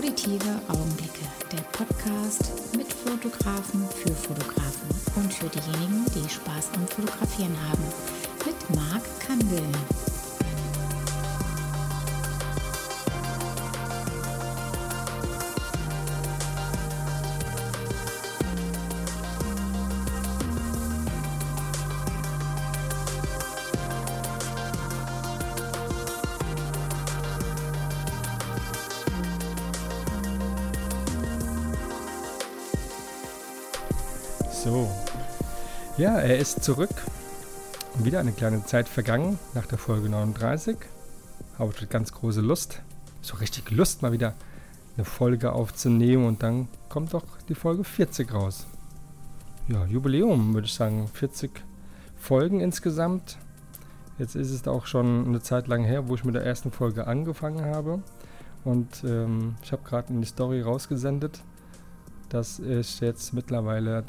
Auditive Augenblicke, der Podcast mit Fotografen für Fotografen und für diejenigen, die Spaß am Fotografieren haben, mit Marc Kandel. So, ja, er ist zurück. Wieder eine kleine Zeit vergangen nach der Folge 39. Habe ich ganz große Lust, so richtig Lust, mal wieder eine Folge aufzunehmen. Und dann kommt doch die Folge 40 raus. Ja, Jubiläum würde ich sagen, 40 Folgen insgesamt. Jetzt ist es auch schon eine Zeit lang her, wo ich mit der ersten Folge angefangen habe. Und ich habe gerade eine Story rausgesendet, dass ich jetzt mittlerweile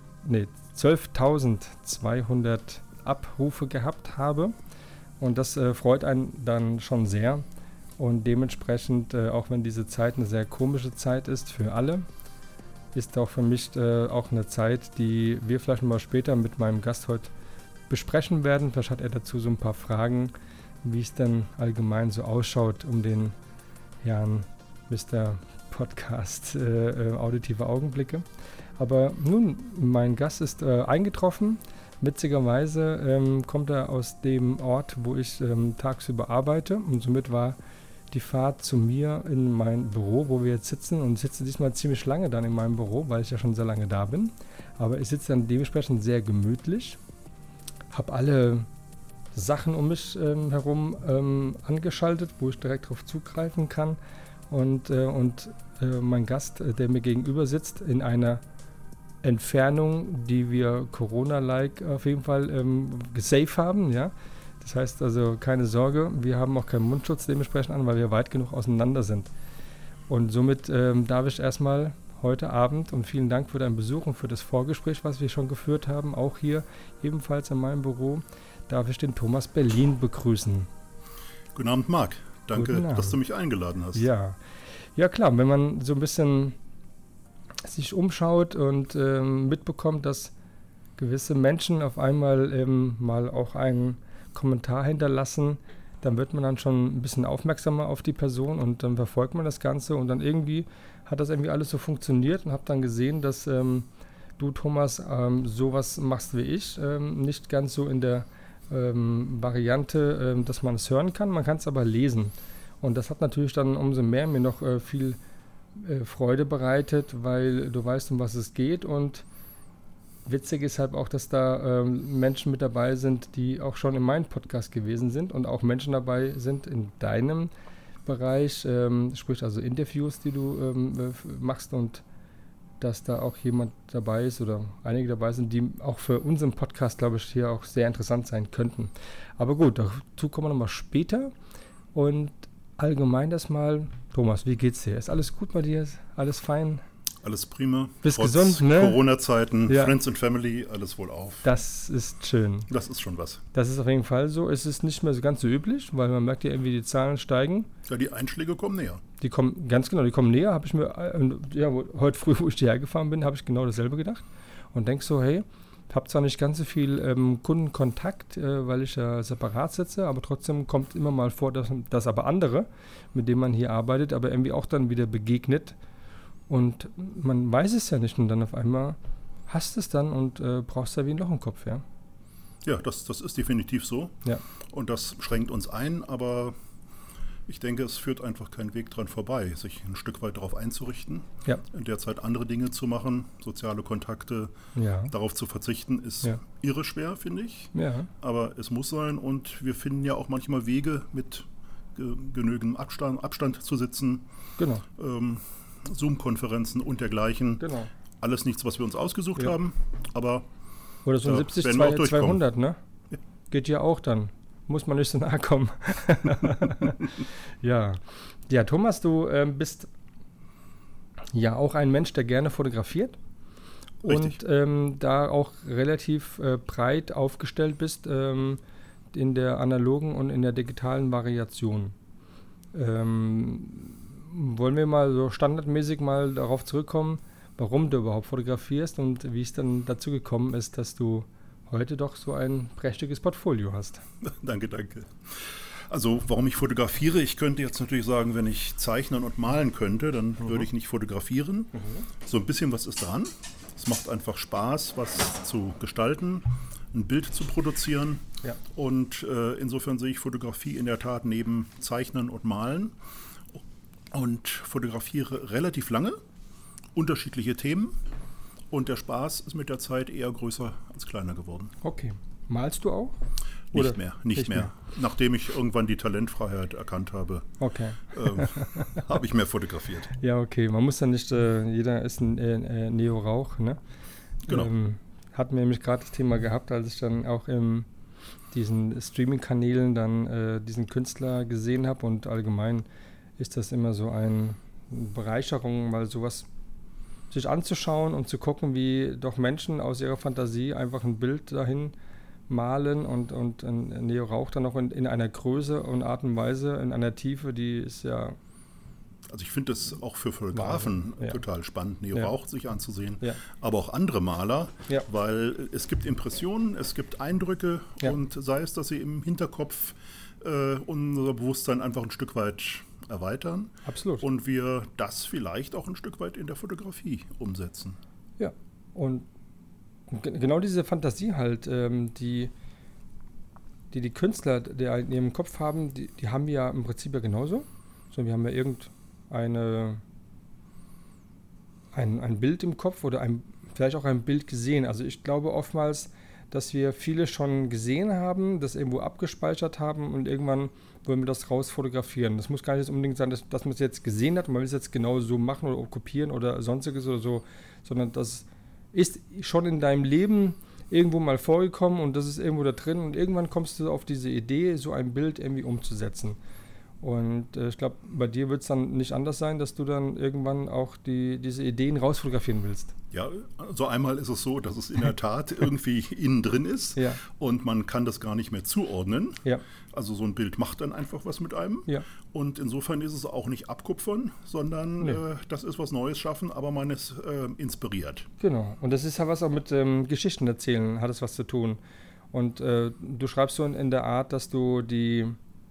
12.200 Abrufe gehabt habe. Und das freut einen dann schon sehr. Und dementsprechend, auch wenn diese Zeit eine sehr komische Zeit ist für alle, ist auch für mich auch eine Zeit, die wir vielleicht mal später mit meinem Gast heute besprechen werden. Vielleicht hat er dazu so ein paar Fragen, wie es denn allgemein so ausschaut um den Herrn Mr. Podcast Auditive Augenblicke. Aber nun, mein Gast ist eingetroffen. Witzigerweise kommt er aus dem Ort, wo ich tagsüber arbeite, und somit war die Fahrt zu mir in mein Büro, wo wir jetzt sitzen, und ich sitze diesmal ziemlich lange dann in meinem Büro, weil ich ja schon sehr lange da bin. Aber ich sitze dann dementsprechend sehr gemütlich, habe alle Sachen um mich herum angeschaltet, wo ich direkt darauf zugreifen kann. Und mein Gast, der mir gegenüber sitzt, in einer Entfernung, die wir Corona-like auf jeden Fall safe haben, ja. Das heißt also, keine Sorge, wir haben auch keinen Mundschutz dementsprechend an, weil wir weit genug auseinander sind. Und somit darf ich erstmal heute Abend, und vielen Dank für deinen Besuch und für das Vorgespräch, was wir schon geführt haben, auch hier ebenfalls in meinem Büro, darf ich den Thomas Berlin begrüßen. Guten Abend, Marc. Danke, dass du mich eingeladen hast. Ja klar, wenn man so ein bisschen sich umschaut und mitbekommt, dass gewisse Menschen auf einmal mal auch einen Kommentar hinterlassen, dann wird man dann schon ein bisschen aufmerksamer auf die Person und dann verfolgt man das Ganze, und dann irgendwie hat das irgendwie alles so funktioniert, und habe dann gesehen, dass du, Thomas, sowas machst wie ich, nicht ganz so in der Variante, dass man es hören kann, man kann es aber lesen. Und das hat natürlich dann umso mehr mir noch viel Freude bereitet, weil du weißt, um was es geht. Und witzig ist halt auch, dass da Menschen mit dabei sind, die auch schon in meinem Podcast gewesen sind, und auch Menschen dabei sind in deinem Bereich, sprich also Interviews, die du machst, und dass da auch jemand dabei ist oder einige dabei sind, die auch für unseren Podcast, glaube ich, hier auch sehr interessant sein könnten. Aber gut, dazu kommen wir nochmal später. Und allgemein das mal, Thomas, wie geht's dir? Ist alles gut bei dir? Ist alles fein? Alles prima. Bist Trotz gesund, ne? Corona-Zeiten, ja. Friends and Family, alles wohl auf. Das ist schön. Das ist schon was. Das ist auf jeden Fall so. Es ist nicht mehr so ganz so üblich, weil man merkt ja irgendwie, die Zahlen steigen. Ja, die Einschläge kommen näher. Die kommen, ganz genau, die kommen näher. Habe ich mir, heute früh, wo ich hierher gefahren bin, habe ich genau dasselbe gedacht. Und denke so, hey, ich habe zwar nicht ganz so viel Kundenkontakt, weil ich ja separat sitze, aber trotzdem kommt immer mal vor, dass aber andere, mit denen man hier arbeitet, aber irgendwie auch dann wieder begegnet. Und man weiß es ja nicht, und dann auf einmal hast es dann und brauchst da wie ein Loch im Kopf, ja? Ja, das ist definitiv so. Ja. Und das schränkt uns ein, aber ich denke, es führt einfach kein Weg dran vorbei, sich ein Stück weit darauf einzurichten. Ja. In der Zeit andere Dinge zu machen, soziale Kontakte, darauf zu verzichten, ist irre schwer, finde ich. Ja. Aber es muss sein, und wir finden ja auch manchmal Wege, mit genügend Abstand zu sitzen. Genau. Zoom-Konferenzen und dergleichen. Genau. Alles nichts, was wir uns ausgesucht haben, aber oder so ein 70-200, ne? Ja. Geht ja auch dann. Muss man nicht so nahe kommen. Ja, Thomas, du bist ja auch ein Mensch, der gerne fotografiert. Richtig. Und da auch relativ breit aufgestellt bist in der analogen und in der digitalen Variation. wollen wir mal so standardmäßig mal darauf zurückkommen, warum du überhaupt fotografierst und wie es dann dazu gekommen ist, dass du heute doch so ein prächtiges Portfolio hast. Danke. Also warum ich fotografiere, ich könnte jetzt natürlich sagen, wenn ich zeichnen und malen könnte, dann würde ich nicht fotografieren. So ein bisschen was ist dran. Es macht einfach Spaß, was zu gestalten, ein Bild zu produzieren. Ja. Und insofern sehe ich Fotografie in der Tat neben Zeichnen und Malen und fotografiere relativ lange, unterschiedliche Themen. Und der Spaß ist mit der Zeit eher größer als kleiner geworden. Okay. Malst du auch? Nicht mehr. Nachdem ich irgendwann die Talentfreiheit erkannt habe, okay. habe ich mehr fotografiert. Ja, okay. Man muss ja nicht, jeder ist ein Neo-Rauch, ne? Genau. Hatten wir nämlich gerade das Thema gehabt, als ich dann auch in diesen Streaming-Kanälen dann diesen Künstler gesehen habe, und allgemein ist das immer so eine Bereicherung, mal sowas sich anzuschauen und zu gucken, wie doch Menschen aus ihrer Fantasie einfach ein Bild dahin malen und ein Neo-Rauch dann noch in einer Größe und Art und Weise, in einer Tiefe, die ist ja... Also ich finde es auch für Fotografen total spannend, Neo-Rauch sich anzusehen, aber auch andere Maler, weil es gibt Impressionen, es gibt Eindrücke und sei es, dass sie im Hinterkopf unser Bewusstsein einfach ein Stück weit erweitern. Absolut. Und wir das vielleicht auch ein Stück weit in der Fotografie umsetzen. Ja, und genau diese Fantasie halt, die Künstler, die in ihrem Kopf haben, die haben wir ja im Prinzip ja genauso. So, wir haben ja ein Bild im Kopf oder vielleicht auch ein Bild gesehen. Also ich glaube oftmals, dass wir viele schon gesehen haben, das irgendwo abgespeichert haben und irgendwann wollen wir das raus fotografieren. Das muss gar nicht unbedingt sein, dass man es jetzt gesehen hat und man will es jetzt genau so machen oder kopieren oder sonstiges oder so, sondern das ist schon in deinem Leben irgendwo mal vorgekommen und das ist irgendwo da drin und irgendwann kommst du auf diese Idee, so ein Bild irgendwie umzusetzen. Und ich glaube, bei dir wird es dann nicht anders sein, dass du dann irgendwann auch diese Ideen rausfotografieren willst. Ja, also einmal ist es so, dass es in der Tat irgendwie innen drin ist und man kann das gar nicht mehr zuordnen. Ja. Also so ein Bild macht dann einfach was mit einem. Ja. Und insofern ist es auch nicht abkupfern, sondern das ist was Neues schaffen, aber man ist inspiriert. Genau, und das ist ja was auch mit Geschichten erzählen, hat es was zu tun. Und du schreibst so in der Art, dass du die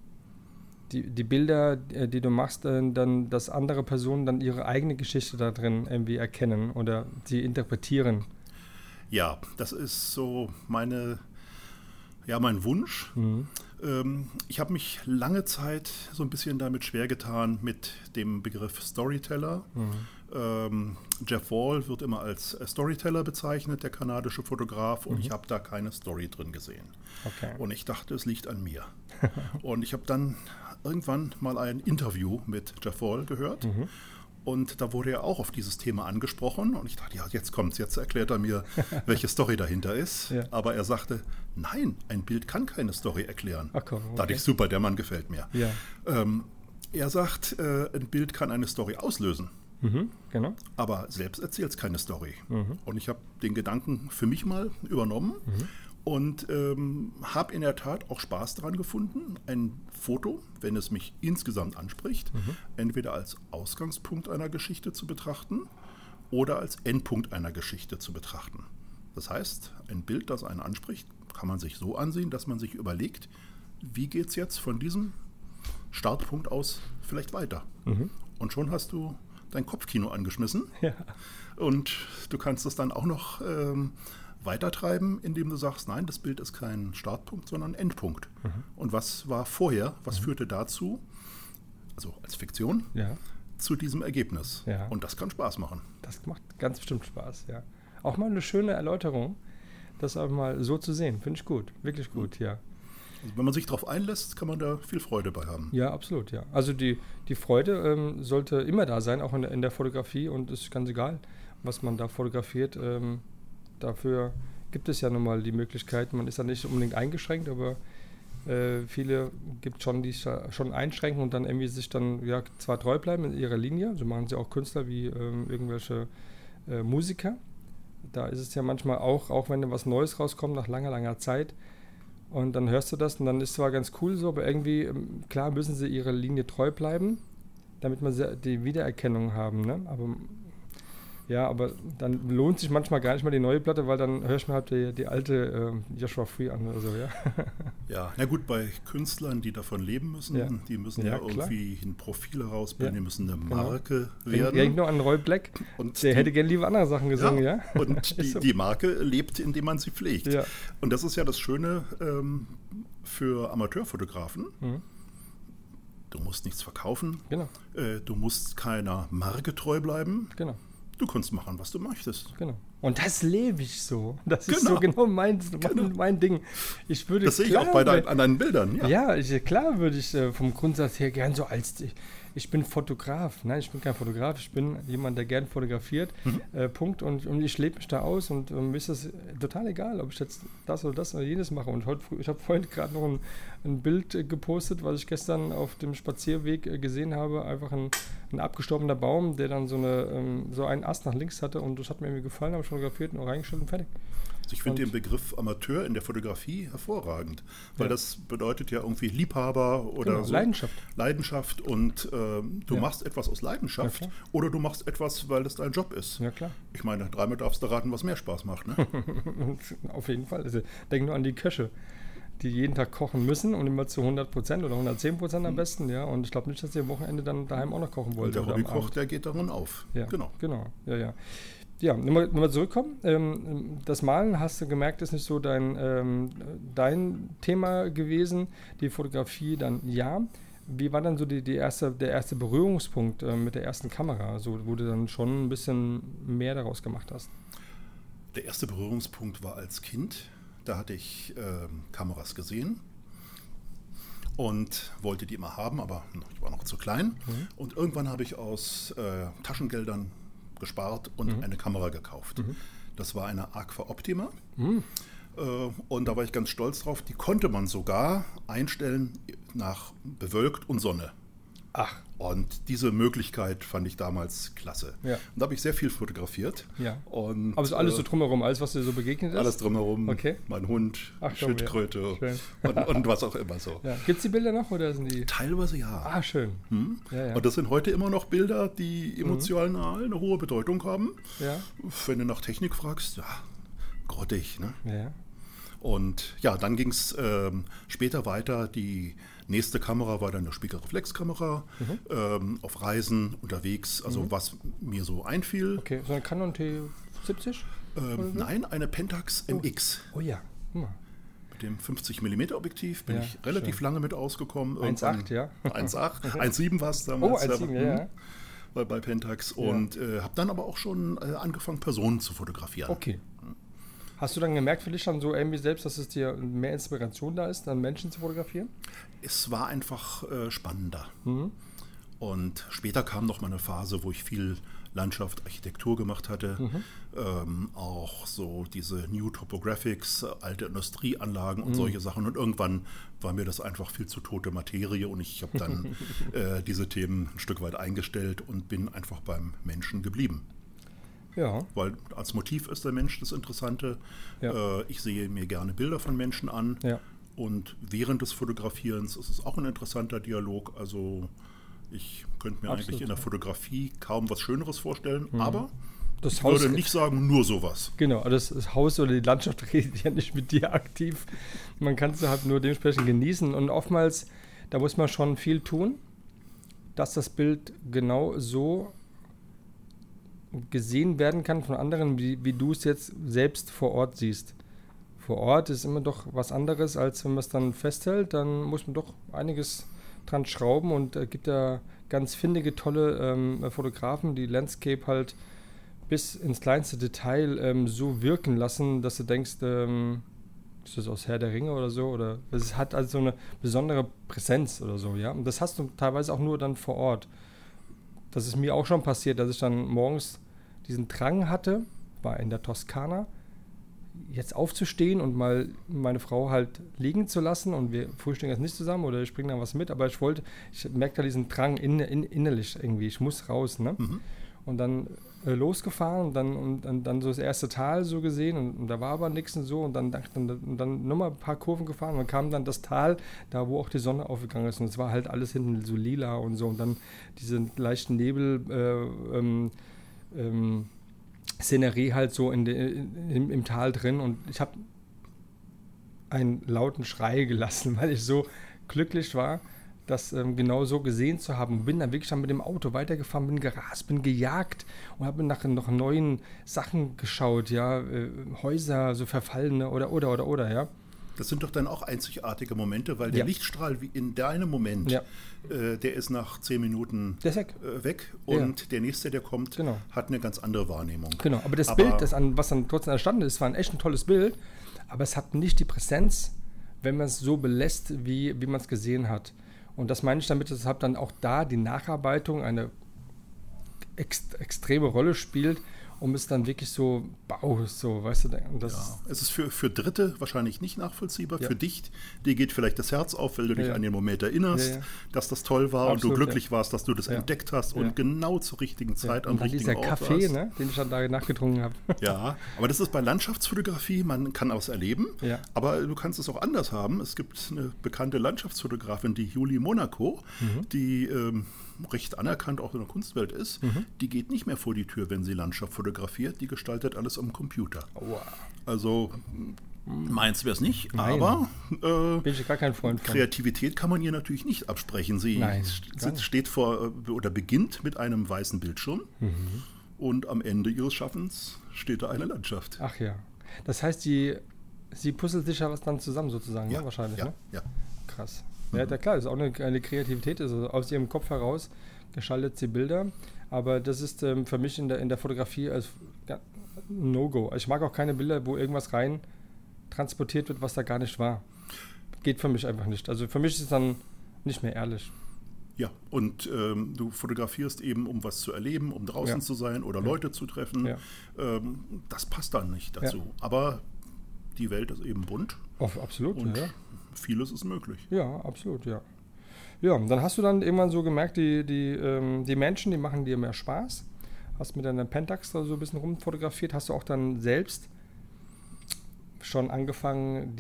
Bilder, die du machst, dann, dass andere Personen dann ihre eigene Geschichte da drin irgendwie erkennen oder sie interpretieren. Ja, das ist so mein Wunsch. Mhm. Ich habe mich lange Zeit so ein bisschen damit schwer getan mit dem Begriff Storyteller. Mhm. Jeff Wall wird immer als Storyteller bezeichnet, der kanadische Fotograf, und ich habe da keine Story drin gesehen. Okay. Und ich dachte, es liegt an mir. Und ich habe dann irgendwann mal ein Interview mit Jeff Wall gehört. Mhm. Und da wurde er auch auf dieses Thema angesprochen. Und ich dachte, ja, jetzt kommt's, jetzt erklärt er mir, welche Story dahinter ist. Ja. Aber er sagte, nein, ein Bild kann keine Story erklären. Ach komm, okay. Da dachte ich, super, der Mann gefällt mir. Ja. Er sagt, ein Bild kann eine Story auslösen. Mhm, genau. Aber selbst erzählt es keine Story. Mhm. Und ich habe den Gedanken für mich mal übernommen. Mhm. Und habe in der Tat auch Spaß daran gefunden, ein Foto, wenn es mich insgesamt anspricht, entweder als Ausgangspunkt einer Geschichte zu betrachten oder als Endpunkt einer Geschichte zu betrachten. Das heißt, ein Bild, das einen anspricht, kann man sich so ansehen, dass man sich überlegt, wie geht es jetzt von diesem Startpunkt aus vielleicht weiter. Mhm. Und schon hast du dein Kopfkino angeschmissen. Ja. Und du kannst es dann auch noch weitertreiben, indem du sagst, nein, das Bild ist kein Startpunkt, sondern Endpunkt. Mhm. Und was war vorher, was führte dazu, also als Fiktion, zu diesem Ergebnis? Ja. Und das kann Spaß machen. Das macht ganz bestimmt Spaß, ja. Auch mal eine schöne Erläuterung, das auch mal so zu sehen, finde ich gut, wirklich gut, ja. Also wenn man sich darauf einlässt, kann man da viel Freude bei haben. Ja, absolut, ja. Also die Freude sollte immer da sein, auch in der Fotografie, und es ist ganz egal, was man da fotografiert. Dafür gibt es ja nun mal die Möglichkeit, man ist da nicht unbedingt eingeschränkt, aber viele gibt es schon, die sich schon einschränken und dann irgendwie sich dann zwar treu bleiben in ihrer Linie, so machen sie auch Künstler wie irgendwelche Musiker. Da ist es ja manchmal auch wenn da was Neues rauskommt nach langer Zeit und dann hörst du das und dann ist zwar ganz cool so, aber irgendwie, klar müssen sie ihrer Linie treu bleiben. damit wir die Wiedererkennung haben, ne? Aber dann lohnt sich manchmal gar nicht mal die neue Platte, weil dann höre ich mir halt die alte Joshua Free an oder so, ja. Ja, na gut, bei Künstlern, die davon leben müssen, die müssen ja irgendwie ein Profil herausbilden, die müssen eine Marke werden. Denk nur an Roy Black, und der hätte gerne lieber andere Sachen gesungen, ja. Und die Marke lebt, indem man sie pflegt. Ja. Und das ist ja das Schöne für Amateurfotografen. Mhm. Du musst nichts verkaufen, genau. Du musst keiner Marke treu bleiben. Genau. Du kannst machen, was du möchtest. Genau. Und das lebe ich so. Das ist so genau mein Ding. Das sehe ich auch an deinen Bildern. Ja, klar würde ich vom Grundsatz her gern so ich bin Fotograf. Nein, ich bin kein Fotograf. Ich bin jemand, der gern fotografiert. Punkt. Und ich lebe mich da aus. Und mir ist das total egal, ob ich jetzt das oder jenes mache. Und ich habe vorhin gerade noch ein Bild gepostet, was ich gestern auf dem Spazierweg gesehen habe. Einfach ein abgestorbener Baum, der dann so einen Ast nach links hatte. Und das hat mir irgendwie gefallen. Habe ich fotografiert und auch reingestellt und fertig. Also ich finde den Begriff Amateur in der Fotografie hervorragend, weil das bedeutet ja irgendwie Liebhaber oder so. Leidenschaft und du machst etwas aus Leidenschaft oder du machst etwas, weil es dein Job ist. Ja, klar. Ich meine, dreimal darfst du raten, was mehr Spaß macht, ne? Auf jeden Fall. Also, denk nur an die Köche, die jeden Tag kochen müssen und immer zu 100% oder 110% am besten, ja. Und ich glaube nicht, dass die am Wochenende dann daheim auch noch kochen wollen. Und der Hobbykoch, der geht darin auf. Ja, genau. Ja. Ja, wenn wir zurückkommen, das Malen, hast du gemerkt, ist nicht so dein Thema gewesen, die Fotografie dann ja. Wie war dann so der erste Berührungspunkt mit der ersten Kamera, so, wo du dann schon ein bisschen mehr daraus gemacht hast? Der erste Berührungspunkt war als Kind. Da hatte ich Kameras gesehen und wollte die immer haben, aber ich war noch zu klein. Mhm. Und irgendwann habe ich aus Taschengeldern gespart und eine Kamera gekauft. Mhm. Das war eine Agfa Optima. Mhm. Und da war ich ganz stolz drauf. Die konnte man sogar einstellen nach bewölkt und Sonne. Ach. Und diese Möglichkeit fand ich damals klasse. Ja. Und da habe ich sehr viel fotografiert. Ja. Und, aber so alles so drumherum, alles, was dir so begegnet ist? Alles drumherum. Okay. Mein Hund, Schildkröte und was auch immer so. Ja. Gibt es die Bilder noch oder sind die? Teilweise ja. Ah, schön. Ja. Und das sind heute immer noch Bilder, die emotional eine hohe Bedeutung haben. Ja. Wenn du nach Technik fragst, ja, grottig, ne? Ja. Und ja, dann ging es später weiter. Die nächste Kamera war dann eine Spiegelreflexkamera, auf Reisen, unterwegs, also was mir so einfiel. Okay, so eine Canon T70? Nein, eine Pentax MX. Oh ja, Mit dem 50mm Objektiv bin ich relativ lange mit ausgekommen. 1.8, ja. 1.8, 1.7 war es damals. Oh, 1.7, ja. Bei Pentax. Und habe dann aber auch schon angefangen, Personen zu fotografieren. Okay. Hast du dann gemerkt für dich dann so irgendwie selbst, dass es dir mehr Inspiration da ist, dann Menschen zu fotografieren? Es war einfach spannender. Und später kam noch mal eine Phase, wo ich viel Landschaft, Architektur gemacht hatte. Auch so diese New Topographics, alte Industrieanlagen und solche Sachen. Und irgendwann war mir das einfach viel zu tote Materie und ich habe dann diese Themen ein Stück weit eingestellt und bin einfach beim Menschen geblieben. Ja. Weil als Motiv ist der Mensch das Interessante. Ja. Ich sehe mir gerne Bilder von Menschen an. Ja. Und während des Fotografierens ist es auch ein interessanter Dialog. Also ich könnte mir eigentlich in der Fotografie kaum was Schöneres vorstellen. Aber ich würde nicht sagen, nur sowas. Genau, das Haus oder die Landschaft redet ja nicht mit dir aktiv. Man kann es halt nur dementsprechend genießen. Und oftmals, da muss man schon viel tun, dass das Bild genau so gesehen werden kann von anderen, wie du es jetzt selbst vor Ort siehst. Vor Ort ist immer doch was anderes, als wenn man es dann festhält, dann muss man doch einiges dran schrauben und gibt da ganz findige, tolle Fotografen, die Landscape halt bis ins kleinste Detail so wirken lassen, dass du denkst, ist das aus Herr der Ringe oder so? Oder es hat also so eine besondere Präsenz oder so, ja. Und das hast du teilweise auch nur dann vor Ort. Das ist mir auch schon passiert, dass ich dann morgens diesen Drang hatte, war in der Toskana, jetzt aufzustehen und mal meine Frau halt liegen zu lassen und wir frühstücken jetzt nicht zusammen oder ich bringe dann was mit, aber ich merke da diesen Drang innerlich irgendwie, ich muss raus, ne? und dann losgefahren und dann so das erste Tal so gesehen und da war aber nichts und so und dann nochmal ein paar Kurven gefahren und dann kam dann das Tal, da wo auch die Sonne aufgegangen ist und es war halt alles hinten so lila und so und dann diese leichten Nebel Szenerie halt so im Tal drin und ich habe einen lauten Schrei gelassen, weil ich so glücklich war, das genau so gesehen zu haben. Bin dann wirklich dann mit dem Auto weitergefahren, bin gerast, bin gejagt und habe nach noch neuen Sachen geschaut, ja, Häuser, so verfallene oder, ja. Das sind doch dann auch einzigartige Momente, weil der Lichtstrahl wie in deinem Moment, der ist nach 10 Minuten weg und der nächste, der kommt, hat eine ganz andere Wahrnehmung. Genau, aber das Bild, was dann trotzdem entstanden ist, war ein echt ein tolles Bild, aber es hat nicht die Präsenz, wenn man es so belässt, wie man es gesehen hat. Und das meine ich damit, dass dann auch da die Nacharbeitung eine extreme Rolle spielt, um es dann wirklich so, weißt du. Und das es ist für Dritte wahrscheinlich nicht nachvollziehbar. Für dich, dir geht vielleicht das Herz auf, weil du dich an den Moment erinnerst, dass das toll war. Absolut, und du glücklich warst, dass du das entdeckt hast und genau zur richtigen Zeit am richtigen Ort warst. Und dieser Kaffee, den ich dann da nachgetrunken habe. Ja, aber das ist bei Landschaftsfotografie, man kann es erleben, aber du kannst es auch anders haben. Es gibt eine bekannte Landschaftsfotografin, die Julie Monaco, die recht anerkannt auch in der Kunstwelt ist, die geht nicht mehr vor die Tür, wenn sie Landschaft fotografiert, die gestaltet alles am Computer. Wow. Also meins wäre es nicht, Nein. aber bin ich gar kein Freund von. Kreativität kann man ihr natürlich nicht absprechen. Sie steht vor oder beginnt mit einem weißen Bildschirm und am Ende ihres Schaffens steht da eine Landschaft. Ach ja. Das heißt, sie puzzelt sich ja was dann zusammen sozusagen, ne? Wahrscheinlich, ne? Ja. Krass. Ja, klar, das ist auch eine Kreativität, also aus ihrem Kopf heraus gestaltet sie Bilder, aber das ist für mich in der Fotografie als No-Go. Ich mag auch keine Bilder, wo irgendwas rein transportiert wird, was da gar nicht war. Geht für mich einfach nicht. Also für mich ist es dann nicht mehr ehrlich. Ja, und du fotografierst eben, um was zu erleben, um draußen zu sein oder Leute zu treffen. Ja. Das passt dann nicht dazu. Ja. Aber die Welt ist eben bunt. Absolut, und vieles ist möglich. Ja, absolut, ja. Ja, dann hast du dann irgendwann so gemerkt, die Menschen, die machen dir mehr Spaß. Hast mit deiner Pentax da so ein bisschen rumfotografiert. Hast du auch dann selbst schon angefangen,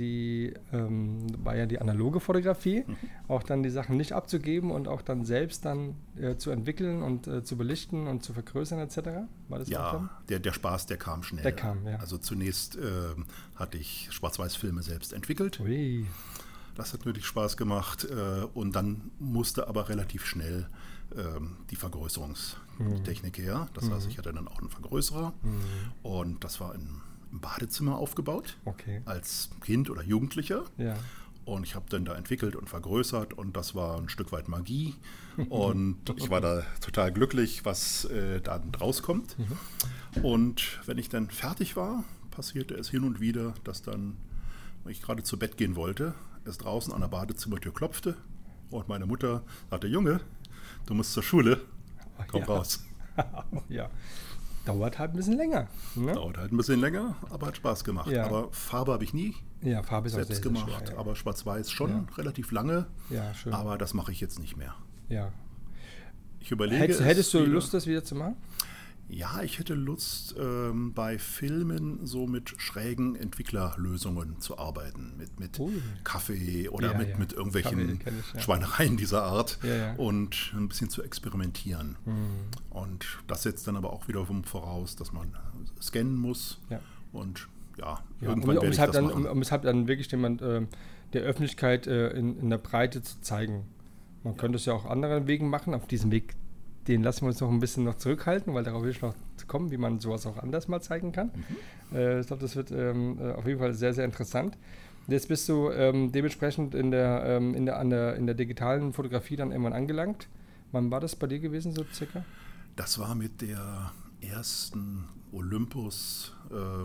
war ja die analoge Fotografie, auch dann die Sachen nicht abzugeben und auch dann selbst dann zu entwickeln und zu belichten und zu vergrößern etc.? War das auch dann? Der Spaß, der kam schnell. Der kam, ja. Also zunächst hatte ich Schwarz-Weiß-Filme selbst entwickelt. Ui. Das hat wirklich Spaß gemacht und dann musste aber relativ schnell die Vergrößerungstechnik her. Das heißt, ich hatte dann auch einen Vergrößerer und das war im Badezimmer aufgebaut, als Kind oder Jugendlicher. Ja. Und ich habe dann da entwickelt und vergrößert und das war ein Stück weit Magie. Und ich war da total glücklich, was dann rauskommt. Und wenn ich dann fertig war, passierte es hin und wieder, dass dann, wenn ich gerade zu Bett gehen wollte, es draußen an der Badezimmertür klopfte und meine Mutter sagte, Junge, du musst zur Schule, komm raus. Ja. Dauert halt ein bisschen länger. Ne? Dauert halt ein bisschen länger, aber hat Spaß gemacht. Ja. Aber Farbe habe ich nie Farbe ist selbst auch sehr, gemacht. sehr schwer, ja. Aber Schwarz-Weiß schon relativ lange. Ja, schön. Aber das mache ich jetzt nicht mehr. Ja. Ich überlege. Hättest du Lust, das wieder zu machen? Ja, ich hätte Lust, bei Filmen so mit schrägen Entwicklerlösungen zu arbeiten. Mit Kaffee oder mit irgendwelchen Schweinereien dieser Art und ein bisschen zu experimentieren. Und das setzt dann aber auch wiederum voraus, dass man scannen muss. Ja. Und irgendwann werde ich das machen. Um es halt dann wirklich der Öffentlichkeit in der Breite zu zeigen. Man könnte es ja auch anderen Wegen machen, auf diesem Weg. Den lassen wir uns noch ein bisschen zurückhalten, weil darauf will ich noch kommen, wie man sowas auch anders mal zeigen kann. Ich glaube, das wird auf jeden Fall sehr, sehr interessant. Jetzt bist du dementsprechend in der digitalen Fotografie dann irgendwann angelangt. Wann war das bei dir gewesen, so circa? Das war mit der ersten Olympus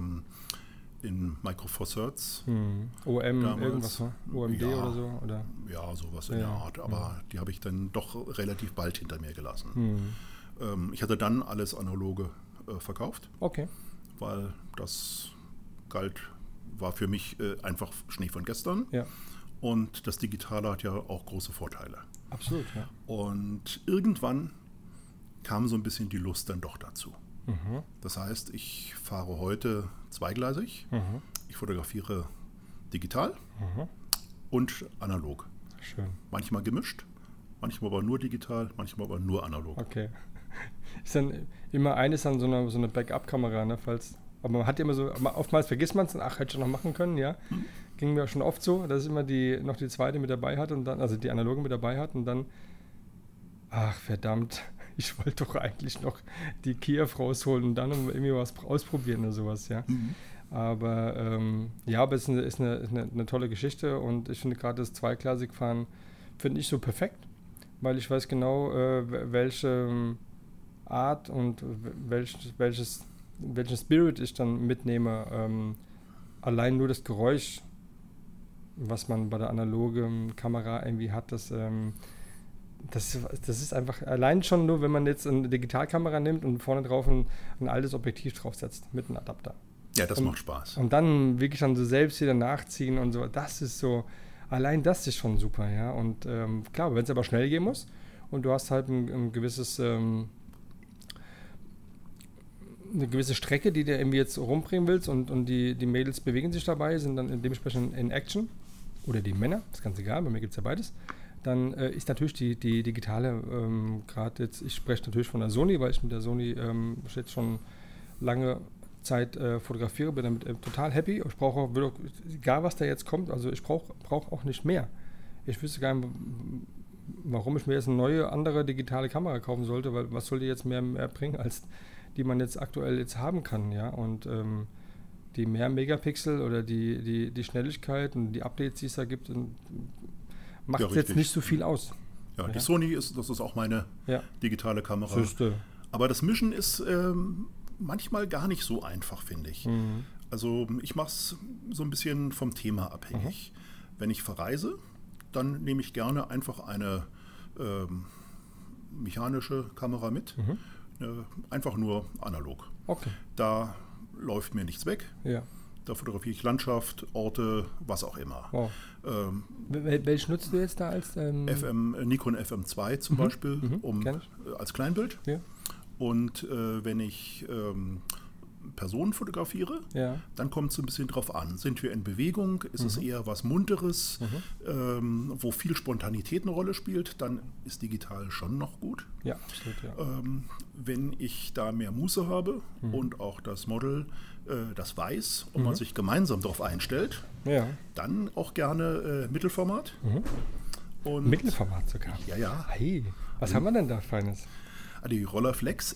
in Micro Four Thirds. OM, damals. Irgendwas, OMD oder so? Oder? Ja, sowas in der Art. Aber die habe ich dann doch relativ bald hinter mir gelassen. Ich hatte dann alles Analoge verkauft. Okay. Weil das war für mich einfach Schnee von gestern. Ja. Und das Digitale hat ja auch große Vorteile. Absolut, ja. Und irgendwann kam so ein bisschen die Lust dann doch dazu. Das heißt, ich fahre heute zweigleisig. Ich fotografiere digital und analog. Schön. Manchmal gemischt, manchmal aber nur digital, manchmal aber nur analog. Okay. Ist dann immer eines dann so eine Backup-Kamera, ne? Aber man hat ja immer so, oftmals vergisst man es, hätte ich noch machen können, ja. Ging mir schon oft so, dass immer noch die zweite mit dabei hat und dann, also die analoge mit dabei hat und dann, ach verdammt, ich wollte doch eigentlich noch die Kiew rausholen und dann irgendwie was ausprobieren oder sowas, ja. Aber aber es ist eine tolle Geschichte und ich finde gerade das Zweigleisig-Fahren finde ich so perfekt, weil ich weiß genau, welche Art und welchen Spirit ich dann mitnehme. Allein nur das Geräusch, was man bei der analogen Kamera irgendwie hat, das ist einfach, allein schon nur, wenn man jetzt eine Digitalkamera nimmt und vorne drauf ein altes Objektiv draufsetzt mit einem Adapter. Ja, das macht Spaß. Und dann wirklich dann so selbst wieder nachziehen und so, das ist so, allein das ist schon super, ja. Und klar, wenn es aber schnell gehen muss und du hast halt ein gewisses, eine gewisse Strecke, die du irgendwie jetzt rumbringen willst und die Mädels bewegen sich dabei, sind dann dementsprechend in Action oder die Männer, ist ganz egal, bei mir gibt es ja beides, dann ist natürlich die digitale, gerade jetzt, ich spreche natürlich von der Sony, weil ich mit der Sony jetzt schon lange Zeit fotografiere, bin damit total happy. Ich brauche auch, egal was da jetzt kommt, also ich brauche auch nicht mehr. Ich wüsste gar nicht, warum ich mir jetzt eine neue, andere digitale Kamera kaufen sollte, weil was soll die jetzt mehr bringen, als die man jetzt aktuell jetzt haben kann, ja, und die mehr Megapixel oder die Schnelligkeit und die Updates, die es da gibt, macht jetzt nicht so viel aus. Ja, die Sony das ist auch meine digitale Kamera. Süßte. Aber das Mischen ist manchmal gar nicht so einfach, finde ich. Also ich mache es so ein bisschen vom Thema abhängig. Wenn ich verreise, dann nehme ich gerne einfach eine mechanische Kamera mit. Einfach nur analog. Okay. Da läuft mir nichts weg. Ja. Da fotografiere ich Landschaft, Orte, was auch immer. Wow. Welch nutzt du jetzt da als? Nikon FM2 zum Beispiel, als Kleinbild. Ja. Und wenn ich Personen fotografiere, dann kommt es so ein bisschen drauf an. Sind wir in Bewegung? Ist es eher was Munteres, wo viel Spontanität eine Rolle spielt? Dann ist digital schon noch gut. Ja, absolut. Ja. Wenn ich da mehr Muße habe und auch das Model das weiß und man sich gemeinsam darauf einstellt, dann auch gerne Mittelformat. Und Mittelformat sogar? Ja. Hey, was haben wir denn da Feines? Die Rolleiflex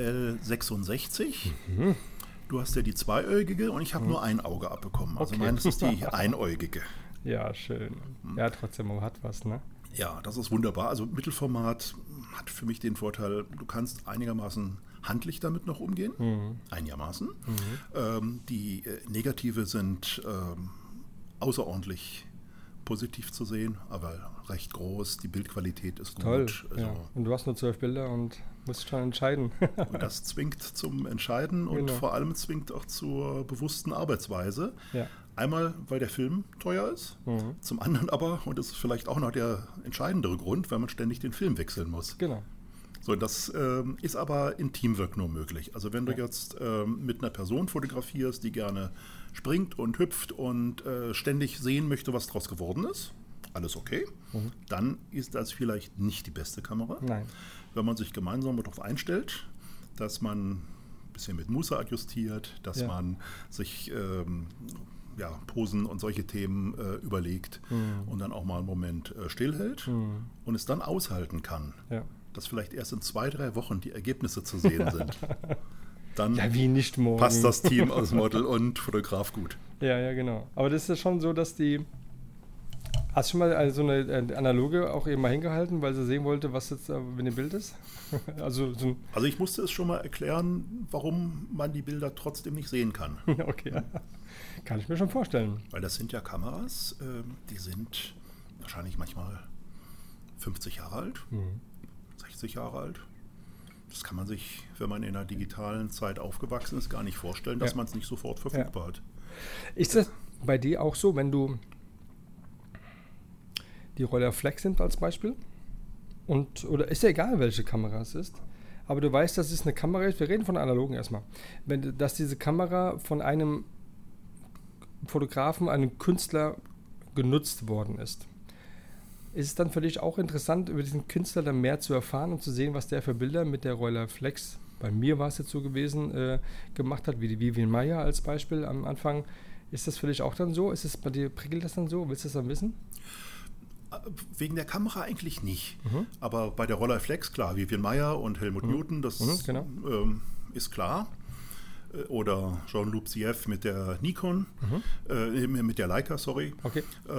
SL66. Du hast ja die zweiäugige und ich habe nur ein Auge abbekommen. Also meines ist die einäugige. Ja, schön. Ja, trotzdem, man hat was, ne? Ja, das ist wunderbar. Also Mittelformat hat für mich den Vorteil, du kannst einigermaßen handlich damit noch umgehen. Einigermaßen. Die Negative sind außerordentlich positiv zu sehen, aber recht groß. Die Bildqualität ist toll, gut. Also und du hast nur 12 Bilder und musst schon entscheiden. Und das zwingt zum Entscheiden und vor allem zwingt auch zur bewussten Arbeitsweise. Ja. Einmal, weil der Film teuer ist, zum anderen aber, und das ist vielleicht auch noch der entscheidendere Grund, weil man ständig den Film wechseln muss. Genau. So, das ist aber in Teamwork nur möglich. Also wenn du jetzt mit einer Person fotografierst, die gerne springt und hüpft und ständig sehen möchte, was draus geworden ist, alles okay, dann ist das vielleicht nicht die beste Kamera. Nein. Wenn man sich gemeinsam darauf einstellt, dass man ein bisschen mit Muße adjustiert, dass man sich Posen und solche Themen überlegt und dann auch mal einen Moment stillhält und es dann aushalten kann, dass vielleicht erst in 2-3 Wochen die Ergebnisse zu sehen sind. Dann wie nicht morgen. Passt das Team aus Model und Fotograf gut. Ja, genau. Aber das ist schon so, dass hast du schon mal so eine analoge auch eben mal hingehalten, weil sie sehen wollte, was jetzt mit dem Bild ist? Also ich musste es schon mal erklären, warum man die Bilder trotzdem nicht sehen kann. Okay, kann ich mir schon vorstellen. Weil das sind ja Kameras, die sind wahrscheinlich manchmal 50 Jahre alt, 60 Jahre alt. Das kann man sich, wenn man in einer digitalen Zeit aufgewachsen ist, gar nicht vorstellen, dass man es nicht sofort verfügbar hat. Ist das bei dir auch so, wenn du die Rolleiflex nimmt als Beispiel? Oder ist ja egal, welche Kamera es ist, aber du weißt, dass es eine Kamera ist. Wir reden von analogen erstmal. Dass diese Kamera von einem Fotografen, einem Künstler genutzt worden ist. Ist es dann für dich auch interessant, über diesen Künstler dann mehr zu erfahren und zu sehen, was der für Bilder mit der Rolleiflex, bei mir war es jetzt so gewesen, gemacht hat, wie die Vivian Maier als Beispiel am Anfang. Ist das für dich auch dann so? Ist es bei dir, prickelt das dann so? Willst du das dann wissen? Wegen der Kamera eigentlich nicht. Aber bei der Rolleiflex, klar, Vivian Maier und Helmut Newton, das genau. Ist klar. Oder Jean-Luc Sieff mit der Nikon, mit der Leica, sorry. Okay.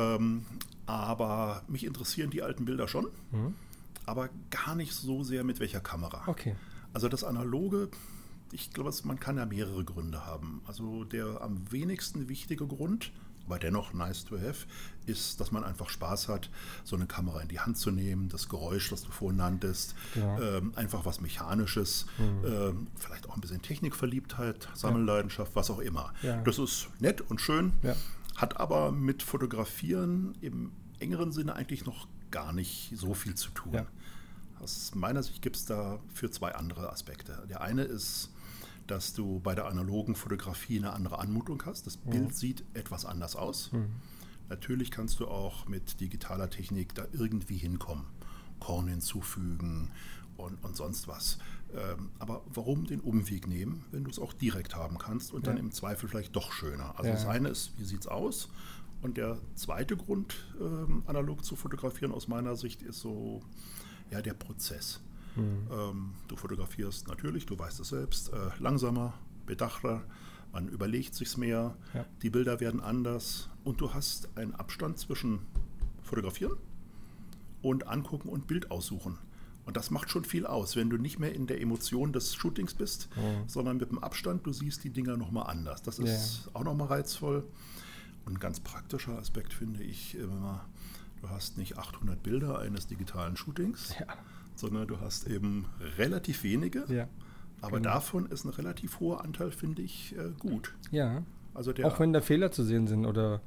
Aber mich interessieren die alten Bilder schon, aber gar nicht so sehr mit welcher Kamera. Okay. Also das Analoge, ich glaube, man kann ja mehrere Gründe haben. Also der am wenigsten wichtige Grund, aber dennoch nice to have, ist, dass man einfach Spaß hat, so eine Kamera in die Hand zu nehmen, das Geräusch, das du vorhin nanntest, einfach was Mechanisches, vielleicht auch ein bisschen Technikverliebtheit, Sammelleidenschaft, was auch immer. Ja. Das ist nett und schön, hat aber mit Fotografieren im engeren Sinne eigentlich noch gar nicht so viel zu tun. Ja. Aus meiner Sicht gibt es dafür zwei andere Aspekte. Der eine ist, dass du bei der analogen Fotografie eine andere Anmutung hast. Das Bild sieht etwas anders aus. Natürlich kannst du auch mit digitaler Technik da irgendwie hinkommen. Korn hinzufügen und sonst was. Aber warum den Umweg nehmen, wenn du es auch direkt haben kannst und dann im Zweifel vielleicht doch schöner? Also das eine ist, wie sieht es aus? Und der zweite Grund, analog zu fotografieren aus meiner Sicht, ist so der Prozess. Du fotografierst natürlich, du weißt es selbst, langsamer, bedachter, man überlegt sich's mehr, die Bilder werden anders und du hast einen Abstand zwischen Fotografieren und Angucken und Bild aussuchen. Und das macht schon viel aus, wenn du nicht mehr in der Emotion des Shootings bist, sondern mit dem Abstand, du siehst die Dinger nochmal anders. Das ist auch nochmal reizvoll. Und ein ganz praktischer Aspekt finde ich immer, du hast nicht 800 Bilder eines digitalen Shootings, sondern du hast eben relativ wenige, aber davon ist ein relativ hoher Anteil, finde ich, gut. Ja, also auch wenn da Fehler zu sehen sind oder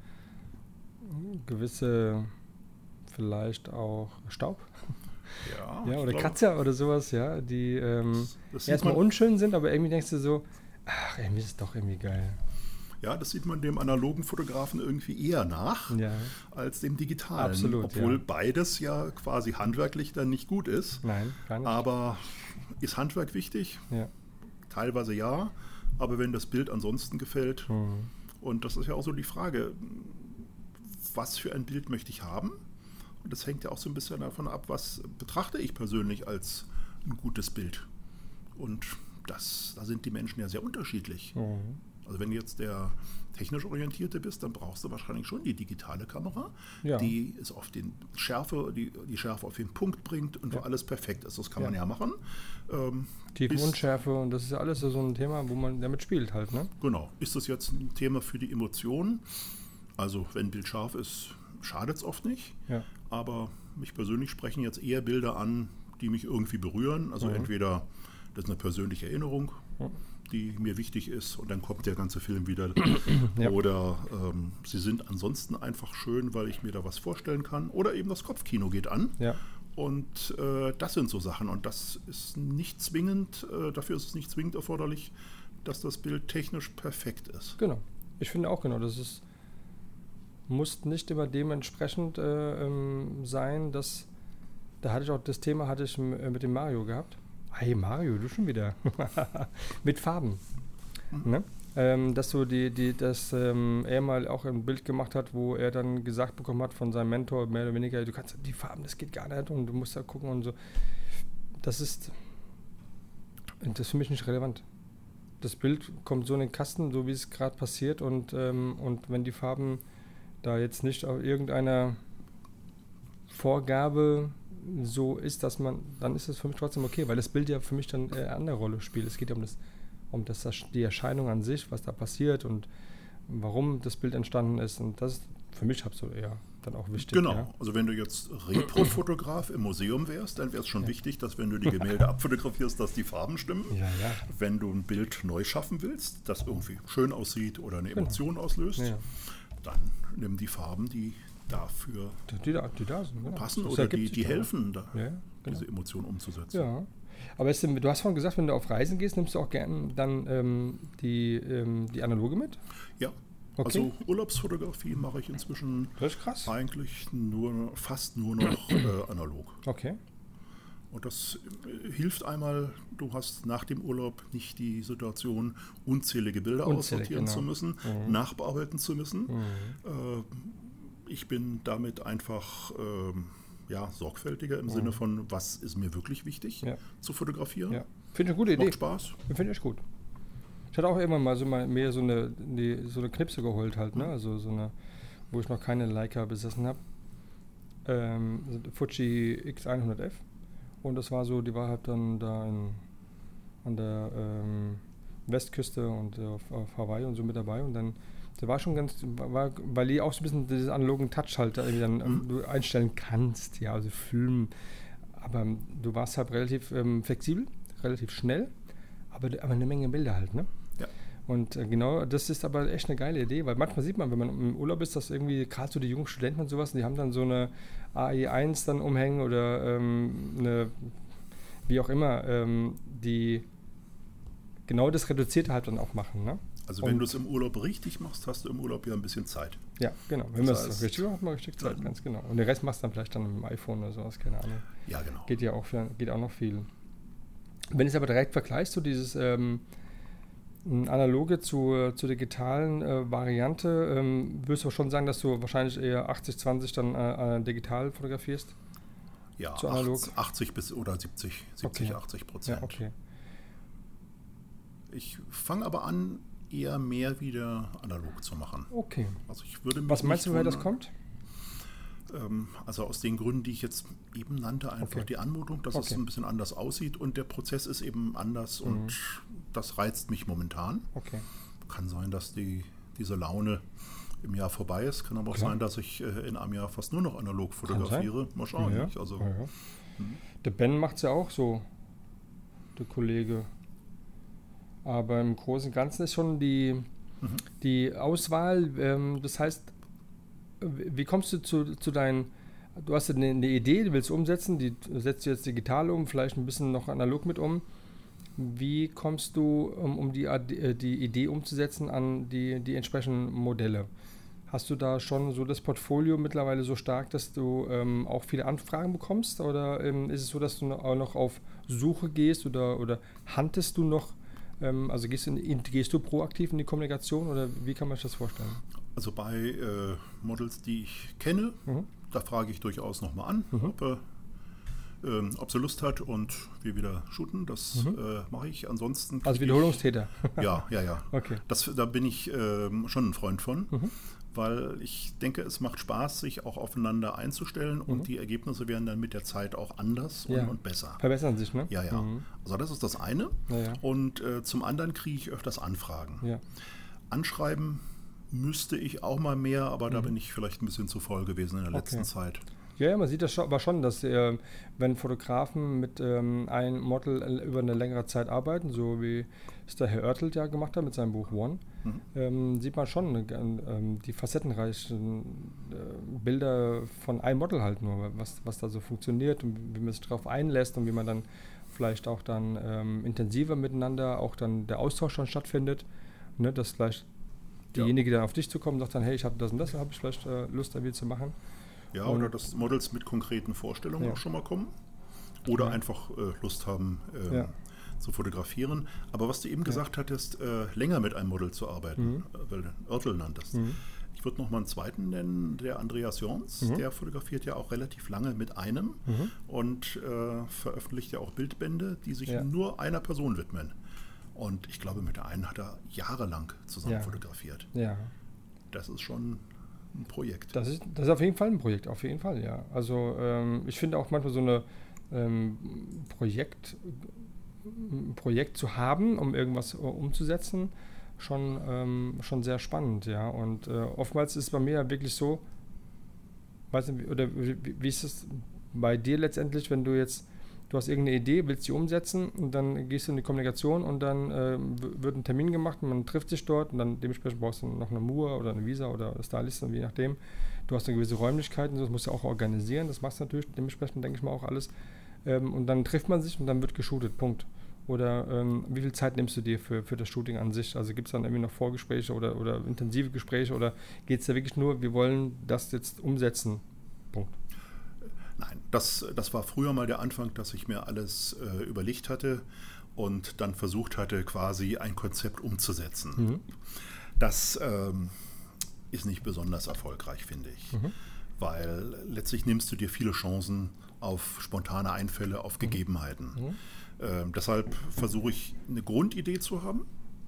gewisse, vielleicht auch Staub. Oder Kratzer oder sowas, die erstmal unschön sind, aber irgendwie denkst du so, ach, irgendwie ist es doch irgendwie geil. Ja, das sieht man dem analogen Fotografen irgendwie eher nach als dem digitalen. Absolut, obwohl beides ja quasi handwerklich dann nicht gut ist. Nein, gar nicht. Aber ist Handwerk wichtig? Ja. Teilweise ja, aber wenn das Bild ansonsten gefällt, und das ist ja auch so die Frage, was für ein Bild möchte ich haben? Und das hängt ja auch so ein bisschen davon ab, was betrachte ich persönlich als ein gutes Bild. Und da sind die Menschen ja sehr unterschiedlich. Also wenn du jetzt der technisch Orientierte bist, dann brauchst du wahrscheinlich schon die digitale Kamera, die es auf die Schärfe auf den Punkt bringt und wo alles perfekt ist. Das kann man ja machen. Tiefe Unschärfe und das ist ja alles so ein Thema, wo man damit spielt halt, ne? Genau. Ist das jetzt ein Thema für die Emotionen? Also wenn ein Bild scharf ist, schadet es oft nicht. Ja. Aber mich persönlich sprechen jetzt eher Bilder an, die mich irgendwie berühren. Also entweder das ist eine persönliche Erinnerung, die mir wichtig ist und dann kommt der ganze Film wieder. Oder sie sind ansonsten einfach schön, weil ich mir da was vorstellen kann. Oder eben das Kopfkino geht an. Ja. Und das sind so Sachen. Und das ist nicht zwingend, dafür ist es nicht zwingend erforderlich, dass das Bild technisch perfekt ist. Genau. Ich finde auch das muss nicht immer dementsprechend sein, dass da hatte ich auch das Thema mit dem Mario gehabt. Hey Mario, du schon wieder. Mit Farben. Ne? Dass so er mal auch ein Bild gemacht hat, wo er dann gesagt bekommen hat von seinem Mentor, mehr oder weniger, du kannst die Farben, das geht gar nicht und du musst da gucken und so. Das ist für mich nicht relevant. Das Bild kommt so in den Kasten, so wie es gerade passiert und wenn die Farben da jetzt nicht auf irgendeiner Vorgabe so ist, dann ist es für mich trotzdem okay, weil das Bild ja für mich dann eine andere Rolle spielt. Es geht um die Erscheinung an sich, was da passiert und warum das Bild entstanden ist und das ist für mich eher dann auch wichtig. Genau, ja. Also wenn du jetzt Repro-Fotograf im Museum wärst, dann wäre es schon wichtig, dass wenn du die Gemälde abfotografierst, dass die Farben stimmen. Ja. Wenn du ein Bild neu schaffen willst, das irgendwie schön aussieht oder eine Emotion auslöst, dann nimm die Farben, die dafür die da sind, passen oder die helfen, diese Emotion umzusetzen. Ja. Aber du hast vorhin gesagt, wenn du auf Reisen gehst, nimmst du auch gerne dann die Analoge mit? Ja. Okay. Also Urlaubsfotografie mache ich inzwischen Das ist krass. eigentlich fast nur noch analog. Okay. Und das hilft einmal, du hast nach dem Urlaub nicht die Situation, unzählige Bilder aussortieren zu müssen, nachbearbeiten zu müssen. Ich bin damit einfach sorgfältiger im Sinne von, was ist mir wirklich wichtig zu fotografieren. Ja. Finde ich eine gute Idee. Macht Spaß. Finde ich gut. Ich hatte auch irgendwann mal mehr so eine Knipse geholt halt, ne? Also so eine, wo ich noch keine Leica besessen habe. Fuji X100F. Und das war so, die war halt dann da an der Westküste und auf Hawaii und so mit dabei. Und dann, der war schon weil die auch so ein bisschen diesen analogen Touch halt da irgendwie dann du einstellen kannst, ja, also filmen. Aber du warst halt relativ flexibel, relativ schnell, aber eine Menge Bilder halt, ne? Ja. Und genau, das ist aber echt eine geile Idee, weil manchmal sieht man, wenn man im Urlaub ist, dass irgendwie gerade so die jungen Studenten und sowas, die haben dann so eine AE1 dann umhängen oder eine, wie auch immer, die genau das Reduzierte halt dann auch machen, ne? Also wenn du es im Urlaub richtig machst, hast du im Urlaub ja ein bisschen Zeit. Ja, genau. Wenn man es richtig macht, hat man richtig Zeit, ganz genau. Und den Rest machst du dann vielleicht dann mit dem iPhone oder sowas, keine Ahnung. Ja, genau. Geht auch noch viel. Wenn du es aber direkt vergleichst, so dieses analoge zur digitalen Variante, würdest du schon sagen, dass du wahrscheinlich eher 80-20 dann digital fotografierst? Ja, zu analog? 80 bis oder 70, Okay. 80%. Ja, okay. Ich fange aber an, eher mehr wieder analog zu machen. Okay. Also ich würde mich Was meinst du, nicht woher das wundern. kommt? Also aus den Gründen, die ich jetzt eben nannte, einfach Okay. die Anmutung, dass es Okay. ein bisschen anders aussieht und der Prozess ist eben anders und das reizt mich momentan. Okay. Kann sein, dass diese Laune im Jahr vorbei ist, kann aber auch Klar. sein, dass ich in einem Jahr fast nur noch analog fotografiere. Mal schauen. Ja. Nicht? Also, Ja. Der Ben macht es ja auch so, der Kollege. Aber im Großen und Ganzen ist schon die Auswahl, das heißt, wie kommst du zu deinen, du hast eine Idee, die willst du umsetzen, die setzt du jetzt digital um, vielleicht ein bisschen noch analog mit um. Wie kommst du, um die Idee umzusetzen, an die entsprechenden Modelle? Hast du da schon so das Portfolio mittlerweile so stark, dass du auch viele Anfragen bekommst? Oder ist es so, dass du auch noch auf Suche gehst oder huntest du noch? Also gehst du proaktiv in die Kommunikation oder wie kann man sich das vorstellen? Also bei Models, die ich kenne, da frage ich durchaus nochmal an, ob sie Lust hat und wir wieder shooten. Das mache ich. Ansonsten. Also Wiederholungstäter. Ja. Okay. Da bin ich schon ein Freund von, weil ich denke, es macht Spaß, sich auch aufeinander einzustellen und die Ergebnisse werden dann mit der Zeit auch anders und besser. Verbessern sich, ne? Ja. Also das ist das eine. Ja. Und zum anderen kriege ich öfters Anfragen. Ja. Anschreiben müsste ich auch mal mehr, aber da bin ich vielleicht ein bisschen zu voll gewesen in der letzten Zeit. Ja, man sieht das aber schon, dass wenn Fotografen mit einem Model über eine längere Zeit arbeiten, so wie es der Herr Oertelt ja gemacht hat mit seinem Buch One, sieht man schon die facettenreichen Bilder von einem Model halt nur, was da so funktioniert und wie man sich darauf einlässt und wie man dann vielleicht auch dann intensiver miteinander, auch dann der Austausch schon stattfindet, ne, dass vielleicht diejenige dann auf dich zukommt und sagt dann, hey, ich habe das und das, habe ich vielleicht Lust, da wieder zu machen. Ja, oder dass Models mit konkreten Vorstellungen auch schon mal kommen oder einfach Lust haben zu fotografieren. Aber was du eben gesagt hattest, länger mit einem Model zu arbeiten, weil du Oertel nanntest. Ich würde noch mal einen zweiten nennen, der Andreas Jorns, der fotografiert ja auch relativ lange mit einem und veröffentlicht ja auch Bildbände, die sich nur einer Person widmen. Und ich glaube, mit der einen hat er jahrelang zusammen fotografiert. Ja. Das ist schon ein Projekt. Das ist auf jeden Fall ein Projekt, auf jeden Fall, ja. Also ich finde auch manchmal so eine Projekt zu haben, um irgendwas umzusetzen, schon sehr spannend, ja. Und oftmals ist es bei mir ja wirklich so, weiß nicht, oder wie ist es bei dir letztendlich, wenn du hast irgendeine Idee, willst sie umsetzen und dann gehst du in die Kommunikation und dann wird ein Termin gemacht, man trifft sich dort und dann dementsprechend brauchst du noch eine MUA oder eine Visa oder eine Stylist, je nachdem. Du hast eine gewisse Räumlichkeit und das musst du auch organisieren, das machst du natürlich dementsprechend, denke ich mal, auch alles. und dann trifft man sich und dann wird geshootet, Punkt. Oder wie viel Zeit nimmst du dir für das Shooting an sich? Also gibt es dann irgendwie noch Vorgespräche oder intensive Gespräche oder geht es da wirklich nur, wir wollen das jetzt umsetzen, Punkt? Nein, das war früher mal der Anfang, dass ich mir alles überlegt hatte und dann versucht hatte, quasi ein Konzept umzusetzen. Mhm. Das ist nicht besonders erfolgreich, finde ich. Mhm. Weil letztlich nimmst du dir viele Chancen auf spontane Einfälle, auf Gegebenheiten. Mhm. Deshalb versuche ich eine Grundidee zu haben.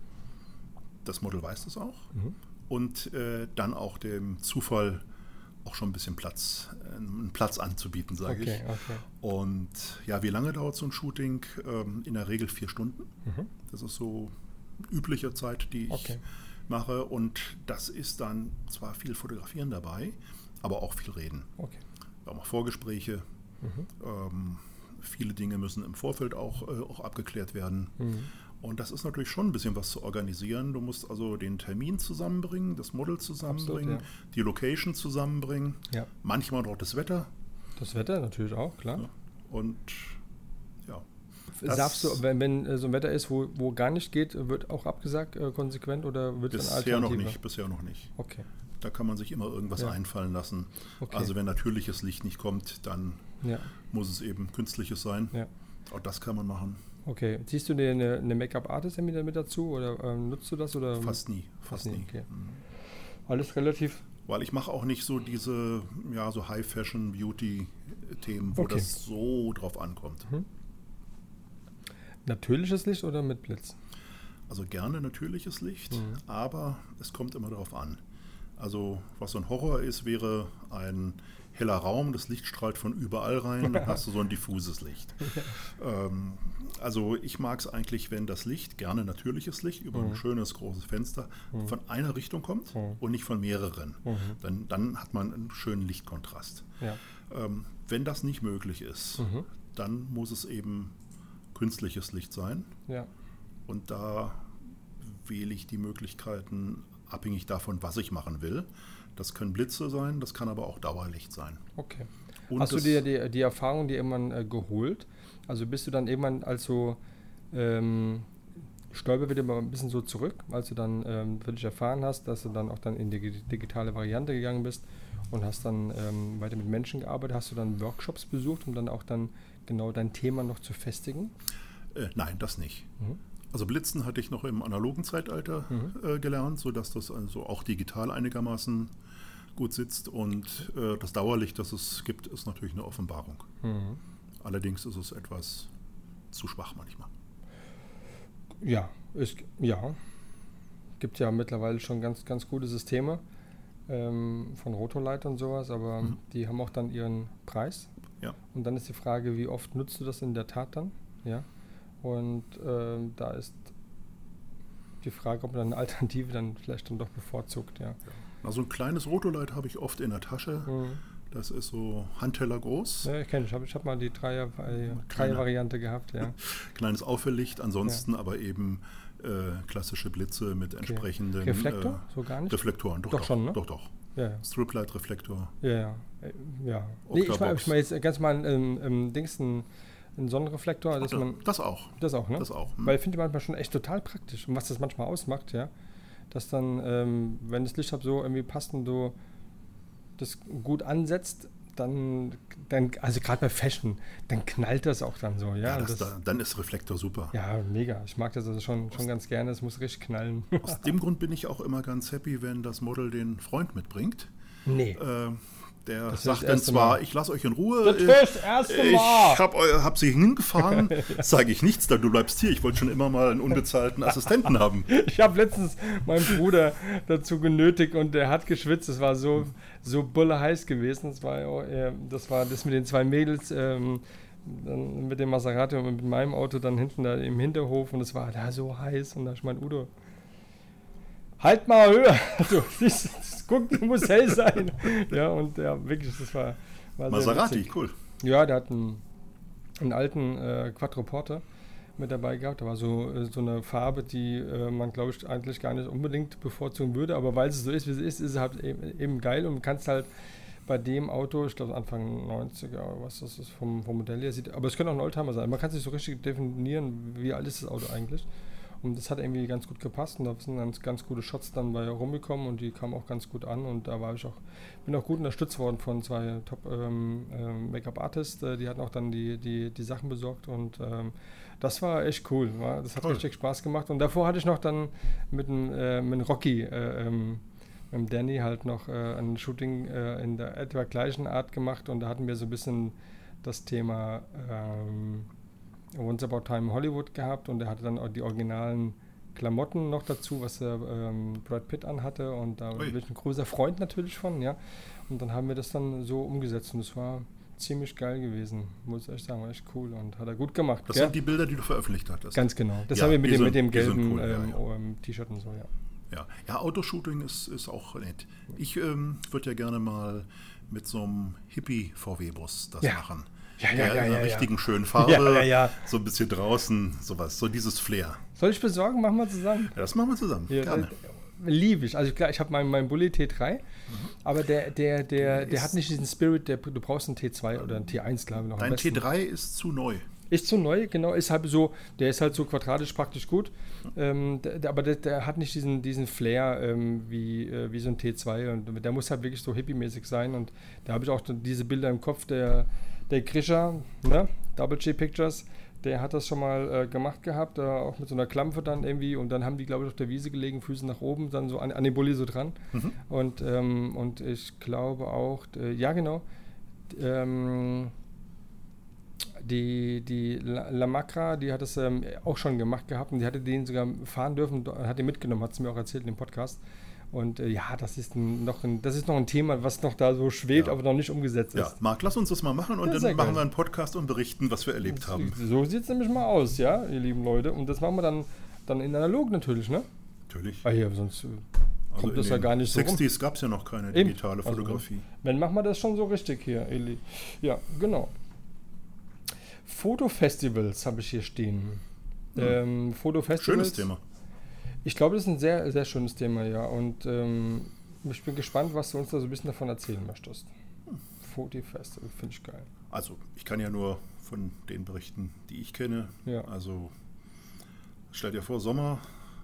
Das Model weiß das auch. Mhm. Und dann auch dem Zufall auch schon ein bisschen einen Platz anzubieten, sage ich. Okay. Und ja, wie lange dauert so ein Shooting? In der Regel 4 Stunden. Mhm. Das ist so übliche Zeit, die ich mache. Und das ist dann zwar viel Fotografieren dabei, aber auch viel Reden. Okay. Wir haben auch Vorgespräche. Mhm. Viele Dinge müssen im Vorfeld auch abgeklärt werden. Mhm. Und das ist natürlich schon ein bisschen was zu organisieren. Du musst also den Termin zusammenbringen, das Model zusammenbringen, absolut, die Location zusammenbringen. Ja. Manchmal auch das Wetter. Das Wetter natürlich auch, klar. Ja. Und ja. Sagst du, wenn so ein Wetter ist, wo gar nicht geht, wird auch abgesagt konsequent oder wird es eine Alternative? Bisher noch nicht. Okay. Da kann man sich immer irgendwas einfallen lassen. Okay. Also wenn natürliches Licht nicht kommt, dann muss es eben künstliches sein. Ja. Auch das kann man machen. Okay. Ziehst du dir eine Make-up-Artist mit dazu oder nutzt du das? Oder? Fast nie. Okay. Mhm. Alles relativ? Weil ich mache auch nicht so diese so High-Fashion-Beauty-Themen, wo das so drauf ankommt. Mhm. Natürliches Licht oder mit Blitz? Also gerne natürliches Licht, aber es kommt immer darauf an. Also was so ein Horror ist, wäre ein heller Raum, das Licht strahlt von überall rein, dann hast du so ein diffuses Licht. Also ich mag es eigentlich, wenn das Licht, gerne natürliches Licht, über ein schönes, großes Fenster von einer Richtung kommt und nicht von mehreren. Dann hat man einen schönen Lichtkontrast. Ja. Wenn das nicht möglich ist, dann muss es eben künstliches Licht sein. Ja. Und da wähle ich die Möglichkeiten abhängig davon, was ich machen will. Das können Blitze sein, das kann aber auch Dauerlicht sein. Okay. Und hast du dir die Erfahrung dir irgendwann geholt? Also bist du dann irgendwann stolper wieder mal ein bisschen so zurück, als du dann für dich erfahren hast, dass du dann auch dann in die digitale Variante gegangen bist und hast dann weiter mit Menschen gearbeitet? Hast du dann Workshops besucht, um dann auch dann genau dein Thema noch zu festigen? Nein, das nicht. Mhm. Also Blitzen hatte ich noch im analogen Zeitalter gelernt, sodass das also auch digital einigermaßen gut sitzt. Und das Dauerlicht, das es gibt, ist natürlich eine Offenbarung. Mhm. Allerdings ist es etwas zu schwach manchmal. Ja, gibt ja mittlerweile schon ganz, ganz gute Systeme von Rotolight und sowas, aber die haben auch dann ihren Preis. Ja. Und dann ist die Frage, wie oft nutzt du das in der Tat dann? Ja. Und da ist die Frage, ob man eine Alternative dann vielleicht dann doch bevorzugt. Ja. Also ein kleines Rotolight habe ich oft in der Tasche. Mhm. Das ist so Handteller groß. Ja, ich kenne es. Ich habe mal die Dreier-Variante gehabt. Ja. Kleines Auffellicht, ansonsten aber eben klassische Blitze mit entsprechenden Reflektor? So gar nicht? Reflektoren, doch schon, ne? Doch. Ja. Striplight-Reflektor. Ja. Nee, ich meine jetzt ganz mal ein Sonnenreflektor. Das auch. Das auch, ne? Das auch. Weil ich finde manchmal schon echt total praktisch. Und was das manchmal ausmacht, ja, dass dann, wenn das Licht so irgendwie passt und du das gut ansetzt, dann also gerade bei Fashion, dann knallt das auch dann so. Ja, dann ist Reflektor super. Ja, mega. Ich mag das also schon ganz gerne. Es muss richtig knallen. Aus dem Grund bin ich auch immer ganz happy, wenn das Model den Freund mitbringt. Nee. Der sagt dann zwar, ich lasse euch in Ruhe, das erste Mal. Ich hab sie hingefahren, sage ich nichts, du bleibst hier. Ich wollte schon immer mal einen unbezahlten Assistenten haben. Ich habe letztens meinen Bruder dazu genötigt und der hat geschwitzt. Es war so bulle heiß gewesen. Das war das mit den 2 Mädels, dann mit dem Maserati und mit meinem Auto dann hinten da im Hinterhof und es war da so heiß und da ich mein Udo, halt mal höher. Guck, du musst hell sein. Ja, und ja, wirklich, das war Maserati, cool. Ja, der hat einen alten Quattroporte mit dabei gehabt. Da war so eine Farbe, die man, glaube ich, eigentlich gar nicht unbedingt bevorzugen würde. Aber weil es so ist, wie es ist es halt eben geil. Und du kannst halt bei dem Auto, ich glaube Anfang 90er oder was das ist vom Modell her sieht, aber es könnte auch ein Oldtimer sein. Man kann es nicht so richtig definieren, wie alt ist das Auto eigentlich. Und das hat irgendwie ganz gut gepasst und da sind ganz gute Shots dann bei rumgekommen und die kamen auch ganz gut an und da bin auch gut unterstützt worden von 2 Top Make-up-Artists, die hatten auch dann die Sachen besorgt und das war echt cool, das hat richtig Spaß gemacht und davor hatte ich noch dann mit Rocky, mit dem Danny halt noch ein Shooting in der etwa gleichen Art gemacht und da hatten wir so ein bisschen das Thema Once Upon a Time in Hollywood gehabt und er hatte dann auch die originalen Klamotten noch dazu, was Brad Pitt anhatte und da bin ich ein großer Freund natürlich von, ja. Und dann haben wir das dann so umgesetzt und das war ziemlich geil gewesen, muss ich echt sagen, war echt cool und hat er gut gemacht. Das sind die Bilder, die du veröffentlicht hattest. Ganz genau. Das haben wir mit dem gelben T-Shirt und so, ja. Ja, Autoshooting ist auch nett. Ich würde ja gerne mal mit so einem Hippie-VW-Bus das machen. In einer richtigen schönen Farbe, so ein bisschen draußen, sowas, so dieses Flair. Soll ich besorgen? Machen wir zusammen. Ja, das machen wir zusammen, gerne. Liebe ich. Also klar, ich habe meinen Bulli T3, aber der hat nicht diesen Spirit, du brauchst einen T2 oder einen T1, glaube ich, noch. Dein T3 ist zu neu. Ist zu neu, genau, ist halt so, der ist halt so quadratisch praktisch gut, aber der hat nicht diesen Flair wie so ein T2 und der muss halt wirklich so hippie-mäßig sein und da habe ich auch diese Bilder im Kopf, der Grisha, ne? Double G Pictures, der hat das schon mal gemacht gehabt, auch mit so einer Klampfe dann irgendwie und dann haben die, glaube ich, auf der Wiese gelegen, Füße nach oben, dann so an den Bulli so dran und ich glaube auch, ja genau, die La Macra, die hat das auch schon gemacht gehabt und die hatte den sogar fahren dürfen, hat den mitgenommen, hat sie mir auch erzählt in dem Podcast. Und das ist noch ein Thema, was noch da so schwebt, aber noch nicht umgesetzt ist. Ja, Marc, lass uns das mal machen und dann machen wir einen Podcast und berichten, was wir erlebt haben. So sieht es nämlich mal aus, ja, ihr lieben Leute. Und das machen wir dann in analog natürlich, ne? Natürlich. Sonst kommt das ja gar nicht so rum. In den 60s gab es ja noch keine digitale Fotografie. Wenn machen wir das schon so richtig hier, Eli. Ja, genau. Fotofestivals habe ich hier stehen. Fotofestivals. Schönes Thema. Ich glaube, das ist ein sehr, sehr schönes Thema, ja. Und ich bin gespannt, was du uns da so ein bisschen davon erzählen möchtest. Fotofestival, finde ich geil. Also, ich kann ja nur von den berichten, die ich kenne. Ja. Also, stell dir vor, Sommer,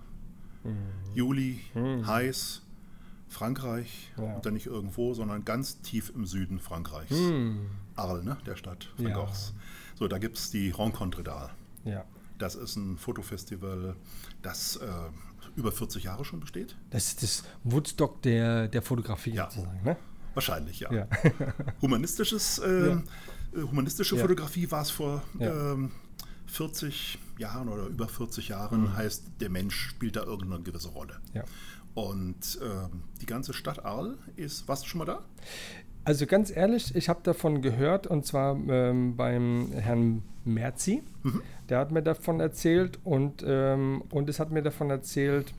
Juli, heiß, Frankreich und dann nicht irgendwo, sondern ganz tief im Süden Frankreichs. Arles, ne? Der Stadt Frankreichs. So, da gibt es die Rencontre d'Arles. Ja. Das ist ein Fotofestival, das über 40 Jahre schon besteht. Das ist das Woodstock der Fotografie sozusagen, ne? Wahrscheinlich, ja. Humanistische Fotografie war es vor 40 Jahren oder über 40 Jahren, heißt, der Mensch spielt da irgendeine gewisse Rolle. Ja. Und die ganze Stadt Arles warst du schon mal da? Also ganz ehrlich, ich habe davon gehört und zwar beim Herrn Merzi. Der hat mir davon erzählt und es hat mir davon erzählt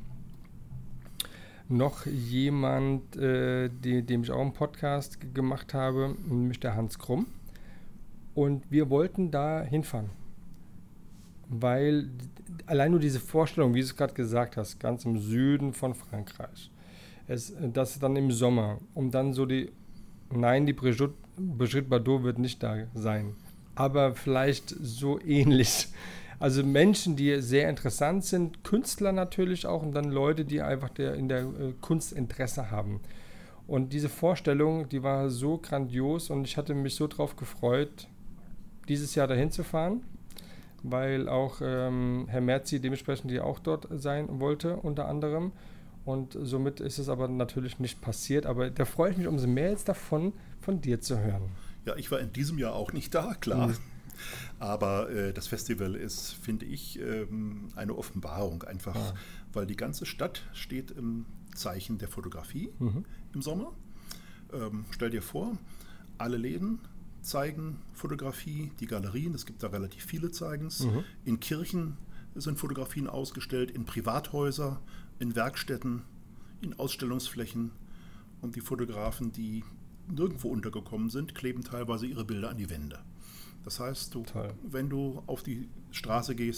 noch jemand, dem ich auch einen Podcast gemacht habe, nämlich der Hans Krumm. Und wir wollten da hinfahren, weil allein nur diese Vorstellung, wie du es gerade gesagt hast, ganz im Süden von Frankreich, das dann im Sommer, um dann so die Brigitte Bardot wird nicht da sein, aber vielleicht so ähnlich. Also Menschen, die sehr interessant sind, Künstler natürlich auch und dann Leute, die einfach in der Kunst Interesse haben. Und diese Vorstellung, die war so grandios und ich hatte mich so drauf gefreut, dieses Jahr dahin zu fahren, weil auch Herr Merzi dementsprechend ja auch dort sein wollte, unter anderem. Und somit ist es aber natürlich nicht passiert. Aber da freue ich mich umso mehr jetzt davon, von dir zu hören. Ja, ich war in diesem Jahr auch nicht da, klar. Aber das Festival ist, finde ich, eine Offenbarung. Einfach, weil die ganze Stadt steht im Zeichen der Fotografie im Sommer. Stell dir vor, alle Läden zeigen Fotografie, die Galerien, es gibt da relativ viele, zeigen es. In Kirchen sind Fotografien ausgestellt, in Privathäusern, in Werkstätten, in Ausstellungsflächen und die Fotografen, die nirgendwo untergekommen sind, kleben teilweise ihre Bilder an die Wände. Das heißt, wenn du auf die Straße gehst,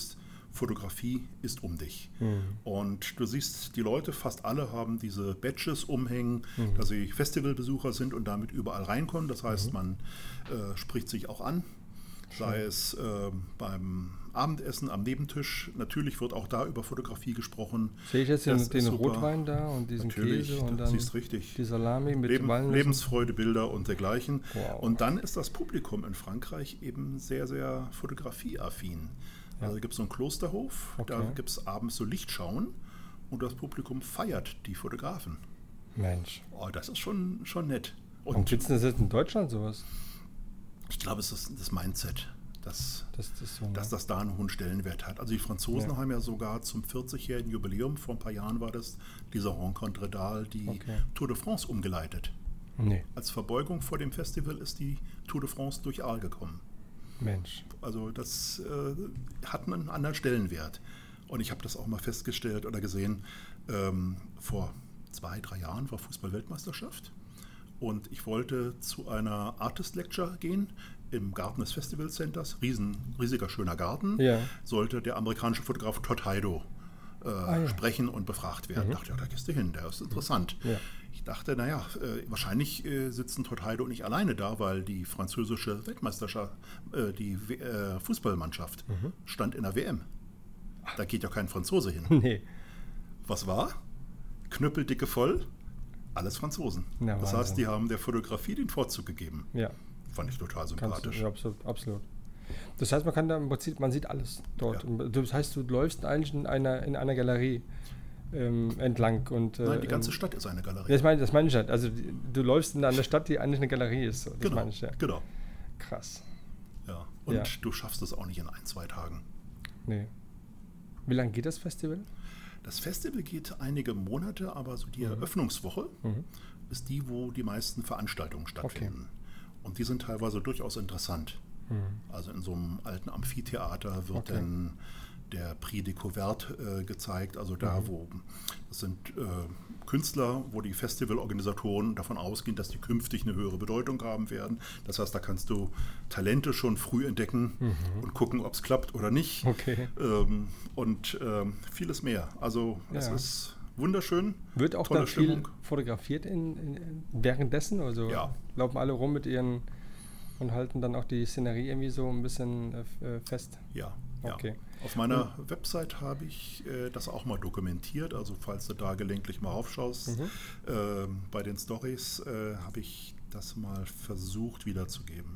Fotografie ist um dich. Und du siehst, die Leute, fast alle haben diese Badges umhängen, dass sie Festivalbesucher sind und damit überall reinkommen. Das heißt, man spricht sich auch an, sei es beim Abendessen am Nebentisch. Natürlich wird auch da über Fotografie gesprochen. Sehe ich jetzt den Rotwein da und diesen Käse und dann siehst richtig. Die Salami mit Lebensfreude, Bilder und dergleichen. Wow. Und dann ist das Publikum in Frankreich eben sehr, sehr fotografieaffin. Ja. Also gibt es so einen Klosterhof, da gibt es abends so Lichtschauen und das Publikum feiert die Fotografen. Mensch. Oh, das ist schon nett. Und gibt es das jetzt in Deutschland sowas? Ich glaube, es ist das Mindset, dass das da einen hohen Stellenwert hat. Also die Franzosen haben ja sogar zum 40-jährigen Jubiläum, vor ein paar Jahren war das, dieser Rencontre d'Arles, die Tour de France umgeleitet. Nee. Als Verbeugung vor dem Festival ist die Tour de France durch Arles gekommen. Mensch. Also das hat einen anderen Stellenwert. Und ich habe das auch mal festgestellt oder gesehen, vor 2-3 Jahren war Fußball-Weltmeisterschaft. Und ich wollte zu einer Artist Lecture gehen im Garten des Festival Centers. Riesiger, schöner Garten. Ja. Sollte der amerikanische Fotograf Todd Heido sprechen und befragt werden. Ich dachte, da gehst du hin, der ist interessant. Ja. Ich dachte, wahrscheinlich sitzen Todd Heido nicht alleine da, weil die französische Weltmeisterschaft, die Fußballmannschaft stand in der WM. Da geht ja kein Franzose hin. Nee. Was war? Knüppeldicke voll. Alles Franzosen. Ja, das Wahnsinn. heißt, die haben der Fotografie den Vorzug gegeben. Ja. Fand ich total sympathisch. Absolut. Das heißt, man sieht alles dort. Ja. Das heißt, du läufst eigentlich in einer Galerie entlang. Und, nein, die ganze Stadt ist eine Galerie. Das meine ich halt. Also du läufst in einer Stadt, die eigentlich eine Galerie ist. Das meine ich, ja. Genau. Krass. Ja. Und du schaffst es auch nicht in 1-2 Tagen. Nee. Wie lange geht das Festival? Das Festival geht einige Monate, aber so die Eröffnungswoche ist die, wo die meisten Veranstaltungen stattfinden. Okay. Und die sind teilweise durchaus interessant. Also in so einem alten Amphitheater wird dann der Prix Découverte gezeigt, also da, wo das sind Künstler, wo die Festivalorganisatoren davon ausgehen, dass die künftig eine höhere Bedeutung haben werden. Das heißt, da kannst du Talente schon früh entdecken und gucken, ob es klappt oder nicht. Okay. Und vieles mehr. Also es ist wunderschön. Wird auch tolle da Stimmung. Viel fotografiert währenddessen? Also laufen alle rum mit ihren und halten dann auch die Szenerie irgendwie so ein bisschen fest? Ja. Okay. Ja. Auf meiner Website habe ich das auch mal dokumentiert, also falls du da gelegentlich mal raufschaust, bei den Stories habe ich das mal versucht wiederzugeben.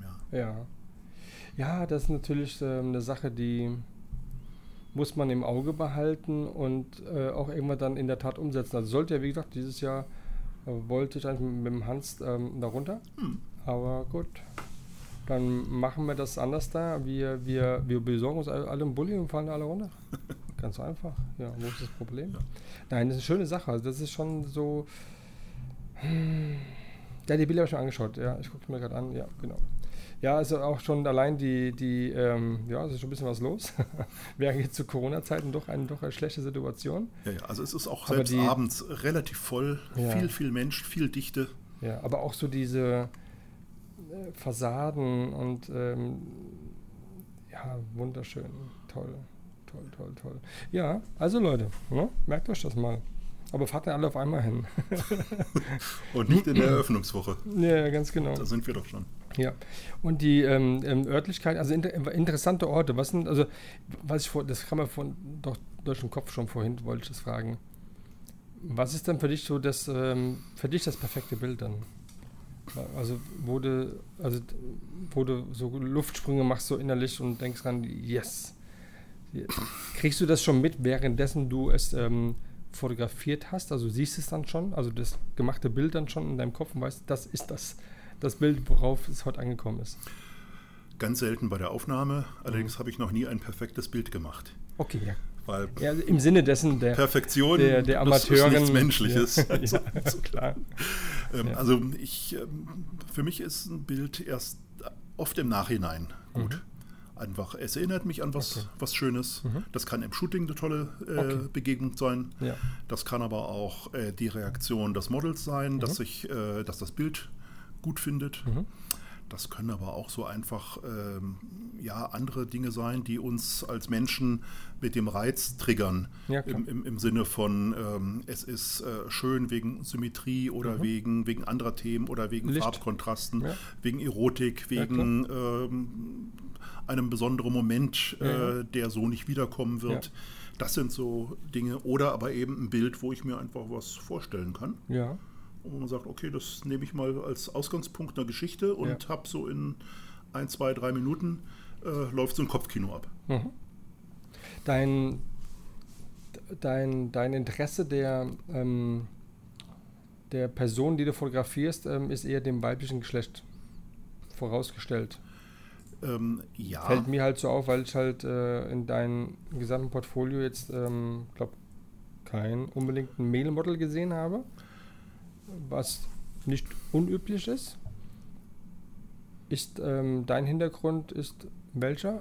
Ja, das ist natürlich eine Sache, die muss man im Auge behalten und auch irgendwann dann in der Tat umsetzen. Also sollte ja, wie gesagt, dieses Jahr wollte ich eigentlich mit dem Hans da runter, aber gut. Dann machen wir das anders da. Wir besorgen uns alle einen Bulli und fahren alle runter. Ganz einfach. Ja, wo ist das Problem? Ja. Nein, das ist eine schöne Sache. Also das ist schon so. Ja, die Bilder habe ich schon angeschaut. Ja, ich gucke mir gerade an. Ja, genau. Ja, also auch schon allein es ist schon ein bisschen was los. Wäre jetzt zu Corona-Zeiten doch eine schlechte Situation. Ja, also es ist auch selbst abends relativ voll. Ja. Viel Mensch, viel Dichte. Ja, aber auch so diese Fassaden und wunderschön, toll. Ja, also Leute, merkt euch das mal. Aber fahrt ja alle auf einmal hin. Und nicht in der Eröffnungswoche. Ja, ganz genau. Da sind wir doch schon. Ja, und die Örtlichkeit, also interessante Orte, das kann man doch durch den Kopf schon vorhin, wollte ich das fragen. Was ist denn für dich so das perfekte Bild dann? Also wo du so Luftsprünge machst so innerlich und denkst dran, yes. Kriegst du das schon mit, währenddessen du es fotografiert hast? Also siehst es dann schon, also das gemachte Bild dann schon in deinem Kopf und weißt, das ist das Bild, worauf es heute angekommen ist? Ganz selten bei der Aufnahme, allerdings habe ich noch nie ein perfektes Bild gemacht. Okay, ja. Weil im Sinne dessen der Perfektion, der Amateurin, das ist nichts Menschliches. Ja, also, klar. Also für mich ist ein Bild erst oft im Nachhinein gut. Einfach, es erinnert mich an was Schönes. Das kann im Shooting eine tolle Begegnung sein. Ja. Das kann aber auch die Reaktion des Models sein, dass das Bild gut findet. Das können aber auch so einfach andere Dinge sein, die uns als Menschen mit dem Reiz triggern. Ja, klar. Im Sinne von, es ist schön wegen Symmetrie oder wegen anderer Themen oder wegen Licht. Farbkontrasten, Ja. wegen Erotik, wegen einem besonderen Moment, der so nicht wiederkommen wird. Ja. Das sind so Dinge. Oder aber eben ein Bild, wo ich mir einfach was vorstellen kann. Ja. Und man sagt, okay, das nehme ich mal als Ausgangspunkt einer Geschichte und habe so in 1, 2, 3 Minuten läuft so ein Kopfkino ab. Mhm. Dein Interesse der Person, die du fotografierst, ist eher dem weiblichen Geschlecht vorausgestellt. Ja. Fällt mir halt so auf, weil ich halt in deinem gesamten Portfolio jetzt, glaube kein unbedingt ein Male-Model gesehen habe, was nicht unüblich ist. Dein Hintergrund ist welcher?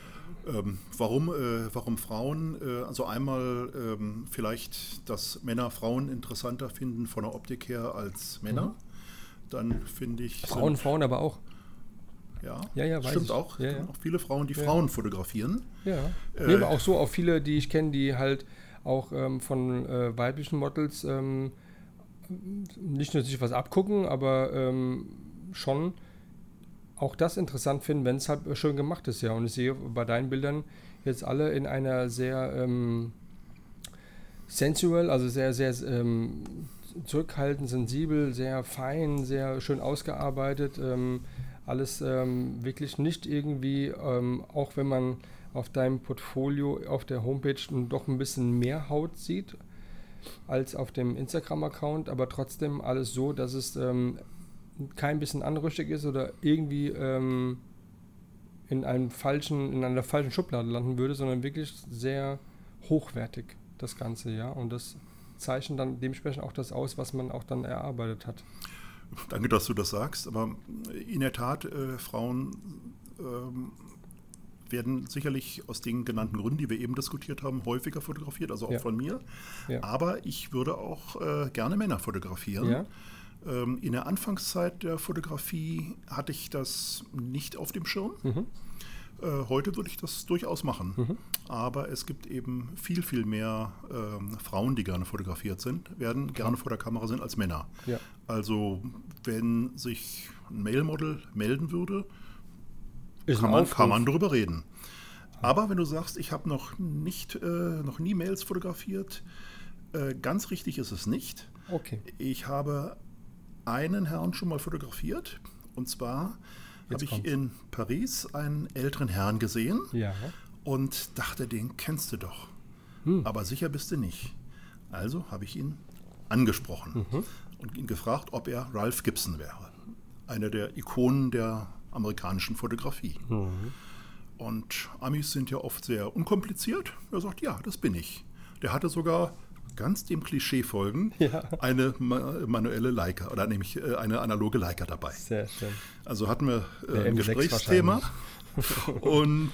Warum Frauen? Also einmal vielleicht, dass Männer Frauen interessanter finden von der Optik her als Männer. Dann finde ich... Frauen aber auch. Ja, weiß stimmt ich. auch. Ja, es gibt auch viele Frauen, die Frauen fotografieren. Ja. Aber auch so, auch viele, die ich kenne, die halt auch von weiblichen Models nicht nur sich was abgucken, aber schon auch das interessant finden, wenn es halt schön gemacht ist, ja. Und ich sehe bei deinen Bildern jetzt alle in einer sehr sensual, also sehr, sehr zurückhaltend, sensibel, sehr fein, sehr schön ausgearbeitet. Alles wirklich nicht irgendwie, auch wenn man auf deinem Portfolio auf der Homepage doch ein bisschen mehr Haut sieht als auf dem Instagram-Account, aber trotzdem alles so, dass es kein bisschen anrüchig ist oder irgendwie in einer falschen Schublade landen würde, sondern wirklich sehr hochwertig das Ganze, ja. Und das zeichnet dann dementsprechend auch das aus, was man auch dann erarbeitet hat. Danke, dass du das sagst, aber in der Tat, Frauen werden sicherlich aus den genannten Gründen, die wir eben diskutiert haben, häufiger fotografiert, also auch von mir. Ja. Aber ich würde auch gerne Männer fotografieren. Ja. In der Anfangszeit der Fotografie hatte ich das nicht auf dem Schirm. Heute würde ich das durchaus machen. Aber es gibt eben viel, viel mehr Frauen, die gerne fotografiert werden, gerne vor der Kamera sind als Männer. Ja. Also wenn sich ein Male-Model melden würde, kann man darüber reden. Aber wenn du sagst, ich habe noch nie Males fotografiert, ganz richtig ist es nicht. Okay. Ich habe einen Herrn schon mal fotografiert. Und zwar habe ich in Paris einen älteren Herrn gesehen und dachte, den kennst du doch. Aber sicher bist du nicht. Also habe ich ihn angesprochen und ihn gefragt, ob er Ralph Gibson wäre. Einer der Ikonen der amerikanischen Fotografie. Und Amis sind ja oft sehr unkompliziert. Er sagt, ja, das bin ich. Der hatte sogar ganz dem Klischee folgen, eine manuelle Leica oder nämlich eine analoge Leica dabei. Sehr schön. Also hatten wir ein Gesprächsthema und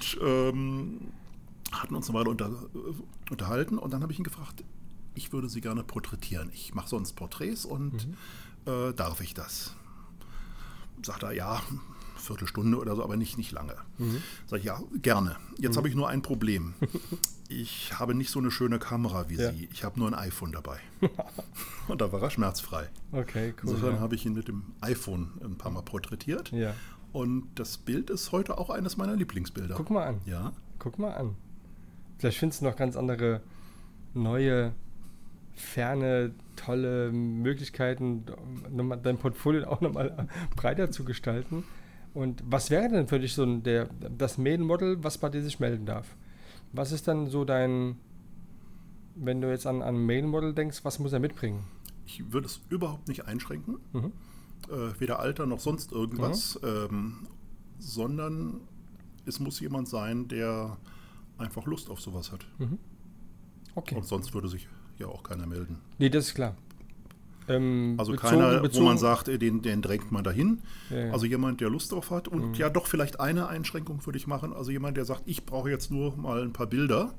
hatten uns eine Weile unterhalten und dann habe ich ihn gefragt, ich würde Sie gerne porträtieren. Ich mache sonst Porträts und darf ich das? Sagt er, ja, Viertelstunde oder so, aber nicht lange. Sag ich, ja, gerne. Jetzt habe ich nur ein Problem. Ich habe nicht so eine schöne Kamera wie Sie. Ich habe nur ein iPhone dabei. Und da war er schmerzfrei. Okay, cool. Insofern habe ich ihn mit dem iPhone ein paar Mal porträtiert. Ja. Und das Bild ist heute auch eines meiner Lieblingsbilder. Guck mal an. Ja. Guck mal an. Vielleicht findest du noch ganz andere, neue, ferne, tolle Möglichkeiten, dein Portfolio auch nochmal breiter zu gestalten. Und was wäre denn für dich so das Male-Model, was bei dir sich melden darf? Was ist dann so wenn du jetzt an ein Male-Model denkst, was muss er mitbringen? Ich würde es überhaupt nicht einschränken. Weder Alter noch sonst irgendwas. Sondern es muss jemand sein, der einfach Lust auf sowas hat. Okay. Und sonst würde sich ja auch keiner melden. Nee, das ist klar. Also keiner, wo man sagt, den drängt man dahin. Ja. Also jemand, der Lust drauf hat. Und ja, doch vielleicht eine Einschränkung würde ich machen. Also jemand, der sagt, ich brauche jetzt nur mal ein paar Bilder.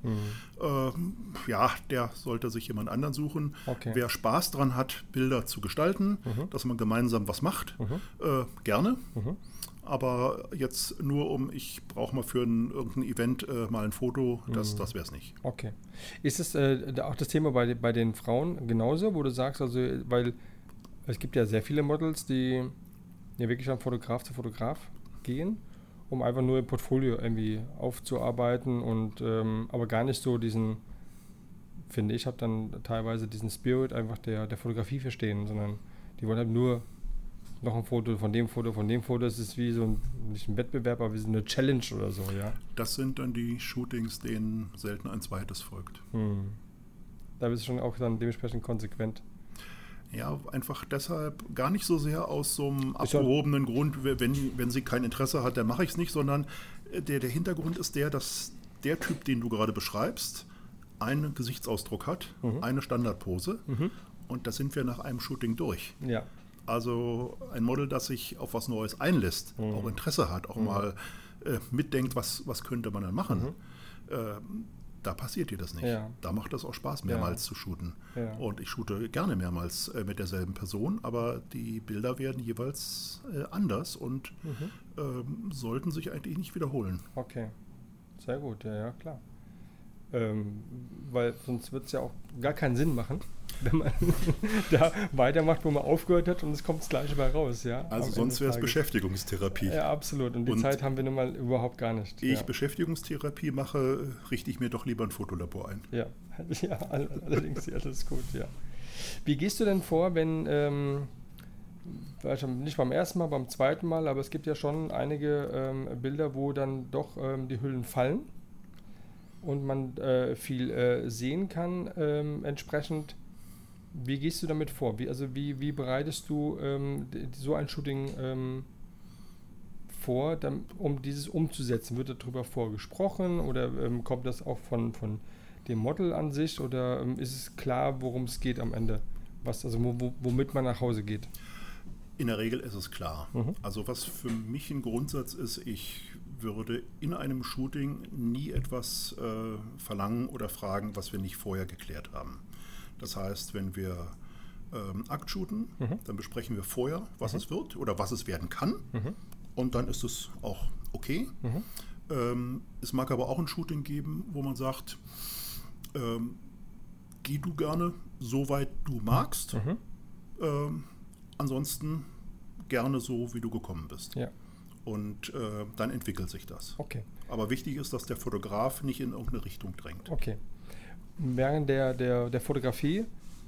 Der sollte sich jemand anderen suchen. Okay. Wer Spaß dran hat, Bilder zu gestalten, dass man gemeinsam was macht, gerne. Aber jetzt nur ich brauche mal für irgendein Event mal ein Foto, das wäre es nicht. Okay. Ist es auch das Thema bei den Frauen genauso, wo du sagst, also, weil es gibt ja sehr viele Models, die ja wirklich von Fotograf zu Fotograf gehen, um einfach nur ihr Portfolio irgendwie aufzuarbeiten und aber gar nicht so diesen, finde ich, habe dann teilweise diesen Spirit einfach der Fotografie verstehen, sondern die wollen halt nur noch ein Foto von dem Foto, von dem Foto. Es ist wie so nicht ein Wettbewerb, aber wie so eine Challenge oder so, ja. Das sind dann die Shootings, denen selten ein zweites folgt. Da bist du schon auch dann dementsprechend konsequent. Ja, einfach deshalb gar nicht so sehr aus so einem abgehobenen Grund, wenn sie kein Interesse hat, dann mache ich es nicht, sondern der Hintergrund ist dass der Typ, den du gerade beschreibst, einen Gesichtsausdruck hat, eine Standardpose und da sind wir nach einem Shooting durch. Ja. Also ein Model, das sich auf was Neues einlässt, auch Interesse hat, auch mal mitdenkt, was könnte man dann machen, da passiert dir das nicht. Ja. Da macht das auch Spaß, mehrmals zu shooten. Ja. Und ich shoote gerne mehrmals mit derselben Person, aber die Bilder werden jeweils anders und sollten sich eigentlich nicht wiederholen. Okay, sehr gut, ja klar. Weil sonst wird es ja auch gar keinen Sinn machen, wenn man da weitermacht, wo man aufgehört hat und es kommt das Gleiche bei raus. Ja, also sonst wäre es Beschäftigungstherapie. Ja, absolut. Und die Zeit haben wir nun mal überhaupt gar nicht. Ich Beschäftigungstherapie mache, richte ich mir doch lieber ein Fotolabor ein. Ja, allerdings, ja, das ist gut, ja. Wie gehst du denn vor, wenn, nicht beim ersten Mal, beim zweiten Mal, aber es gibt ja schon einige Bilder, wo dann doch die Hüllen fallen und man viel sehen kann entsprechend. Wie gehst du damit vor? Wie bereitest du so ein Shooting vor, um dieses umzusetzen? Wird darüber vorgesprochen oder kommt das auch von dem Model an sich oder ist es klar, worum es geht am Ende? Womit man nach Hause geht? In der Regel ist es klar. Also was für mich ein Grundsatz ist, ich würde in einem Shooting nie etwas verlangen oder fragen, was wir nicht vorher geklärt haben. Das heißt, wenn wir Akt shooten, dann besprechen wir vorher, was es wird oder was es werden kann. Und dann ist es auch okay. Es mag aber auch ein Shooting geben, wo man sagt, geh du gerne so weit du magst. Ansonsten gerne so, wie du gekommen bist. Ja. Und dann entwickelt sich das. Okay. Aber wichtig ist, dass der Fotograf nicht in irgendeine Richtung drängt. Okay. Während der Fotografie,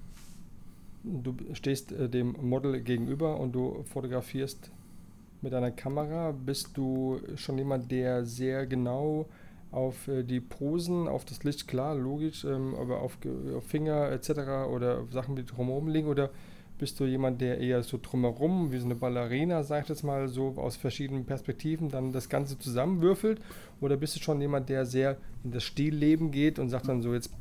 du stehst dem Model gegenüber und du fotografierst mit deiner Kamera, bist du schon jemand, der sehr genau auf die Posen, auf das Licht, klar, logisch, aber auf Finger etc. oder Sachen, die drumherum liegen, oder bist du jemand, der eher so drumherum, wie so eine Ballerina, sag ich jetzt mal, so aus verschiedenen Perspektiven dann das Ganze zusammenwürfelt? Oder bist du schon jemand, der sehr in das Stillleben geht und sagt dann so, jetzt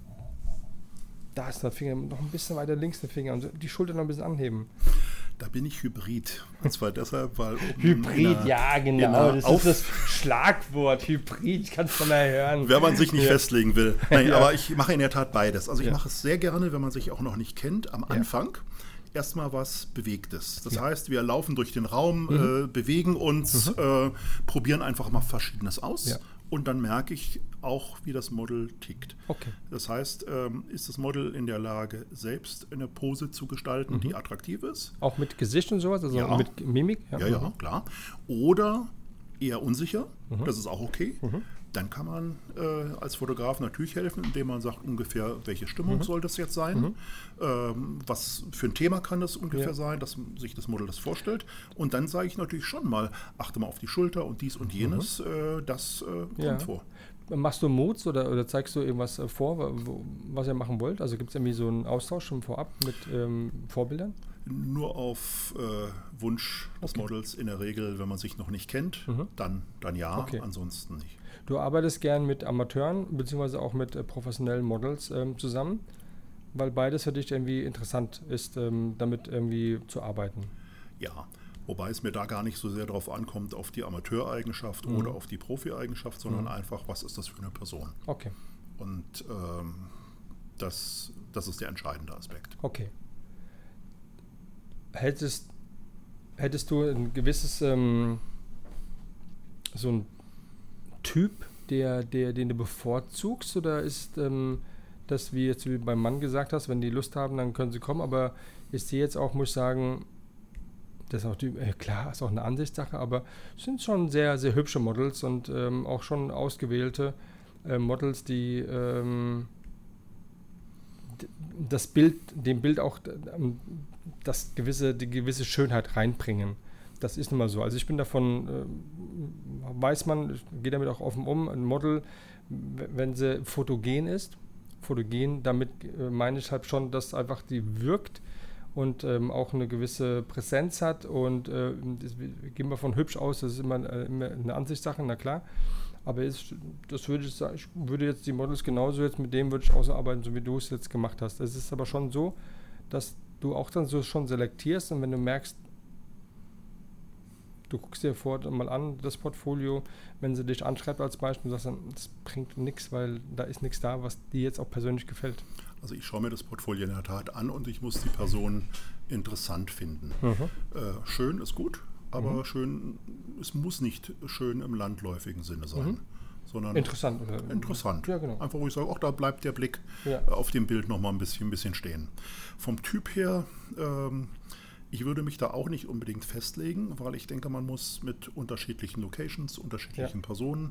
da ist der Finger noch ein bisschen weiter links, der Finger, und die Schulter noch ein bisschen anheben? Da bin ich Hybrid. Und zwar deshalb, weil... Hybrid, ja genau, das ist das Schlagwort, Hybrid, kannst du mal hören. Wenn man sich nicht festlegen will. Nein, aber ich mache in der Tat beides. Also ich mache es sehr gerne, wenn man sich auch noch nicht kennt, am Anfang erstmal was Bewegtes. Das heißt, wir laufen durch den Raum, bewegen uns, probieren einfach mal Verschiedenes aus. Ja. Und dann merke ich auch, wie das Model tickt. Okay. Das heißt, ist das Model in der Lage, selbst eine Pose zu gestalten, die attraktiv ist? Auch mit Gesicht und sowas, also mit Mimik? Ja, klar. Oder eher unsicher, das ist auch okay. Dann kann man als Fotograf natürlich helfen, indem man sagt, ungefähr, welche Stimmung soll das jetzt sein? Was für ein Thema kann das ungefähr sein, dass sich das Model das vorstellt? Und dann sage ich natürlich schon mal, achte mal auf die Schulter und dies und jenes, das kommt vor. Machst du Moods oder zeigst du irgendwas vor, was ihr machen wollt? Also gibt es irgendwie so einen Austausch schon vorab mit Vorbildern? Nur auf Wunsch des Models in der Regel, wenn man sich noch nicht kennt, dann ja, ansonsten nicht. Du arbeitest gern mit Amateuren beziehungsweise auch mit professionellen Models zusammen. weil beides für dich irgendwie interessant ist, damit irgendwie zu arbeiten. Ja, wobei es mir da gar nicht so sehr darauf ankommt, auf die Amateureigenschaft oder auf die Profi-Eigenschaft, sondern einfach, was ist das für eine Person? Okay. Und das ist der entscheidende Aspekt. Okay. Hättest du ein gewisses, so ein Typ, den du bevorzugst, oder ist das, wie jetzt wie beim Mann gesagt hast, wenn die Lust haben, dann können sie kommen, aber ist die jetzt auch, muss ich sagen, das ist auch klar, ist auch eine Ansichtssache, aber es sind schon sehr, sehr hübsche Models und auch schon ausgewählte Models, die dem Bild auch die gewisse Schönheit reinbringen. Das ist nun mal so. Also ich bin davon, weiß man, gehe damit auch offen um, ein Model, wenn sie fotogen ist, damit meine ich halt schon, dass einfach die wirkt und auch eine gewisse Präsenz hat und gehen wir von hübsch aus, das ist immer eine Ansichtssache, na klar. Aber das würde ich sagen, ich würde jetzt die Models genauso jetzt mit dem würde ich auch so arbeiten, so wie du es jetzt gemacht hast. Es ist aber schon so, dass du auch dann so schon selektierst und wenn du merkst, du guckst dir mal an, das Portfolio, wenn sie dich anschreibt als Beispiel, sagst dann, das bringt nichts, weil da ist nichts da, was dir jetzt auch persönlich gefällt. Also ich schaue mir das Portfolio in der Tat an und ich muss die Person interessant finden. Schön ist gut, aber schön, es muss nicht schön im landläufigen Sinne sein, sondern interessant. Oder? Interessant. Ja, genau. Einfach, wo ich sage, da bleibt der Blick auf dem Bild nochmal ein bisschen stehen. Vom Typ her, ich würde mich da auch nicht unbedingt festlegen, weil ich denke, man muss mit unterschiedlichen Locations, unterschiedlichen Personen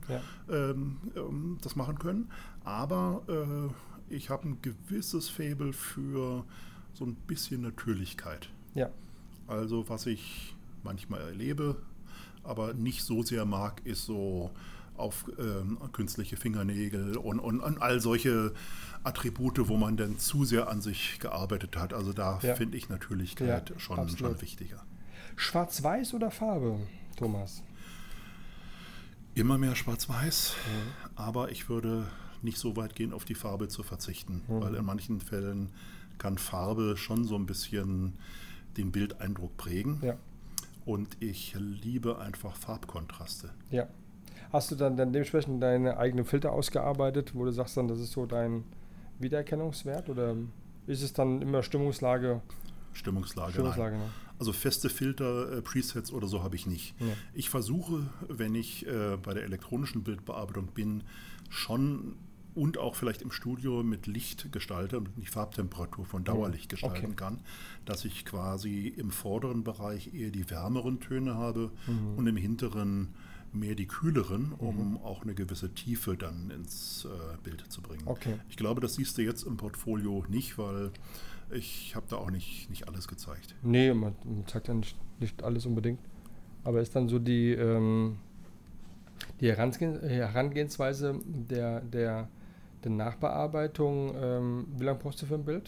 das machen können. Aber ich habe ein gewisses Faible für so ein bisschen Natürlichkeit. Ja. Also was ich manchmal erlebe, aber nicht so sehr mag, ist so auf künstliche Fingernägel und all solche Attribute, wo man dann zu sehr an sich gearbeitet hat. Also da finde ich Natürlichkeit schon wichtiger. Schwarz-Weiß oder Farbe, Thomas? Immer mehr Schwarz-Weiß, aber ich würde nicht so weit gehen, auf die Farbe zu verzichten, weil in manchen Fällen kann Farbe schon so ein bisschen den Bildeindruck prägen. Ja. Und ich liebe einfach Farbkontraste. Ja. Hast du dann dementsprechend deine eigenen Filter ausgearbeitet, wo du sagst dann, das ist so dein Wiedererkennungswert? Oder ist es dann immer Stimmungslage? Stimmungslage, nein. Ne? Also feste Filter, Presets oder so habe ich nicht. Ja. Ich versuche, wenn ich bei der elektronischen Bildbearbeitung bin, schon und auch vielleicht im Studio mit Licht gestalte und die Farbtemperatur von Dauerlicht gestalten kann, dass ich quasi im vorderen Bereich eher die wärmeren Töne habe und im hinteren mehr die kühleren, um auch eine gewisse Tiefe dann ins Bild zu bringen. Okay. Ich glaube, das siehst du jetzt im Portfolio nicht, weil ich habe da auch nicht alles gezeigt. Nee, man zeigt ja nicht alles unbedingt. Aber ist dann so die Herangehensweise der Nachbearbeitung, wie lange brauchst du für ein Bild?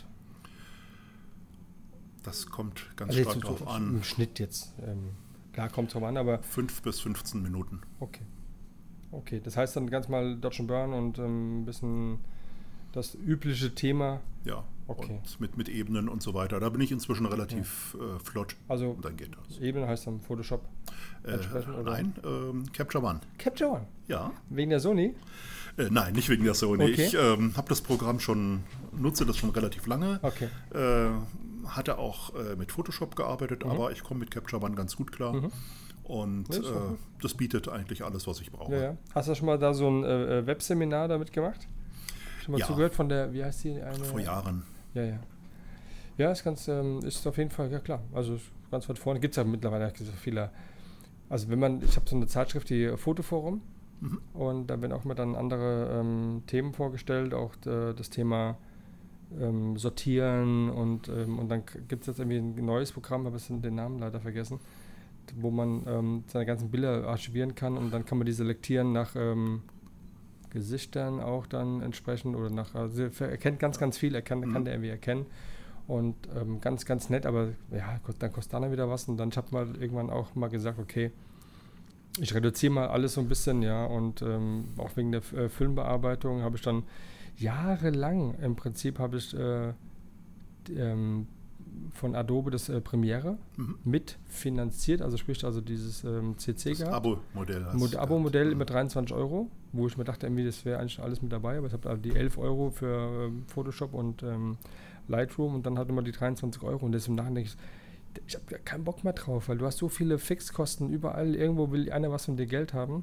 Das kommt ganz stark drauf an. Im Schnitt jetzt. Klar, kommt drauf an, aber 5 bis 15 Minuten. Okay, das heißt dann ganz mal Dodge and Burn und ein bisschen das übliche Thema. Ja, und mit Ebenen und so weiter. Da bin ich inzwischen relativ flott. Also und dann geht das. Ebene heißt dann Photoshop entsprechend? Oder? Nein, Capture One. Capture One? Ja. Wegen der Sony? Nein, nicht wegen der Sony. Okay. Ich habe das Programm nutze das schon relativ lange. Okay. Hatte auch mit Photoshop gearbeitet, aber ich komme mit Capture One ganz gut klar. Und das bietet eigentlich alles, was ich brauche. Ja. Hast du schon mal da so ein Webseminar damit gemacht? Schon mal zugehört von der, wie heißt die? Vor Jahren. Ja. Ja, ist auf jeden Fall, ja klar. Also ganz weit vorne gibt es ja mittlerweile so viele. Also ich habe so eine Zeitschrift, die Fotoforum. Und da werden auch immer dann andere Themen vorgestellt, auch das Thema Sortieren und dann gibt es jetzt irgendwie ein neues Programm, habe ich den Namen leider vergessen, wo man seine ganzen Bilder archivieren kann und dann kann man die selektieren nach Gesichtern auch dann entsprechend oder also er erkennt ganz viel, kann der irgendwie erkennen und ganz, ganz nett, aber ja, dann kostet dann wieder was und dann habe ich mal irgendwann auch mal gesagt, okay, ich reduziere mal alles so ein bisschen, ja, und auch wegen der Filmbearbeitung habe ich dann jahrelang im Prinzip von Adobe das Premiere mitfinanziert, also sprich dieses CC das gehabt. Abo-Modell. Abo-Modell mit 23 Euro, wo ich mir dachte, irgendwie, das wäre eigentlich alles mit dabei, aber ich habe die 11 Euro für Photoshop und Lightroom und dann hatte man die 23 Euro und deswegen nachher denke ich habe keinen Bock mehr drauf, weil du hast so viele Fixkosten überall, irgendwo will einer was von dir Geld haben.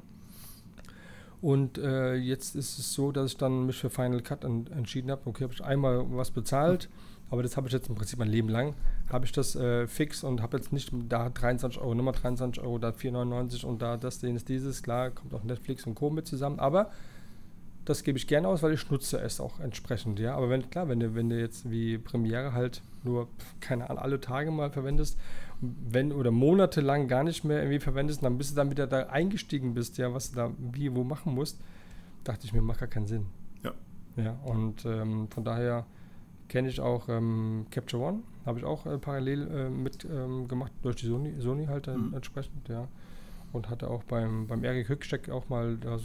Und jetzt ist es so, dass ich dann mich für Final Cut entschieden habe. Okay, habe ich einmal was bezahlt, aber das habe ich jetzt im Prinzip mein Leben lang. Habe ich das fix und habe jetzt nicht da 23 Euro, nochmal 23 Euro, da 4,99 und da das, den ist dieses. Klar, kommt auch Netflix und Co. mit zusammen, aber das gebe ich gerne aus, weil ich nutze es auch entsprechend. Ja, aber wenn du jetzt wie Premiere halt nur, keine Ahnung, alle Tage mal verwendest, oder monatelang gar nicht mehr irgendwie verwendest, dann bis du dann wieder da eingestiegen bist, ja, was du da wo machen musst, dachte ich mir, macht gar keinen Sinn. Ja, und von daher kenne ich auch Capture One, habe ich auch parallel mit gemacht, durch die Sony halt entsprechend, ja. Und hatte auch beim Erik Höcksteck auch mal da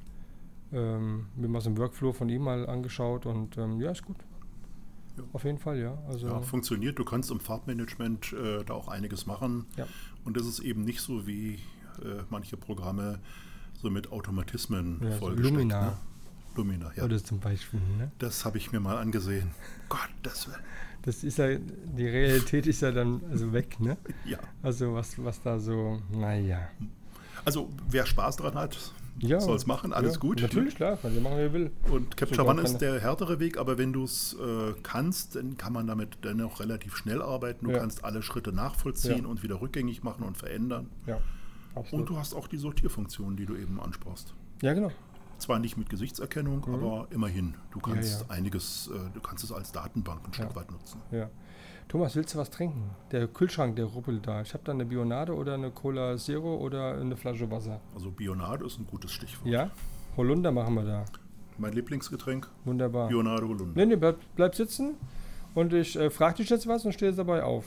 mir mal so einen Workflow von ihm mal angeschaut und ja, ist gut. Ja. Auf jeden Fall, ja. Also ja, funktioniert. Du kannst im Farbmanagement da auch einiges machen. Ja. Und das ist eben nicht so wie manche Programme so mit Automatismen vollgesteckt. So Lumina. Ne? Lumina, ja. Oder zum Beispiel. Ne? Das habe ich mir mal angesehen. Gottes Willen. Das ist ja, die Realität ist ja dann also weg, ne? Ja. Also was da so, naja. Also wer Spaß dran hat, soll es machen, alles gut. Natürlich, klar, kann der machen, wie er will. Und Capture One ist der härtere Weg, aber wenn du es kannst, dann kann man damit dann auch relativ schnell arbeiten. Du kannst alle Schritte nachvollziehen und wieder rückgängig machen und verändern. Ja, absolut. Und du hast auch die Sortierfunktion, die du eben ansprachst. Ja, genau. Zwar nicht mit Gesichtserkennung, aber immerhin. Du kannst einiges, du kannst es als Datenbank ein Stück weit nutzen. Ja. Thomas, willst du was trinken? Der Kühlschrank, der ruppelt da. Ich habe da eine Bionade oder eine Cola Zero oder eine Flasche Wasser. Also Bionade ist ein gutes Stichwort. Ja, Holunder machen wir da. Mein Lieblingsgetränk? Wunderbar. Bionade Holunder. Nee, bleib sitzen und ich frage dich jetzt was und stehe jetzt dabei auf.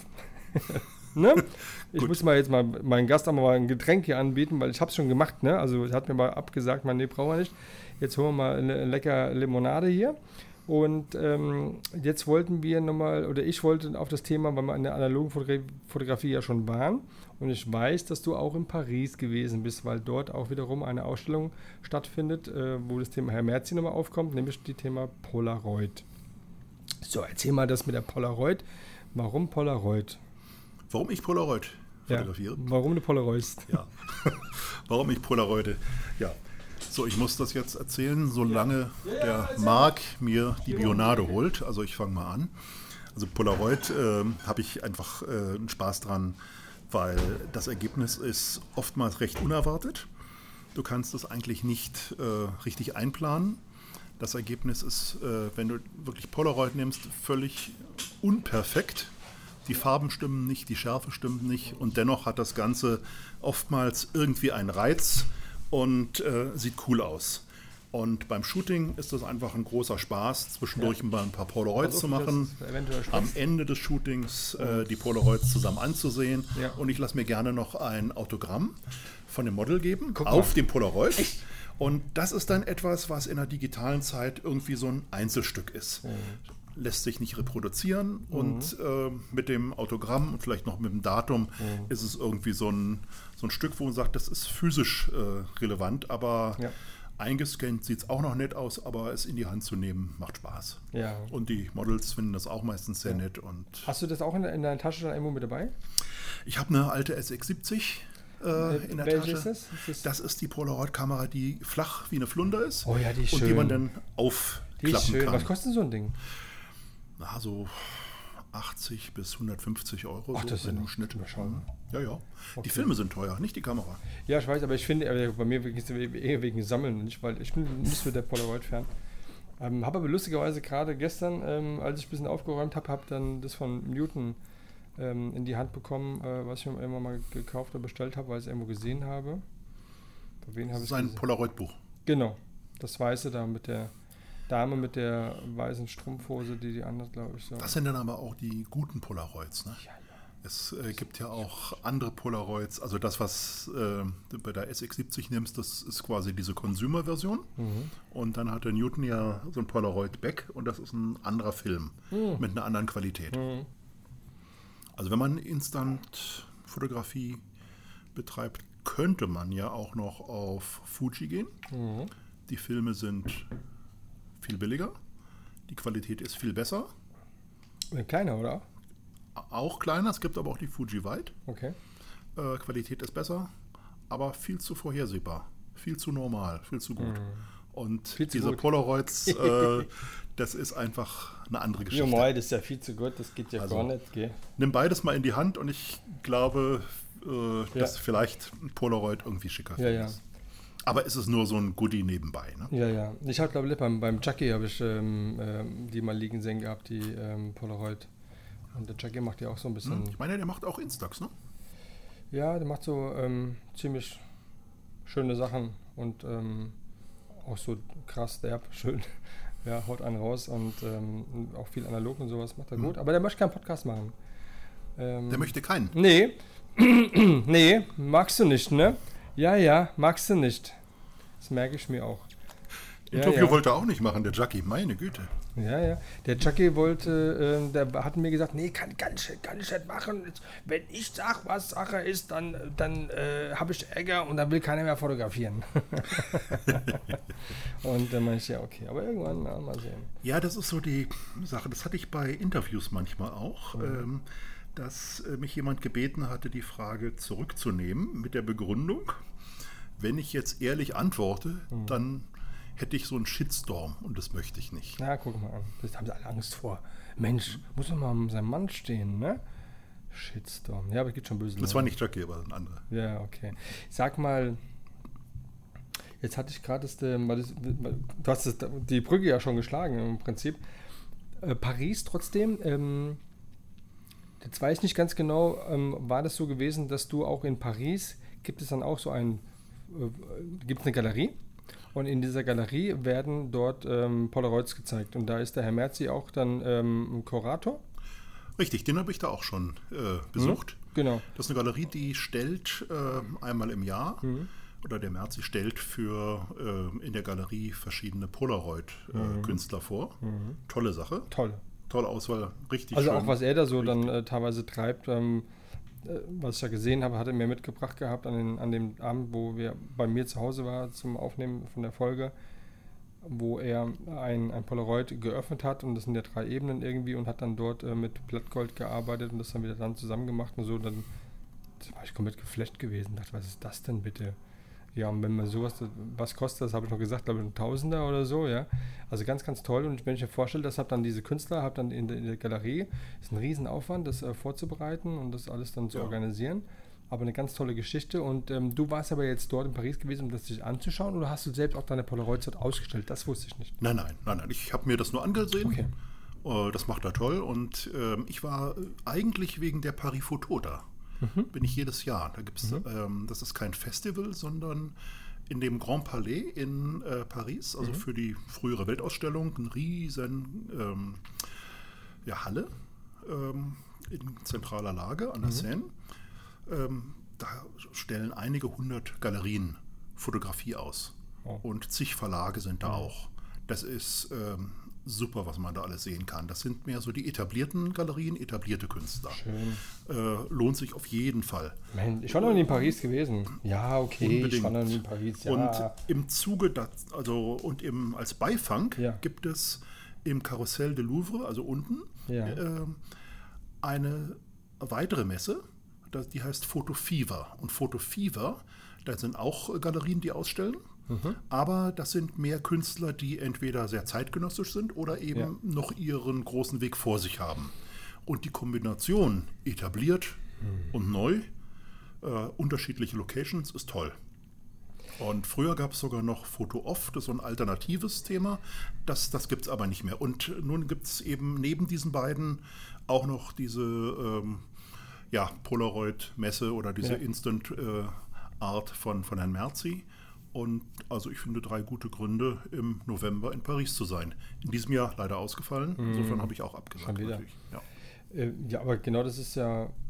Ne? Ich muss jetzt mal meinen Gast mal ein Getränk hier anbieten, weil ich habe es schon gemacht. Ne? Also er hat mir mal abgesagt, nee, brauchen wir nicht. Jetzt holen wir mal eine lecker Limonade hier. Und jetzt wollten wir nochmal, oder ich wollte auf das Thema, weil wir in der analogen Fotografie ja schon waren. Und ich weiß, dass du auch in Paris gewesen bist, weil dort auch wiederum eine Ausstellung stattfindet, wo das Thema Herr Merzi nochmal aufkommt, nämlich das Thema Polaroid. So, erzähl mal das mit der Polaroid. Warum Polaroid? Warum ich Polaroid fotografiere? Ja, warum du Polaroidst? Ja. Warum ich Polaroide? Ja. So, ich muss das jetzt erzählen, solange der Marc mir die Bionade holt. Also ich fange mal an. Also Polaroid habe ich einfach einen Spaß dran, weil das Ergebnis ist oftmals recht unerwartet. Du kannst es eigentlich nicht richtig einplanen. Das Ergebnis ist, wenn du wirklich Polaroid nimmst, völlig unperfekt. Die Farben stimmen nicht, die Schärfe stimmt nicht und dennoch hat das Ganze oftmals irgendwie einen Reiz und sieht cool aus. Und beim Shooting ist das einfach ein großer Spaß, zwischendurch mal ein paar Polaroids zu machen, am Ende des Shootings die Polaroids zusammen anzusehen und ich lasse mir gerne noch ein Autogramm von dem Model geben auf dem Polaroid. Echt? Und das ist dann etwas, was in der digitalen Zeit irgendwie so ein Einzelstück ist. Lässt sich nicht reproduzieren und mit dem Autogramm und vielleicht noch mit dem Datum ist es irgendwie so ein Stück, wo man sagt, das ist physisch relevant, aber eingescannt sieht es auch noch nett aus, aber es in die Hand zu nehmen, macht Spaß. Ja. Und die Models finden das auch meistens sehr nett. Und hast du das auch in deiner Tasche dann irgendwo mit dabei? Ich habe eine alte SX70 in der Tasche. Ist das? Das ist die Polaroid-Kamera, die flach wie eine Flunder ist. Oh ja, die ist und schön. Die man dann aufklappen kann. Was kostet so ein Ding? Na, so 80 bis 150 Euro. Ach, das ist im Schnitt. Ja. Okay. Die Filme sind teuer, nicht die Kamera. Ja, ich weiß, aber ich finde, bei mir geht es eher wegen Sammeln, nicht, weil ich bin nicht so der Polaroid-Fan. Habe aber lustigerweise gerade gestern, als ich ein bisschen aufgeräumt habe, dann das von Newton in die Hand bekommen, was ich mir irgendwann mal gekauft oder bestellt habe, weil ich es irgendwo gesehen habe. Bei wen habe ich sein Polaroid-Buch. Genau, das Weiße da mit der Dame mit der weißen Strumpfhose, die andere, glaube ich, so. Das sind dann aber auch die guten Polaroids, ne? Es gibt ja auch andere Polaroids. Also das, was du bei der SX70 nimmst, das ist quasi diese Consumer-Version. Und dann hat der Newton ja so ein Polaroid Back und das ist ein anderer Film mit einer anderen Qualität. Also wenn man Instant-Fotografie betreibt, könnte man ja auch noch auf Fuji gehen. Die Filme sind viel billiger. Die Qualität ist viel besser. Kleiner, oder? Auch kleiner, es gibt aber auch die Fuji Wide. Okay. Qualität ist besser, aber viel zu vorhersehbar, viel zu normal, viel zu gut. Und Viel zu diese gut. Polaroids, das ist einfach eine andere Geschichte. Ja, das ist ja viel zu gut, das geht ja Also, gar nicht. Gell? Nimm beides mal in die Hand und ich glaube, dass vielleicht ein Polaroid irgendwie schicker ist. Aber es ist nur so ein Goodie nebenbei. Ne? Ja. Ich habe, glaube ich, beim Chucky habe ich die mal liegen sehen gehabt, die Polaroid. Und der Chucky macht ja auch so ein bisschen... Ich meine, der macht auch Instax, ne? Ja, der macht so ziemlich schöne Sachen und auch so krass derb, schön. Ja, haut einen raus und auch viel analog und sowas macht er gut. Aber der möchte keinen Podcast machen. Der möchte keinen. Nee. Nee, magst du nicht, ne? Ja, magst du nicht. Das merke ich mir auch. Interview wollte er auch nicht machen, der Chucky, meine Güte. Ja. Der Chucky wollte, der hat mir gesagt, nee, kann ich nicht machen. Wenn ich sage, was Sache ist, dann habe ich Ärger und dann will keiner mehr fotografieren. Und dann meine ich, ja, okay, aber irgendwann mal sehen. Ja, das ist so die Sache, das hatte ich bei Interviews manchmal auch, dass mich jemand gebeten hatte, die Frage zurückzunehmen mit der Begründung, wenn ich jetzt ehrlich antworte, dann hätte ich so einen Shitstorm und das möchte ich nicht. Na, guck mal an. Das haben sie alle Angst vor. Mensch, muss doch mal um seinen Mann stehen, ne? Shitstorm. Ja, aber es geht schon böse. Das war nicht Chucky, aber ein anderer. Ja, okay. Sag mal, jetzt hatte ich gerade du hast die Brücke ja schon geschlagen im Prinzip. Paris trotzdem, jetzt weiß ich nicht ganz genau, war das so gewesen, dass du auch in Paris, gibt es dann auch so gibt es eine Galerie? Und in dieser Galerie werden dort Polaroids gezeigt. Und da ist der Herr Merzi auch dann Kurator. Richtig, den habe ich da auch schon besucht. Genau. Das ist eine Galerie, die stellt einmal im Jahr, oder der Merzi stellt in der Galerie verschiedene Polaroid-Künstler vor. Tolle Sache. Tolle Auswahl, richtig also schön. Also auch was er da so dann teilweise treibt, was ich ja gesehen habe, hat er mir mitgebracht gehabt an dem Abend, wo wir bei mir zu Hause war zum Aufnehmen von der Folge, wo er ein Polaroid geöffnet hat und das sind ja 3 Ebenen irgendwie und hat dann dort mit Blattgold gearbeitet und das dann wieder dann zusammen gemacht und so, dann war ich komplett geflasht gewesen, dachte, was ist das denn bitte? Ja, und wenn man sowas, was kostet das, habe ich noch gesagt, glaube ich, ein Tausender oder so, ja. Also ganz, ganz toll. Und wenn ich mir vorstelle, das dann diese Künstler, dann in der Galerie, ist ein Riesenaufwand, das vorzubereiten und das alles dann zu organisieren. Aber eine ganz tolle Geschichte. Und du warst aber jetzt dort in Paris gewesen, um das sich anzuschauen, oder hast du selbst auch deine Polaroids dort ausgestellt? Das wusste ich nicht. Nein. Ich habe mir das nur angesehen. Okay. Das macht er toll. Und ich war eigentlich wegen der Paris Photo da. Bin ich jedes Jahr. Da gibt's, das ist kein Festival, sondern in dem Grand Palais in Paris, also für die frühere Weltausstellung, eine riesen Halle in zentraler Lage an der Seine. Da stellen einige 100 Galerien Fotografie aus. Und zig Verlage sind da auch. Das ist super, was man da alles sehen kann. Das sind mehr so die etablierten Galerien, etablierte Künstler. Schön. Lohnt sich auf jeden Fall. Man, ich war noch nie in Paris gewesen. Ja, okay, Unbedingt. ich war noch nie in Paris. Ja. Und im Zuge, als Beifang gibt es im Karussell de Louvre, also unten, eine weitere Messe, die heißt Photo Fever. Und Photo Fever, da sind auch Galerien, die ausstellen. Aber das sind mehr Künstler, die entweder sehr zeitgenössisch sind oder eben noch ihren großen Weg vor sich haben. Und die Kombination etabliert und neu, unterschiedliche Locations, ist toll. Und früher gab es sogar noch Photo-Off, das ist so ein alternatives Thema. Das gibt es aber nicht mehr. Und nun gibt es eben neben diesen beiden auch noch diese Polaroid-Messe oder diese Instant Art von Herrn Merzi. Und also ich finde 3 gute Gründe, im November in Paris zu sein. In diesem Jahr leider ausgefallen. Insofern habe ich auch abgesagt. Ja, aber genau das ist ja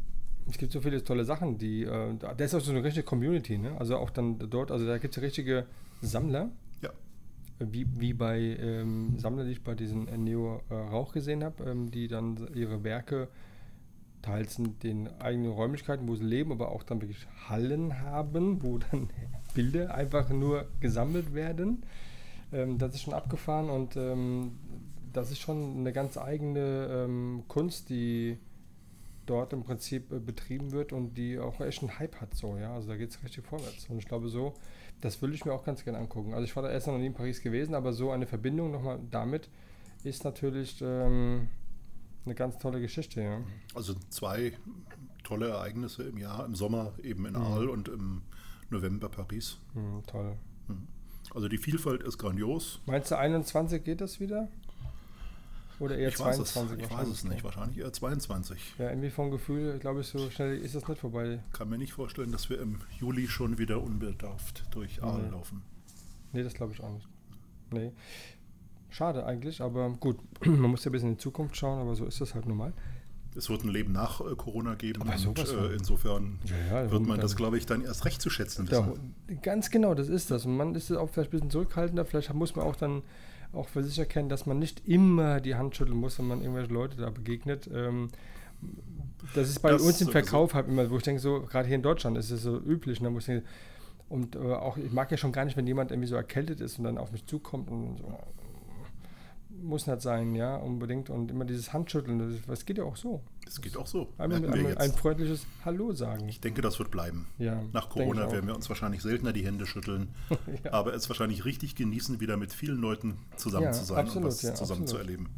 Es gibt so viele tolle Sachen, da ist auch so eine richtige Community, ne? Also auch dann dort, also da gibt es ja richtige Sammler. Ja. Wie bei Sammler, die ich bei diesen Neo Rauch gesehen habe, die dann ihre Werke teils in den eigenen Räumlichkeiten, wo sie leben, aber auch dann wirklich Hallen haben, wo dann Bilder einfach nur gesammelt werden. Das ist schon abgefahren und das ist schon eine ganz eigene Kunst, die dort im Prinzip betrieben wird und die auch echt einen Hype hat. So, ja? Also da geht es richtig vorwärts. Und ich glaube so, das würde ich mir auch ganz gerne angucken. Also ich war da erst noch nie in Paris gewesen, aber so eine Verbindung nochmal damit ist natürlich eine ganz tolle Geschichte. Ja. Also 2 tolle Ereignisse im Jahr, im Sommer eben in Arles und im November Paris. Toll. Also die Vielfalt ist grandios. Meinst du 21 geht das wieder? Oder eher 22? Ich weiß es nicht, wahrscheinlich eher 22. Ja, irgendwie vom Gefühl, glaube ich, so schnell ist das nicht vorbei. Kann mir nicht vorstellen, dass wir im Juli schon wieder unbedarft durch Arles laufen. Nee, das glaube ich auch nicht. Nee. Schade eigentlich, aber gut, man muss ja ein bisschen in die Zukunft schauen, aber so ist das halt normal. Es wird ein Leben nach Corona geben aber und insofern wird man das, glaube ich, dann erst recht zu schätzen wissen. Ganz genau, das ist das. Und man ist auch vielleicht ein bisschen zurückhaltender, vielleicht muss man auch dann auch für sich erkennen, dass man nicht immer die Hand schütteln muss, wenn man irgendwelche Leute da begegnet. Das ist bei uns im Verkauf halt immer, wo ich denke, so gerade hier in Deutschland ist es so üblich, ne, wo ich denke, und auch, ich mag ja schon gar nicht, wenn jemand irgendwie so erkältet ist und dann auf mich zukommt und so. Muss nicht sein, ja, unbedingt. Und immer dieses Handschütteln, das geht ja auch so. Das geht auch so. Ein freundliches Hallo sagen. Ich denke, das wird bleiben. Ja, nach Corona werden wir uns wahrscheinlich seltener die Hände schütteln, ja. Aber es wahrscheinlich richtig genießen, wieder mit vielen Leuten zusammen zu sein und was zusammen zu erleben.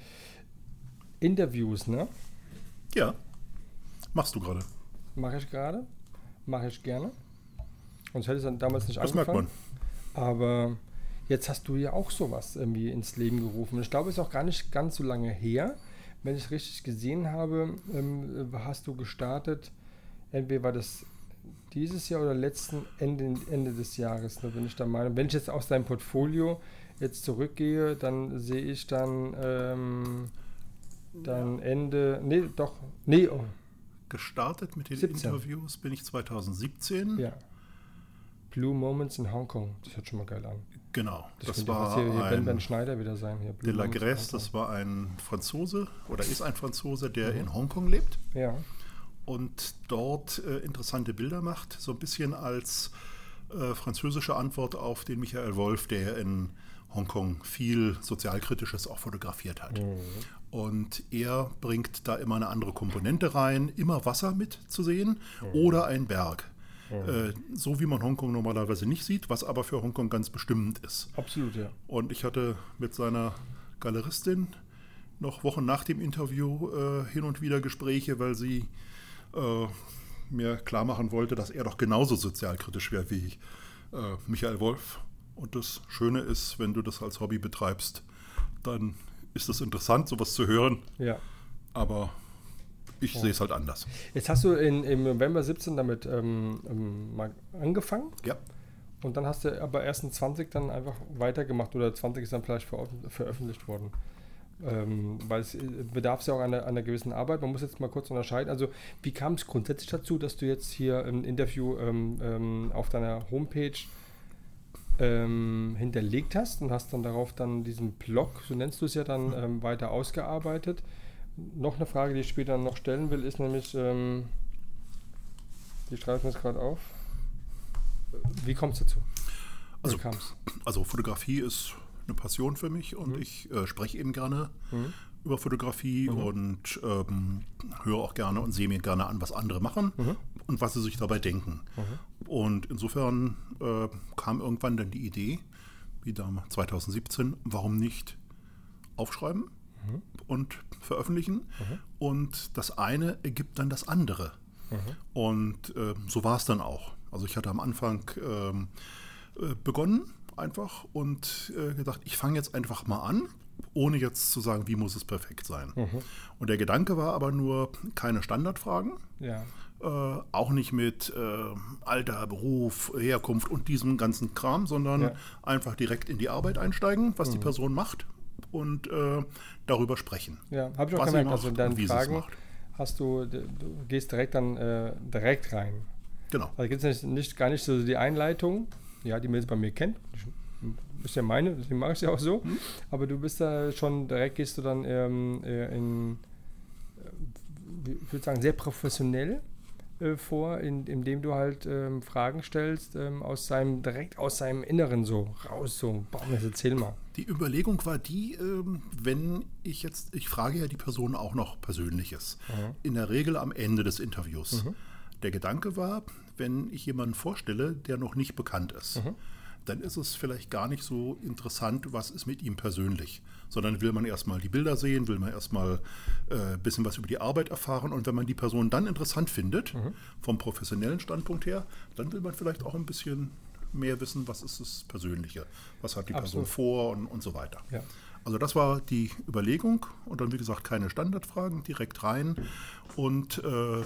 Interviews, ne? Ja. Machst du gerade? Mache ich gerade. Mache ich gerne. Sonst hätte ich es damals nicht angefangen. Das merkt man. Aber jetzt hast du ja auch sowas irgendwie ins Leben gerufen. Ich glaube, es ist auch gar nicht ganz so lange her. Wenn ich es richtig gesehen habe, hast du gestartet, entweder war das dieses Jahr oder Ende des Jahres, da bin ich der Meinung. Wenn ich jetzt aus deinem Portfolio jetzt zurückgehe, dann sehe ich dann Ende, Gestartet mit den 17. Interviews bin ich 2017. Ja. Blue Moments in Hongkong, das hört schon mal geil an. Genau, das war hier Ben Schneider wieder sein. Hier, de la Grèce, das war ein Franzose oder ist ein Franzose, der in Hongkong lebt. Ja. Und dort interessante Bilder macht, so ein bisschen als französische Antwort auf den Michael Wolf, der in Hongkong viel Sozialkritisches auch fotografiert hat. Und er bringt da immer eine andere Komponente rein, immer Wasser mit zu sehen oder ein Berg. So wie man Hongkong normalerweise nicht sieht, was aber für Hongkong ganz bestimmend ist. Absolut, ja. Und ich hatte mit seiner Galeristin noch Wochen nach dem Interview hin und wieder Gespräche, weil sie mir klar machen wollte, dass er doch genauso sozialkritisch wäre wie Michael Wolf. Und das Schöne ist, wenn du das als Hobby betreibst, dann ist es interessant, sowas zu hören. Ja. Aber ich sehe es halt anders. Jetzt hast du im November 17 damit mal angefangen. Ja. Und dann hast du aber erst in 20 dann einfach weitergemacht oder 20 ist dann vielleicht veröffentlicht worden. Weil es bedarf ja auch einer gewissen Arbeit. Man muss jetzt mal kurz unterscheiden. Also wie kam es grundsätzlich dazu, dass du jetzt hier ein Interview auf deiner Homepage hinterlegt hast und hast dann darauf dann diesen Blog, so nennst du es ja dann, weiter ausgearbeitet. Noch eine Frage, die ich später noch stellen will, ist nämlich, die schreibe ich mir jetzt gerade auf. Wie kommt es dazu? Also Fotografie ist eine Passion für mich und ich spreche eben gerne über Fotografie und höre auch gerne und sehe mir gerne an, was andere machen und was sie sich dabei denken. Und insofern kam irgendwann dann die Idee, wie damals 2017, warum nicht aufschreiben und veröffentlichen und das eine ergibt dann das andere. Und so war es dann auch. Also ich hatte am Anfang begonnen einfach und gedacht, ich fange jetzt einfach mal an, ohne jetzt zu sagen, wie muss es perfekt sein. Und der Gedanke war aber nur, keine Standardfragen, auch nicht mit Alter, Beruf, Herkunft und diesem ganzen Kram, sondern einfach direkt in die Arbeit einsteigen, was die Person macht und darüber sprechen. Ja, habe ich auch gemerkt, also in deinen Fragen du gehst direkt dann direkt rein. Genau. Also gibt es gar nicht so die Einleitung, ja, die man jetzt bei mir kennt. Ist ja meine, deswegen mache ich es ja auch so. Aber du bist da schon direkt, gehst du dann ich würde sagen, sehr professionell vor, indem du halt Fragen stellst, direkt aus seinem Inneren so raus, so, boah, jetzt erzähl mal. Die Überlegung war die, wenn ich frage ja die Person auch noch Persönliches. In der Regel am Ende des Interviews. Der Gedanke war, wenn ich jemanden vorstelle, der noch nicht bekannt ist, dann ist es vielleicht gar nicht so interessant, was ist mit ihm persönlich, sondern will man erstmal die Bilder sehen, will man erstmal ein bisschen was über die Arbeit erfahren und wenn man die Person dann interessant findet, vom professionellen Standpunkt her, dann will man vielleicht auch ein bisschen mehr wissen, was ist das Persönliche, was hat die Person vor und so weiter. Ja. Also das war die Überlegung und dann wie gesagt keine Standardfragen, direkt rein und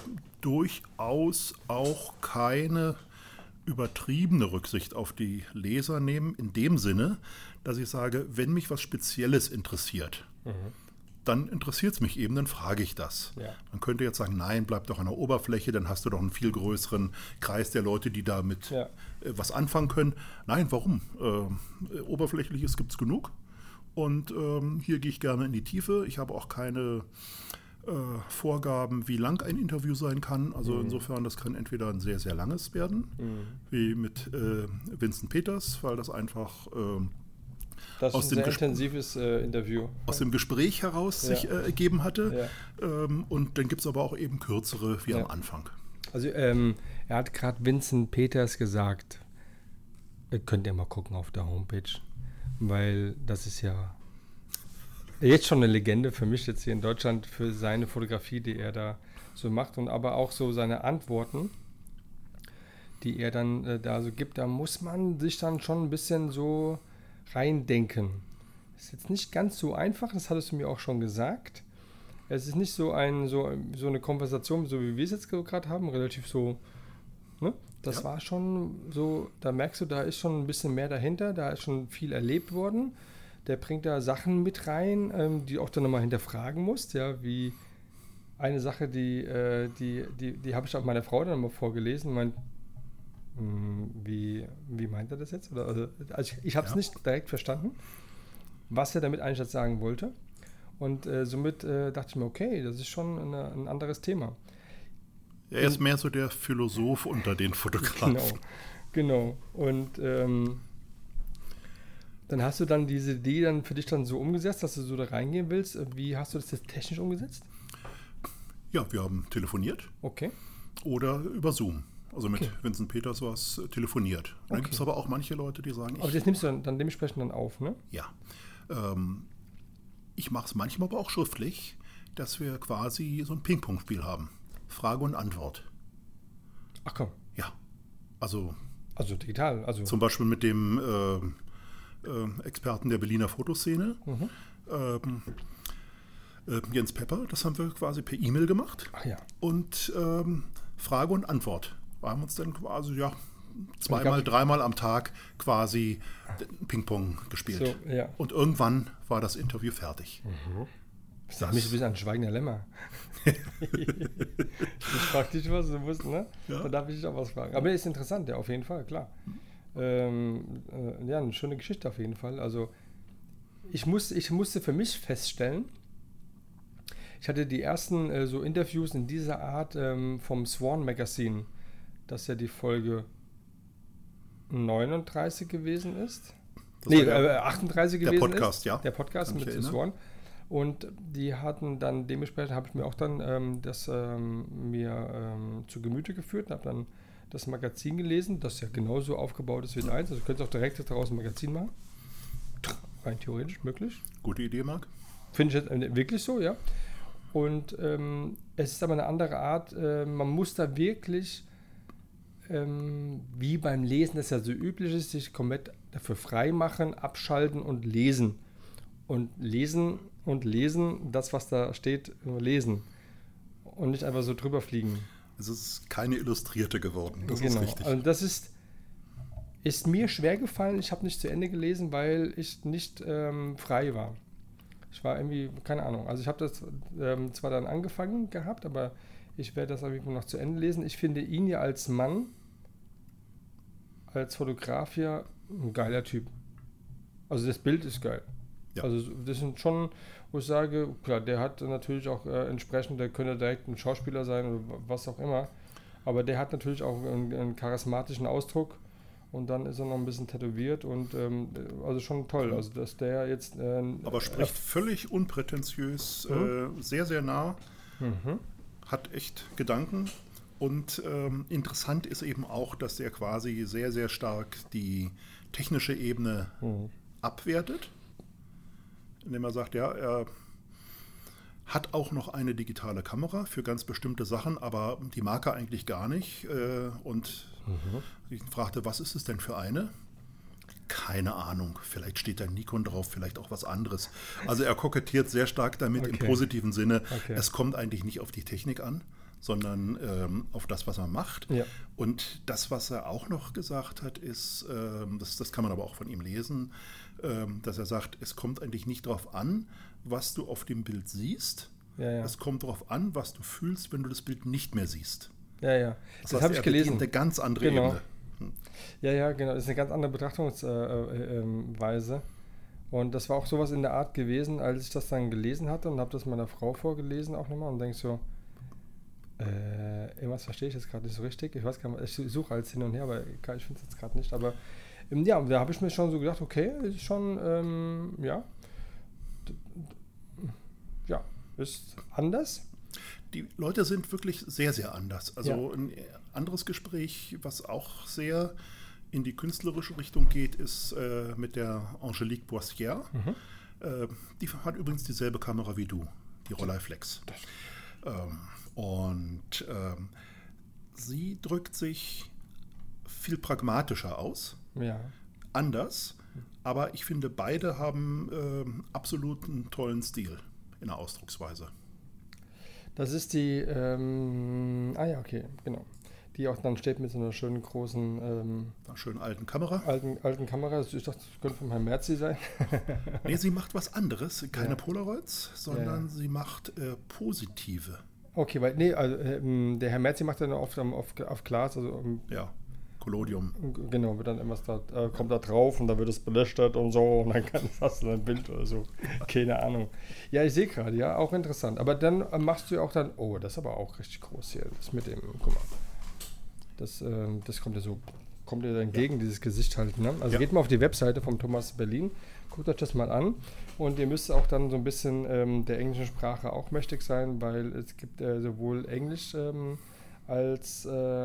durchaus auch keine übertriebene Rücksicht auf die Leser nehmen, in dem Sinne, dass ich sage, wenn mich was Spezielles interessiert, dann interessiert es mich eben, dann frage ich das. Ja. Man könnte jetzt sagen, nein, bleib doch an der Oberfläche, dann hast du doch einen viel größeren Kreis der Leute, die damit was anfangen können. Nein, warum? Oberflächliches gibt es genug und hier gehe ich gerne in die Tiefe. Ich habe auch keine Vorgaben, wie lang ein Interview sein kann. Also insofern, das kann entweder ein sehr, sehr langes werden, wie mit Vincent Peters, weil das einfach das ist ein sehr intensives Interview. Aus dem Gespräch heraus sich ergeben hatte. Ja. Und dann gibt es aber auch eben kürzere, wie am Anfang. Also er hat gerade Vincent Peters gesagt, könnt ihr mal gucken auf der Homepage, weil das ist ja jetzt schon eine Legende für mich jetzt hier in Deutschland, für seine Fotografie, die er da so macht und aber auch so seine Antworten, die er dann da so gibt, da muss man sich dann schon ein bisschen so reindenken. Ist jetzt nicht ganz so einfach, das hattest du mir auch schon gesagt. Es ist nicht so eine Konversation, so wie wir es jetzt gerade haben, relativ so, ne? Das war schon so, da merkst du, da ist schon ein bisschen mehr dahinter, da ist schon viel erlebt worden. Der bringt da Sachen mit rein, die auch dann nochmal hinterfragen musst, ja, wie eine Sache, die habe ich auch meiner Frau dann mal vorgelesen, meint, wie meint er das jetzt? Also ich habe es nicht direkt verstanden, was er damit eigentlich jetzt sagen wollte. Und somit dachte ich mir, okay, das ist schon ein anderes Thema. Er ist mehr so der Philosoph unter den Fotografen. Genau. Und dann hast du dann diese Idee dann für dich dann so umgesetzt, dass du so da reingehen willst. Wie hast du das jetzt technisch umgesetzt? Ja, wir haben telefoniert. Okay. Oder über Zoom. Also mit Vincent Peters war es telefoniert. Dann gibt es aber auch manche Leute, die sagen... Aber das nimmst du dann dementsprechend dann auf, ne? Ja. Ich mache es manchmal aber auch schriftlich, dass wir quasi so ein Ping-Pong-Spiel haben. Frage und Antwort. Ach komm. Ja. Also digital. Also zum Beispiel mit dem Experten der Berliner Fotoszene, Jens Pepper, das haben wir quasi per E-Mail gemacht. Ach ja. Und Frage und Antwort. Wir haben uns dann quasi, zweimal, dreimal am Tag quasi Ping-Pong gespielt. So, ja. Und irgendwann war das Interview fertig. Das hat mich ein bisschen an Schweigender Lämmer. Ich frage dich was, du musst, ne? Ja. Da darf ich dich auch was fragen. Aber ist interessant, ja, auf jeden Fall, klar. Eine schöne Geschichte auf jeden Fall. Also ich musste für mich feststellen, ich hatte die ersten so Interviews in dieser Art vom Swan Magazine, das ja die Folge 39 gewesen ist. 38 gewesen ist. Der Podcast, ja. Der Podcast mit Swan. Und die hatten dann, dementsprechend habe ich mir auch dann das mir zu Gemüte geführt und habe dann das Magazin gelesen, das ja genauso aufgebaut ist wie deins. Also du könntest auch direkt daraus ein Magazin machen. Rein theoretisch möglich. Gute Idee, Marc. Finde ich jetzt wirklich so, ja. Und es ist aber eine andere Art. Man muss da wirklich, wie beim Lesen, das ja so üblich ist, sich komplett dafür frei machen, abschalten und lesen. Und lesen, das, was da steht, lesen. Und nicht einfach so drüber fliegen. Es ist keine Illustrierte geworden, das ist richtig. Also das ist mir schwer gefallen. Ich habe nicht zu Ende gelesen, weil ich nicht frei war. Ich war irgendwie, keine Ahnung, also ich habe das zwar dann angefangen gehabt, aber ich werde das irgendwie noch zu Ende lesen. Ich finde ihn ja als Mann, als Fotograf ja ein geiler Typ. Also das Bild ist geil. Ja. Also das sind schon, wo ich sage, klar, der hat natürlich auch entsprechend, der könnte direkt ein Schauspieler sein oder was auch immer, aber der hat natürlich auch einen charismatischen Ausdruck und dann ist er noch ein bisschen tätowiert und also schon toll, also dass der jetzt... aber spricht völlig unprätentiös, sehr, sehr nah, hat echt Gedanken und interessant ist eben auch, dass er quasi sehr, sehr stark die technische Ebene abwertet, indem er sagt, ja, er hat auch noch eine digitale Kamera für ganz bestimmte Sachen, aber die mag er eigentlich gar nicht. Und ich fragte, was ist es denn für eine? Keine Ahnung. Vielleicht steht da Nikon drauf, vielleicht auch was anderes. Also er kokettiert sehr stark damit im positiven Sinne. Okay. Es kommt eigentlich nicht auf die Technik an, sondern auf das, was er macht. Ja. Und das, was er auch noch gesagt hat, ist, das kann man aber auch von ihm lesen, dass er sagt, es kommt eigentlich nicht darauf an, was du auf dem Bild siehst. Ja. Es kommt darauf an, was du fühlst, wenn du das Bild nicht mehr siehst. Ja. Das habe ich gelesen. Eine ganz andere Ebene. Ja, genau. Das ist eine ganz andere Betrachtungsweise. Und das war auch sowas in der Art gewesen, als ich das dann gelesen hatte und habe das meiner Frau vorgelesen auch nochmal und denke so, irgendwas verstehe ich jetzt gerade nicht so richtig. Ich weiß gar nicht, ich suche alles hin und her, aber ich finde es jetzt gerade nicht. Aber ja, da habe ich mir schon so gedacht, okay, ist schon, ist anders. Die Leute sind wirklich sehr, sehr anders. Also ein anderes Gespräch, was auch sehr in die künstlerische Richtung geht, ist mit der Angelique Boissière. Die hat übrigens dieselbe Kamera wie du, die Rolleiflex. Sie drückt sich viel pragmatischer aus, anders, aber ich finde, beide haben absolut einen tollen Stil in der Ausdrucksweise. Das ist die, okay, genau. Die auch dann steht mit so einer schönen großen... einer schönen alten Kamera. Alten Kamera. Ich dachte, das könnte von Herrn Merzi sein. Nee, sie macht was anderes. Keine Polaroids, sondern sie macht positive. Okay, weil, der Herr Merzi macht dann oft auf Glas, also... Collodium. Genau, wird dann irgendwas kommt da drauf und da wird es beleuchtet und so und dann hast du ein Bild oder so. Keine Ahnung. Ja, ich sehe gerade, auch interessant. Aber dann machst du ja auch dann, das ist aber auch richtig groß hier, das mit dem, guck mal. Das kommt dir da entgegen, dieses Gesicht halt. Ne? Also geht mal auf die Webseite vom Thomas Berlin, guckt euch das mal an und ihr müsst auch dann so ein bisschen der englischen Sprache auch mächtig sein, weil es gibt sowohl Englisch als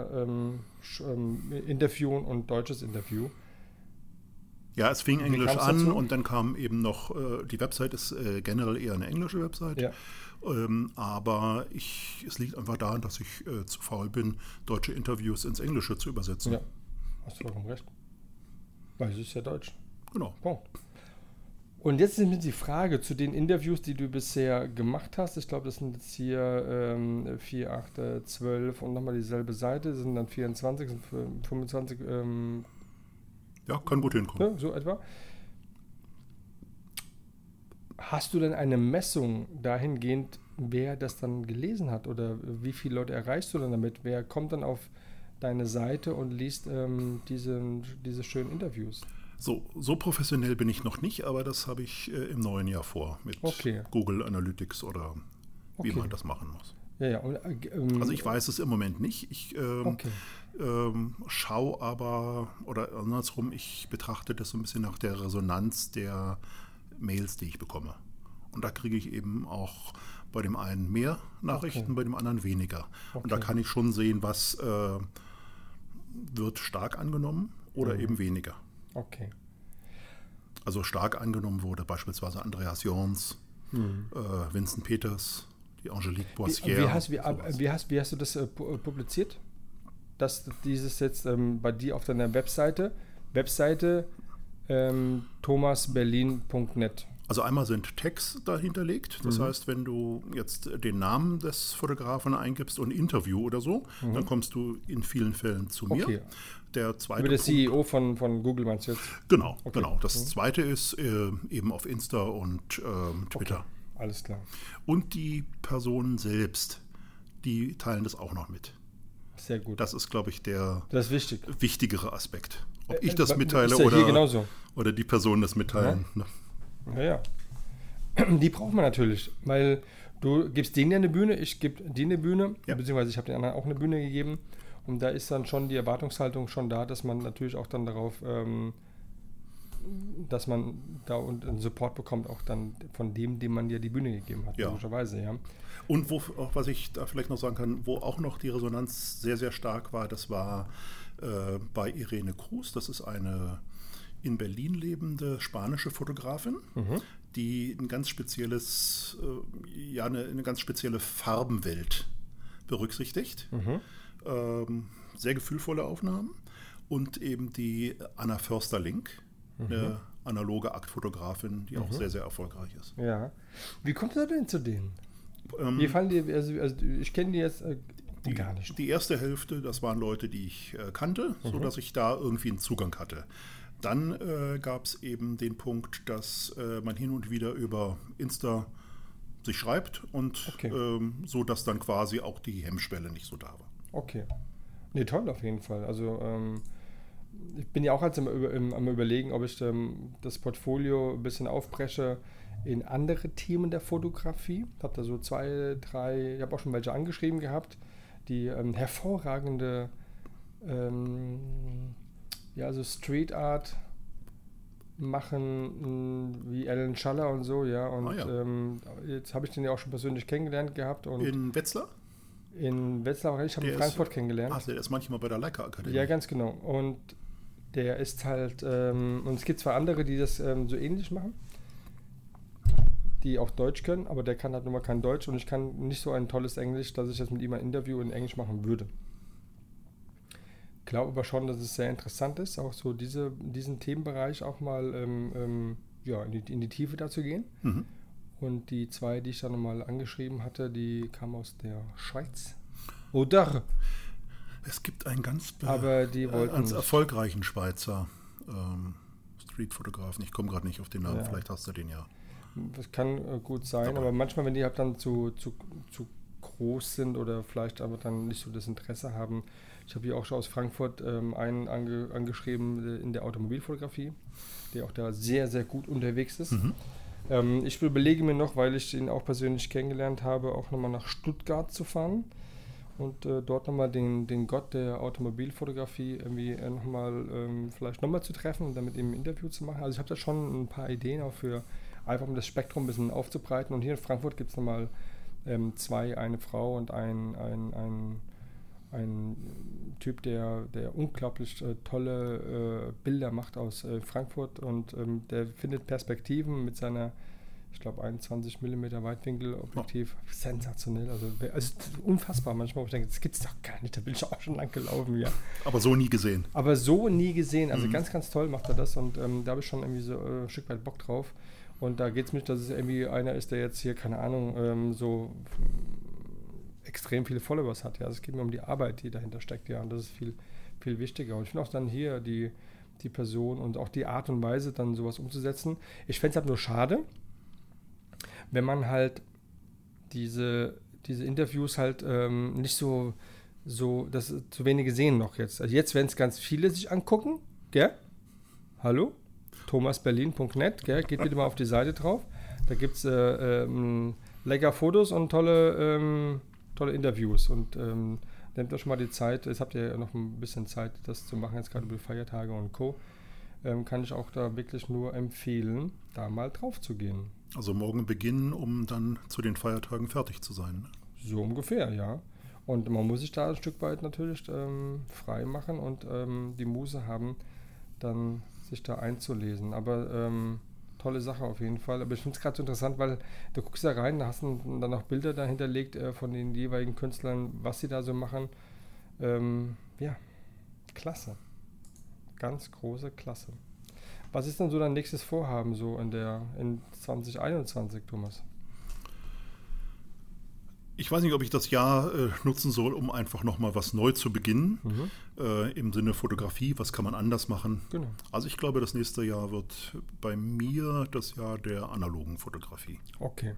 Interview und deutsches Interview. Ja, es fing Englisch an und dann kam eben noch, die Website ist generell eher eine englische Website, aber es liegt einfach daran, dass ich zu faul bin, deutsche Interviews ins Englische zu übersetzen. Ja, hast du vollkommen recht. Weil es ist ja Deutsch. Genau. Punkt. Und jetzt ist mir die Frage zu den Interviews, die du bisher gemacht hast. Ich glaube, das sind jetzt hier 4, 8, 12 und nochmal dieselbe Seite. Das sind dann 24, 25. Ja, kann gut hinkommen. Ja, so etwa. Hast du denn eine Messung dahingehend, wer das dann gelesen hat? Oder wie viele Leute erreichst du dann damit? Wer kommt dann auf deine Seite und liest diese schönen Interviews? So professionell bin ich noch nicht, aber das habe ich im neuen Jahr vor mit Google Analytics oder wie man das machen muss. Ja. Und, also ich weiß es im Moment nicht. Ich schaue aber, oder andersrum, ich betrachte das so ein bisschen nach der Resonanz der Mails, die ich bekomme. Und da kriege ich eben auch bei dem einen mehr Nachrichten, bei dem anderen weniger. Und da kann ich schon sehen, was wird stark angenommen oder eben weniger. Okay. Also stark angenommen wurde beispielsweise Andreas Jorns, Vincent Peters, die Angelique Boissière. Wie hast du das publiziert? Dass dieses jetzt bei dir auf deiner Webseite thomasberlin.net. Also einmal sind Tags dahinterlegt, das heißt, wenn du jetzt den Namen des Fotografen eingibst und Interview oder so, dann kommst du in vielen Fällen zu mir. Okay. Der zweite Über den Punkt, CEO von Google meinst du jetzt? genau, Okay. genau. Das zweite ist eben auf Insta und Twitter. Okay. Alles klar. Und die Personen selbst, die teilen das auch noch mit. Sehr gut. Das ist, glaube ich, der Das ist wichtig. wichtigere Aspekt. Ob ich das mitteile ist ja hier genauso. oder die Personen das mitteilen. Ne? Ja. Die braucht man natürlich, weil du gibst denen ja eine Bühne, ich gebe dir eine Bühne, Ja. beziehungsweise ich habe den anderen auch eine Bühne gegeben. Und da ist dann schon die Erwartungshaltung schon da, dass man natürlich auch dann darauf, dass man da einen Support bekommt, auch dann von dem man dir die Bühne gegeben hat, Ja. logischerweise, ja. Und auch, was ich da vielleicht noch sagen kann, wo auch noch die Resonanz sehr, sehr stark war, das war bei Irene Cruz. Das ist eine in Berlin lebende spanische Fotografin, die ein ganz spezielles, eine ganz spezielle Farbenwelt berücksichtigt. Sehr gefühlvolle Aufnahmen. Und eben die Anna Försterling, eine analoge Aktfotografin, die auch sehr, sehr erfolgreich ist. Ja. Wie kommt er denn zu denen? Wie fallen die, also ich kenne die jetzt gar nicht. Die erste Hälfte, das waren Leute, die ich kannte, sodass ich da irgendwie einen Zugang hatte. Dann gab es eben den Punkt, dass man hin und wieder über Insta sich schreibt und so, dass dann quasi auch die Hemmschwelle nicht so da war. Okay. Nee, toll auf jeden Fall. Also ich bin ja auch jetzt am Überlegen, ob ich das Portfolio ein bisschen aufbreche in andere Themen der Fotografie. Ich habe da so 2, 3, ich habe auch schon welche angeschrieben gehabt, die hervorragende also Street Art machen, wie Alan Schaller und so, ja. Und jetzt habe ich den ja auch schon persönlich kennengelernt gehabt. Und in Wetzlar? In Wetzlar, ich habe in Frankfurt kennengelernt. Ach, der ist manchmal bei der Leica Akademie. Ja, ganz genau. Und der ist halt, und es gibt zwar andere, die das so ähnlich machen, die auch Deutsch können, aber der kann halt nun mal kein Deutsch und ich kann nicht so ein tolles Englisch, dass ich jetzt mit ihm ein Interview in Englisch machen würde. Ich glaube aber schon, dass es sehr interessant ist, auch so diesen Themenbereich auch mal in die Tiefe da zu gehen. Und die 2, die ich dann nochmal angeschrieben hatte, die kamen aus der Schweiz. Oder? Es gibt einen ganz erfolgreichen Schweizer Streetfotografen. Ich komme gerade nicht auf den Namen, vielleicht hast du den ja. Das kann gut sein, aber manchmal, wenn die halt dann zu groß sind oder vielleicht aber dann nicht so das Interesse haben. Ich habe hier auch schon aus Frankfurt einen angeschrieben in der Automobilfotografie, der auch da sehr, sehr gut unterwegs ist. Ich überlege mir noch, weil ich ihn auch persönlich kennengelernt habe, auch nochmal nach Stuttgart zu fahren und dort nochmal den Gott der Automobilfotografie irgendwie vielleicht nochmal zu treffen und dann mit ihm ein Interview zu machen. Also ich habe da schon ein paar Ideen auch für, einfach um das Spektrum ein bisschen aufzubreiten. Und hier in Frankfurt gibt es nochmal 2, eine Frau und ein Typ, der unglaublich tolle Bilder macht aus Frankfurt und der findet Perspektiven mit seiner, ich glaube, 21 mm Weitwinkelobjektiv sensationell. Also unfassbar manchmal, wo ich denke, das gibt es doch gar nicht, da bin ich auch schon lang gelaufen. Ja. Aber so nie gesehen. Also ganz, ganz toll macht er das und da habe ich schon irgendwie so ein Stück weit Bock drauf. Und da geht es nicht, dass es irgendwie einer ist, der jetzt hier, keine Ahnung, so extrem viele Followers hat. Ja, es geht mir um die Arbeit, die dahinter steckt, ja, und das ist viel, viel wichtiger. Und ich finde auch dann hier die Person und auch die Art und Weise, dann sowas umzusetzen. Ich fände es halt nur schade, wenn man halt diese Interviews halt nicht so, dass zu wenige sehen noch jetzt. Also jetzt, wenn es ganz viele sich angucken, gell? Hallo? thomasberlin.net, gell? Geht bitte mal auf die Seite drauf. Da gibt es lecker Fotos und tolle Interviews. Und nehmt euch mal die Zeit, jetzt habt ihr ja noch ein bisschen Zeit, das zu machen, jetzt gerade über die Feiertage und Co. Kann ich auch da wirklich nur empfehlen, da mal drauf zu gehen. Also morgen beginnen, um dann zu den Feiertagen fertig zu sein. Ne? So ungefähr, ja. Und man muss sich da ein Stück weit natürlich frei machen und die Muße haben, dann sich da einzulesen. Aber tolle Sache auf jeden Fall. Aber ich finde es gerade so interessant, weil du guckst da rein, da hast du dann auch Bilder dahinterlegt von den jeweiligen Künstlern, was sie da so machen. Ja, klasse. Ganz große Klasse. Was ist denn so dein nächstes Vorhaben so in 2021, Thomas? Ich weiß nicht, ob ich das Jahr nutzen soll, um einfach nochmal was neu zu beginnen. Im Sinne Fotografie, was kann man anders machen? Genau. Also ich glaube, das nächste Jahr wird bei mir das Jahr der analogen Fotografie. Okay.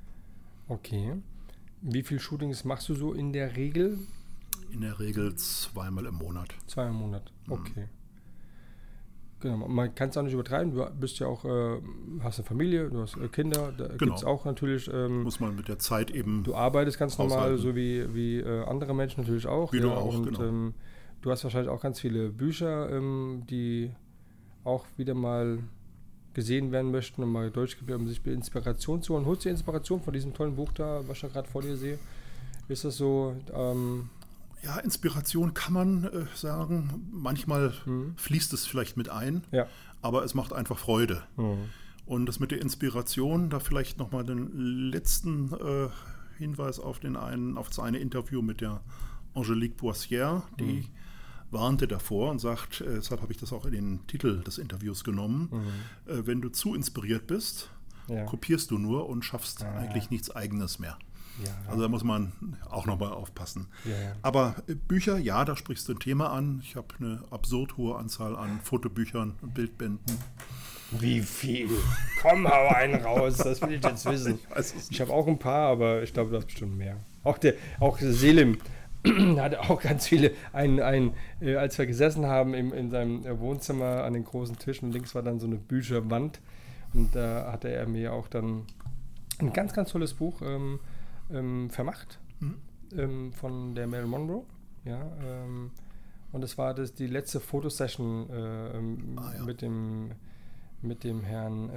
Wie viele Shootings machst du so in der Regel? In der Regel 2-mal im Monat. 2 im Monat, okay. Genau, man kann es auch nicht übertreiben. Du bist ja auch, hast eine Familie, du hast Kinder, da gibt es auch natürlich. Muss man mit der Zeit eben. Du arbeitest ganz normal, so wie andere Menschen natürlich auch. Wie du auch, und, genau. Du hast wahrscheinlich auch ganz viele Bücher, die auch wieder mal gesehen werden möchten und mal durchgeblättert, um sich Inspiration zu holen. Holst du Inspiration von diesem tollen Buch da, was ich gerade vor dir sehe? Ist das so? Ja, Inspiration kann man sagen. Manchmal fließt es vielleicht mit ein, aber es macht einfach Freude. Und das mit der Inspiration, da vielleicht nochmal den letzten Hinweis auf das eine Interview mit der Angelique Boissière, die warnte davor und sagt, deshalb habe ich das auch in den Titel des Interviews genommen, wenn du zu inspiriert bist, kopierst du nur und schaffst eigentlich nichts Eigenes mehr. Ja. Also da muss man auch nochmal aufpassen. Ja. Aber Bücher, ja, da sprichst du ein Thema an. Ich habe eine absurd hohe Anzahl an Fotobüchern und Bildbänden. Wie viel? Komm, hau einen raus, das will ich jetzt wissen. Ich habe auch ein paar, aber ich glaube, du hast bestimmt mehr. Auch Selim hatte auch ganz viele. Als wir gesessen haben in seinem Wohnzimmer an den großen Tischen, links war dann so eine Bücherwand. Und da hatte er mir auch dann ein ganz, ganz tolles Buch vermacht von der Marilyn Monroe. Ja, und das war die letzte Fotosession mit dem Herrn,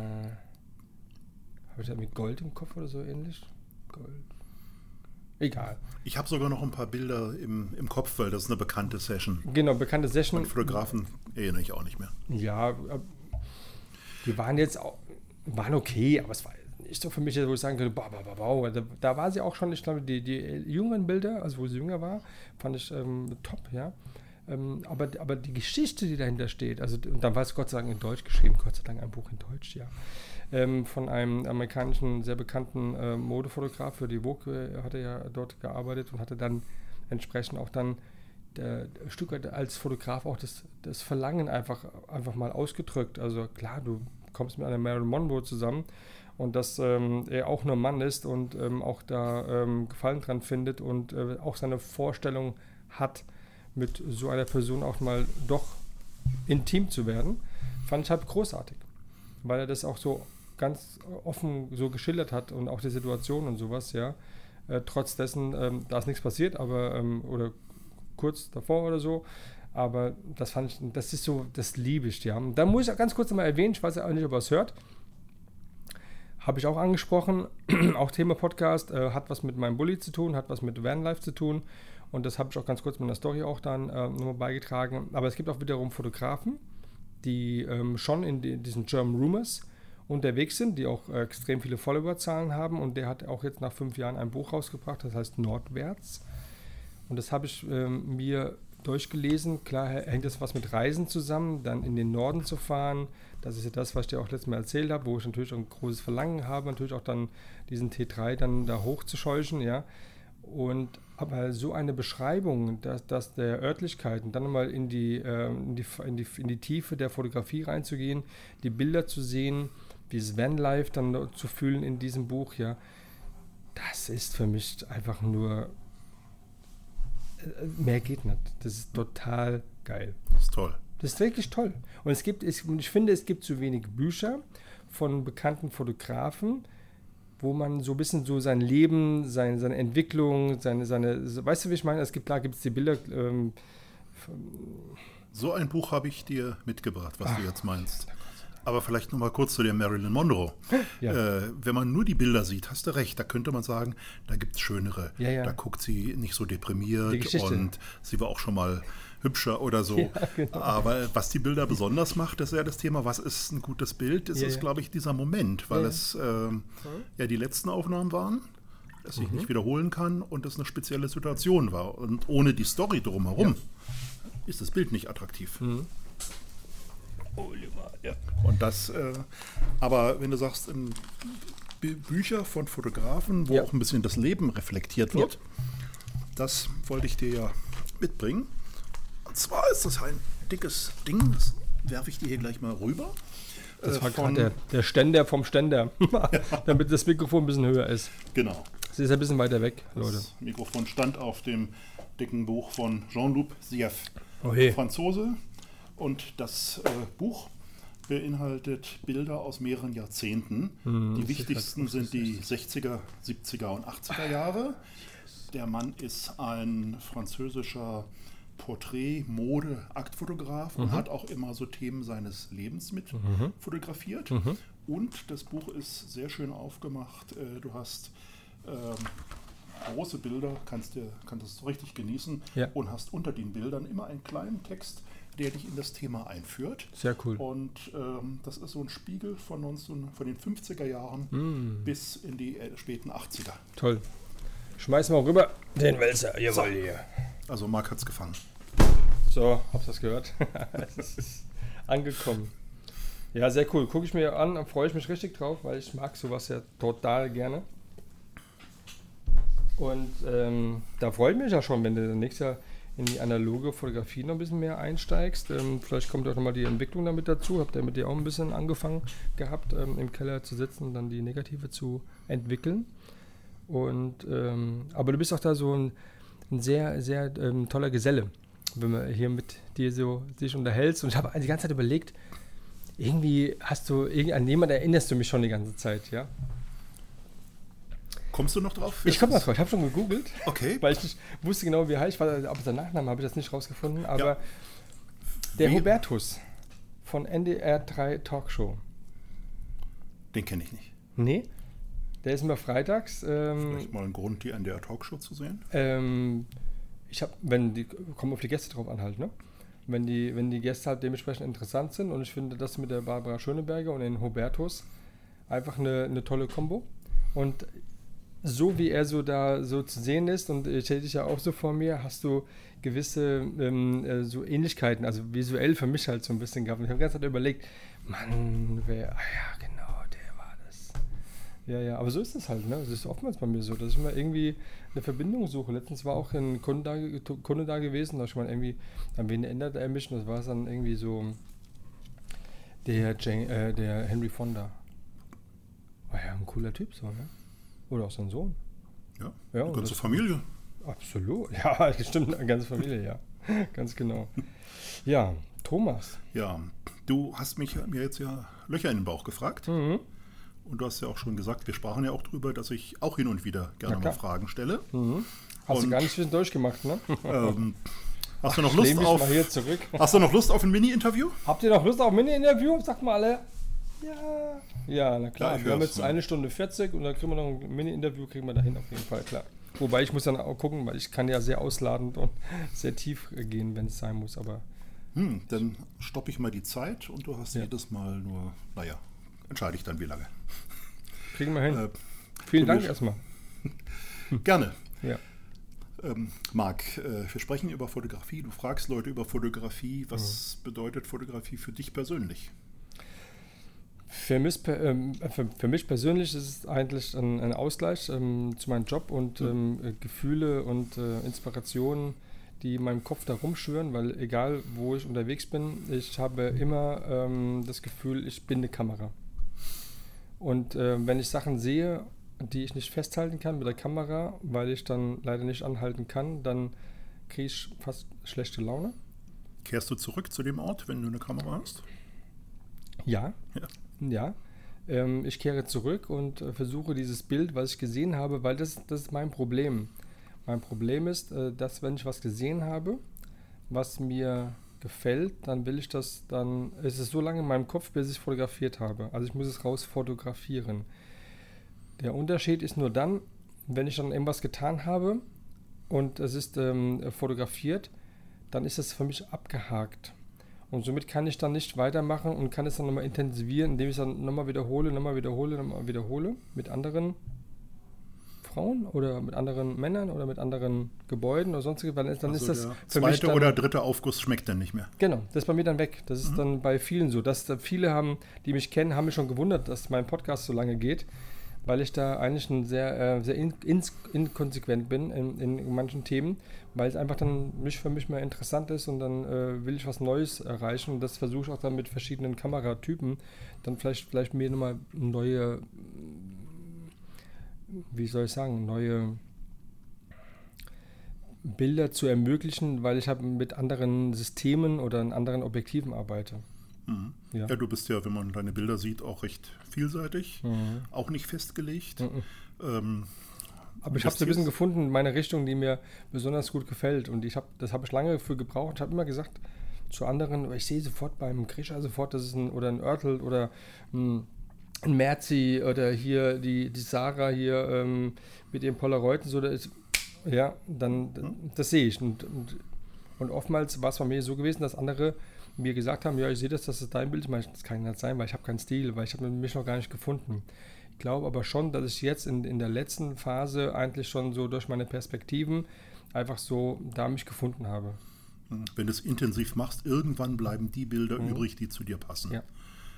habe ich da mit Gold im Kopf oder so ähnlich? Gold. Egal. Ich habe sogar noch ein paar Bilder im Kopf, weil das ist eine bekannte Session. Genau, bekannte Session. Und Fotografen erinnere ich auch nicht mehr. Ja, die waren okay, aber es war nicht so für mich, wo ich sagen könnte, wow. Da war sie auch schon, ich glaube, die jüngeren Bilder, also wo sie jünger war, fand ich top, ja. Aber die Geschichte, die dahinter steht, also und dann war es Gott sei Dank in Deutsch geschrieben, Gott sei Dank ein Buch in Deutsch, ja. Von einem amerikanischen, sehr bekannten Modefotograf, für die Vogue hat er ja dort gearbeitet und hatte dann entsprechend auch dann ein Stück weit als Fotograf auch das Verlangen einfach mal ausgedrückt. Also klar, du kommst mit einer Marilyn Monroe zusammen und dass er auch nur Mann ist und auch da Gefallen dran findet und auch seine Vorstellung hat, mit so einer Person auch mal doch intim zu werden, fand ich halt großartig. Weil er das auch so ganz offen so geschildert hat und auch die Situation und sowas, ja. Trotz dessen, da ist nichts passiert, aber oder kurz davor oder so, aber das fand ich, das ist so, das liebe ich, ja. Und da muss ich auch ganz kurz mal erwähnen, ich weiß ja auch nicht, ob er es hört, habe ich auch angesprochen, auch Thema Podcast, hat was mit meinem Bulli zu tun, hat was mit Vanlife zu tun und das habe ich auch ganz kurz mit einer Story auch dann nochmal beigetragen, aber es gibt auch wiederum Fotografen, die schon in diesen German Rumors unterwegs sind, die auch extrem viele Followerzahlen haben und der hat auch jetzt nach 5 Jahren ein Buch rausgebracht, das heißt Nordwärts und das habe ich mir durchgelesen. Klar hängt das was mit Reisen zusammen, dann in den Norden zu fahren, das ist ja das, was ich dir auch letztes Mal erzählt habe, wo ich natürlich auch ein großes Verlangen habe, natürlich auch dann diesen T3 dann da hochzuscheuchen, ja. Und aber so eine Beschreibung, dass der Örtlichkeiten dann mal in die Tiefe der Fotografie reinzugehen, die Bilder zu sehen, dieses Vanlife dann zu fühlen in diesem Buch, ja, das ist für mich einfach nur, mehr geht nicht. Das ist total geil. Das ist toll. Das ist wirklich toll. Und ich finde, es gibt zu wenig Bücher von bekannten Fotografen, wo man so ein bisschen so sein Leben, seine Entwicklung, seine, weißt du, wie ich meine? Klar gibt es die Bilder. So ein Buch habe ich dir mitgebracht, was du jetzt meinst. Aber vielleicht noch mal kurz zu der Marilyn Monroe. Ja. Wenn man nur die Bilder sieht, hast du recht, da könnte man sagen, da gibt es schönere. Ja. Da guckt sie nicht so deprimiert Die und sie war auch schon mal hübscher oder so. Ja, genau. Aber was die Bilder besonders macht, das ist ja das Thema, was ist ein gutes Bild? Das ist, glaube ich, dieser Moment, weil es die letzten Aufnahmen waren, dass sich nicht wiederholen kann und es eine spezielle Situation war. Und ohne die Story drumherum ist das Bild nicht attraktiv. Oliver, ja. Und das, aber wenn du sagst, Bücher von Fotografen, wo auch ein bisschen das Leben reflektiert wird, das wollte ich dir ja mitbringen. Und zwar ist das ein dickes Ding, das werfe ich dir hier gleich mal rüber. Das war gerade der Ständer vom Ständer, damit das Mikrofon ein bisschen höher ist. Genau. Es ist ein bisschen weiter weg, Leute. Das Mikrofon stand auf dem dicken Buch von Jean-Luc Sieff, Okay. Franzose. Und das Buch beinhaltet Bilder aus mehreren Jahrzehnten. Die wichtigsten sind die 60er, 70er und 80er Jahre. Der Mann ist ein französischer Porträt-Mode-Aktfotograf und hat auch immer so Themen seines Lebens mit fotografiert. Und das Buch ist sehr schön aufgemacht. Du hast große Bilder, kannst es richtig genießen und hast unter den Bildern immer einen kleinen Text, der dich in das Thema einführt. Sehr cool. Und das ist so ein Spiegel von den 50er Jahren bis in die späten 80er. Toll. Schmeißen wir rüber den Wälzer. Jawohl, hier. Also Marc hat es gefangen. So, habt ihr das gehört? Es ist angekommen. Ja, sehr cool. Gucke ich mir an, da freue ich mich richtig drauf, weil ich mag sowas ja total gerne. Und da freue ich mich ja schon, wenn du nächstes Jahr in die analoge Fotografie noch ein bisschen mehr einsteigst. Vielleicht kommt auch nochmal die Entwicklung damit dazu. Habt ihr mit dir auch ein bisschen angefangen gehabt, im Keller zu sitzen und dann die Negative zu entwickeln. Und aber du bist auch da so ein sehr, sehr toller Geselle, wenn man hier mit dir so sich unterhältst. Und ich habe die ganze Zeit überlegt, irgendwie an jemanden erinnerst du mich schon die ganze Zeit, ja? Kommst du noch drauf? Ich komme noch drauf. Ich habe schon gegoogelt, Okay. weil ich nicht wusste genau, wie er heißt. Aber sein Nachname habe ich das nicht rausgefunden. Aber Ja. der Wie? Hubertus von NDR 3 Talkshow. Den kenne ich nicht. Nee, der ist immer freitags. Vielleicht mal ein Grund, die NDR Talkshow zu sehen. Kommen auf die Gäste drauf an halt, ne? Wenn die Gäste halt dementsprechend interessant sind, und ich finde das mit der Barbara Schöneberger und den Hubertus einfach eine tolle Kombo. Und so wie er so da so zu sehen ist, und ich hätte dich ja auch so vor mir, hast du gewisse so Ähnlichkeiten, also visuell für mich halt so ein bisschen gehabt. Und ich habe die ganze Zeit überlegt, Mann, ja genau, der war das. Ja, aber so ist es halt, ne? Das ist oftmals bei mir so, dass ich immer irgendwie eine Verbindung suche. Letztens war auch ein Kunde da gewesen, da ich mal irgendwie, an wen ändert er mich? Und das war dann irgendwie so der Henry Fonda. War ja ein cooler Typ so, ne? Oder auch sein Sohn. Ja, Ja, die und ganze das- Familie. Absolut. Ja, stimmt, eine ganze Familie, ja. Ganz genau. Ja, Thomas. Ja, du hast mir jetzt ja Löcher in den Bauch gefragt. Mhm. Und du hast ja auch schon gesagt, wir sprachen ja auch drüber, dass ich auch hin und wieder gerne Na mal klar. Fragen stelle. Hast du Und- gar nicht zwischendurch gemacht, ne? Hast du noch Ich Lust lehn mich auf mal hier zurück. Hast du noch Lust auf ein Mini-Interview? Habt ihr noch Lust auf ein Mini-Interview? Sagt mal alle. Ja. Ja, na klar. Ja, ich wir haben hör's, jetzt ne? 1 Stunde 40 und dann kriegen wir noch ein Mini-Interview, kriegen wir dahin auf jeden Fall, klar. Wobei ich muss dann auch gucken, weil ich kann ja sehr ausladend und sehr tief gehen, wenn es sein muss, aber Dann stoppe ich mal die Zeit und du hast Ja. jedes Mal nur, entscheide ich dann wie lange. kriegen wir hin. du Vielen Dank bist- erstmal. Gerne. Ja. Marc, wir sprechen über Fotografie. Du fragst Leute über Fotografie. Was bedeutet Fotografie für dich persönlich? Für mich persönlich ist es eigentlich ein Ausgleich zu meinem Job und Gefühle und Inspirationen, die in meinem Kopf da rumschwirren, weil egal wo ich unterwegs bin, ich habe immer das Gefühl, ich bin eine Kamera. Und wenn ich Sachen sehe, die ich nicht festhalten kann mit der Kamera, weil ich dann leider nicht anhalten kann, dann kriege ich fast schlechte Laune. Kehrst du zurück zu dem Ort, wenn du eine Kamera hast? Ja. Ja. Ja, ich kehre zurück und versuche dieses Bild, was ich gesehen habe, weil das ist mein Problem. Mein Problem ist, dass wenn ich was gesehen habe, was mir gefällt, dann will ich das, dann ist es so lange in meinem Kopf, bis ich fotografiert habe. Also ich muss es raus fotografieren. Der Unterschied ist nur dann, wenn ich dann irgendwas getan habe und es ist fotografiert, dann ist es für mich abgehakt. Und somit kann ich dann nicht weitermachen und kann es dann nochmal intensivieren, indem ich es dann nochmal wiederhole mit anderen Frauen oder mit anderen Männern oder mit anderen Gebäuden oder sonstiges, weil dann Also ist das der für mich zweite dann, oder dritte Aufguss schmeckt dann nicht mehr. genau, das ist bei mir dann weg. Das ist dann bei vielen so. Dass da viele haben, die mich kennen, haben mich schon gewundert, dass mein Podcast so lange geht, weil ich da eigentlich ein sehr inkonsequent bin in manchen Themen, weil es einfach dann für mich mehr interessant ist und dann will ich was Neues erreichen und das versuche ich auch dann mit verschiedenen Kameratypen, dann vielleicht mir nochmal neue, wie soll ich sagen, neue Bilder zu ermöglichen, weil ich mit anderen Systemen oder in anderen Objektiven arbeite. Mhm. Ja. Ja, du bist ja, wenn man deine Bilder sieht, auch recht vielseitig, auch nicht festgelegt. Aber ich habe so ein bisschen gefunden, meine Richtung, die mir besonders gut gefällt. Und das habe ich lange für gebraucht. Ich habe immer gesagt zu anderen, ich sehe sofort beim Grisha sofort, das ist ein Oertel oder ein Merzi oder hier die Sarah hier mit ihren Polaroiden. So, das sehe ich. Und oftmals war es bei mir so gewesen, dass andere mir gesagt haben, ja, ich sehe das ist dein Bild. Ich meine, das kann nicht sein, weil ich habe keinen Stil, weil ich habe mich noch gar nicht gefunden. Ich glaube aber schon, dass ich jetzt in der letzten Phase eigentlich schon so durch meine Perspektiven einfach so da mich gefunden habe. Wenn du es intensiv machst, irgendwann bleiben die Bilder übrig, die zu dir passen. Ja.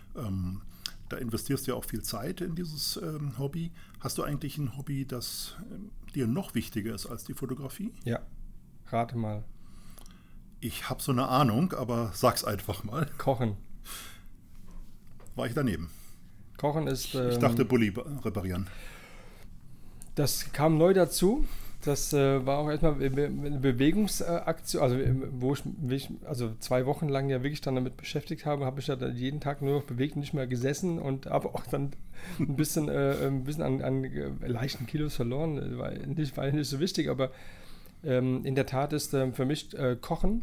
Da investierst du ja auch viel Zeit in dieses Hobby. Hast du eigentlich ein Hobby, das dir noch wichtiger ist als die Fotografie? Ja, rate mal. Ich habe so eine Ahnung, aber sag's einfach mal. Kochen. War ich daneben? Kochen ist... ich dachte Bulli reparieren. Das kam neu dazu. Das war auch erstmal eine Bewegungsaktion, also wo ich 2 Wochen lang ja wirklich dann damit beschäftigt habe ich ja dann jeden Tag nur noch bewegt und nicht mehr gesessen und habe auch dann ein bisschen an leichten Kilos verloren. War nicht so wichtig, aber in der Tat ist für mich Kochen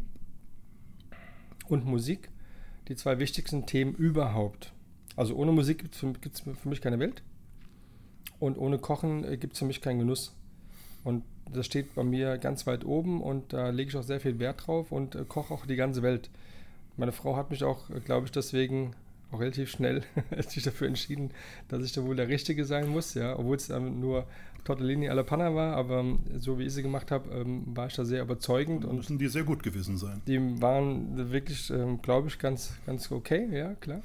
und Musik die 2 wichtigsten Themen überhaupt. Also ohne Musik gibt es für mich keine Welt und ohne Kochen gibt es für mich keinen Genuss. Und das steht bei mir ganz weit oben und da lege ich auch sehr viel Wert drauf und koche auch die ganze Welt. Meine Frau hat mich auch, glaube ich, deswegen auch relativ schnell sich dafür entschieden, dass ich da wohl der Richtige sein muss, ja, obwohl es nur Tortellini alla Panna war, aber so wie ich sie gemacht habe, war ich da sehr überzeugend. Und müssen die sehr gut gewesen sein. Die waren wirklich, glaube ich, ganz okay, ja, klar.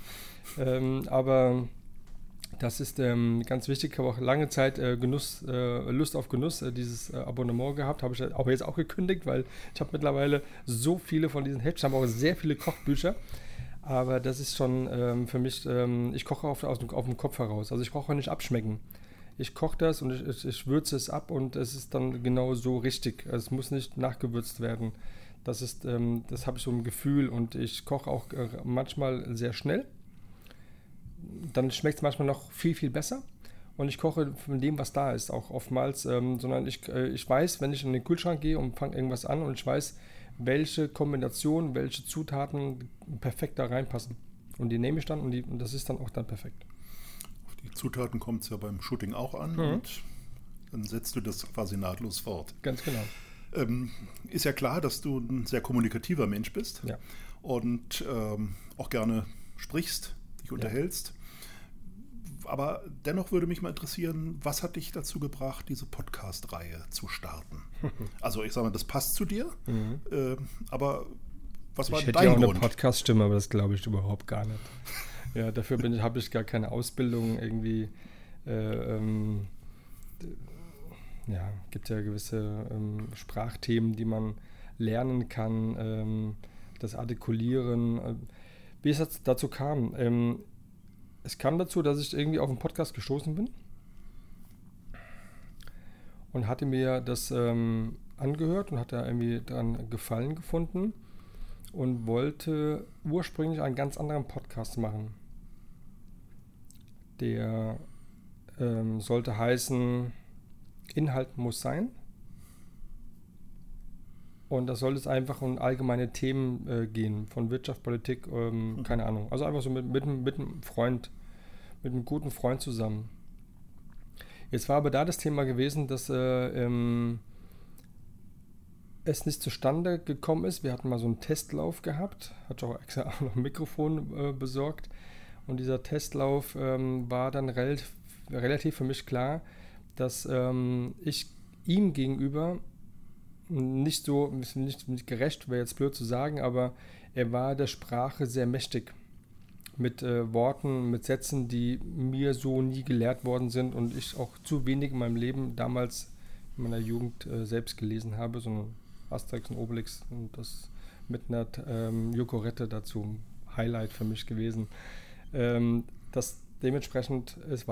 Aber das ist ganz wichtig. Ich habe auch lange Zeit Lust auf Genuss, dieses Abonnement gehabt. Habe ich aber jetzt auch gekündigt, weil ich habe mittlerweile so viele von diesen Heften, ich habe auch sehr viele Kochbücher. Aber das ist schon für mich, ich koche auf dem Kopf heraus. Also ich brauche nicht abschmecken. Ich koche das und ich würze es ab und es ist dann genau so richtig. Es muss nicht nachgewürzt werden. Das habe ich so ein Gefühl und ich koche auch manchmal sehr schnell. Dann schmeckt es manchmal noch viel, viel besser. Und ich koche von dem, was da ist, auch oftmals. Sondern ich weiß, wenn ich in den Kühlschrank gehe und fange irgendwas an und ich weiß, welche Kombinationen, welche Zutaten perfekt da reinpassen. Und die nehme ich dann und das ist dann auch dann perfekt. Auf die Zutaten kommt es ja beim Shooting auch an und dann setzt du das quasi nahtlos fort. Ganz genau. Ist ja klar, dass du ein sehr kommunikativer Mensch bist und auch gerne sprichst, dich unterhältst. Aber dennoch würde mich mal interessieren, was hat dich dazu gebracht, diese Podcast-Reihe zu starten? Also ich sage mal, das passt zu dir, aber was war dein Grund? Ich hätte ja auch eine Podcast-Stimme, aber das glaube ich überhaupt gar nicht. Ja, dafür habe ich gar keine Ausbildung irgendwie. Gibt ja gewisse Sprachthemen, die man lernen kann, das Artikulieren. Wie es jetzt dazu kam, es kam dazu, dass ich irgendwie auf einen Podcast gestoßen bin und hatte mir das angehört und hatte irgendwie daran Gefallen gefunden und wollte ursprünglich einen ganz anderen Podcast machen. Der sollte heißen Inhalt muss sein. Und das soll es einfach um allgemeine Themen gehen, von Wirtschaft, Politik, keine Ahnung. Also einfach so mit einem Freund, mit einem guten Freund zusammen. Jetzt war aber da das Thema gewesen, dass es nicht zustande gekommen ist. Wir hatten mal so einen Testlauf gehabt, hatte auch extra noch ein Mikrofon besorgt. Und dieser Testlauf war dann relativ für mich klar, dass ich ihm gegenüber nicht gerecht, wäre jetzt blöd zu sagen, aber er war der Sprache sehr mächtig. Mit Worten, mit Sätzen, die mir so nie gelehrt worden sind und ich auch zu wenig in meinem Leben damals in meiner Jugend selbst gelesen habe, so ein Asterix und Obelix und das mit einer Joghurette dazu, Highlight für mich gewesen. Dementsprechend ist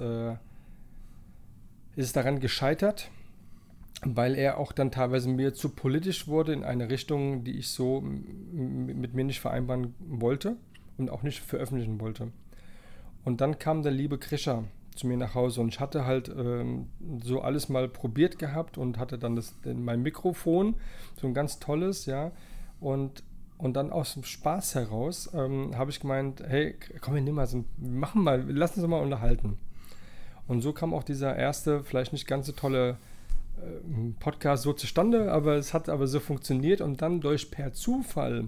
es daran gescheitert, weil er auch dann teilweise mir zu politisch wurde in eine Richtung, die ich so mit mir nicht vereinbaren wollte und auch nicht veröffentlichen wollte. Und dann kam der liebe Krischer zu mir nach Hause und ich hatte halt so alles mal probiert gehabt und hatte dann mein Mikrofon, so ein ganz tolles, ja, und dann aus dem Spaß heraus habe ich gemeint, hey, komm, lass uns mal unterhalten. Und so kam auch dieser erste, vielleicht nicht ganz so tolle Podcast so zustande, aber es hat aber so funktioniert und dann per Zufall,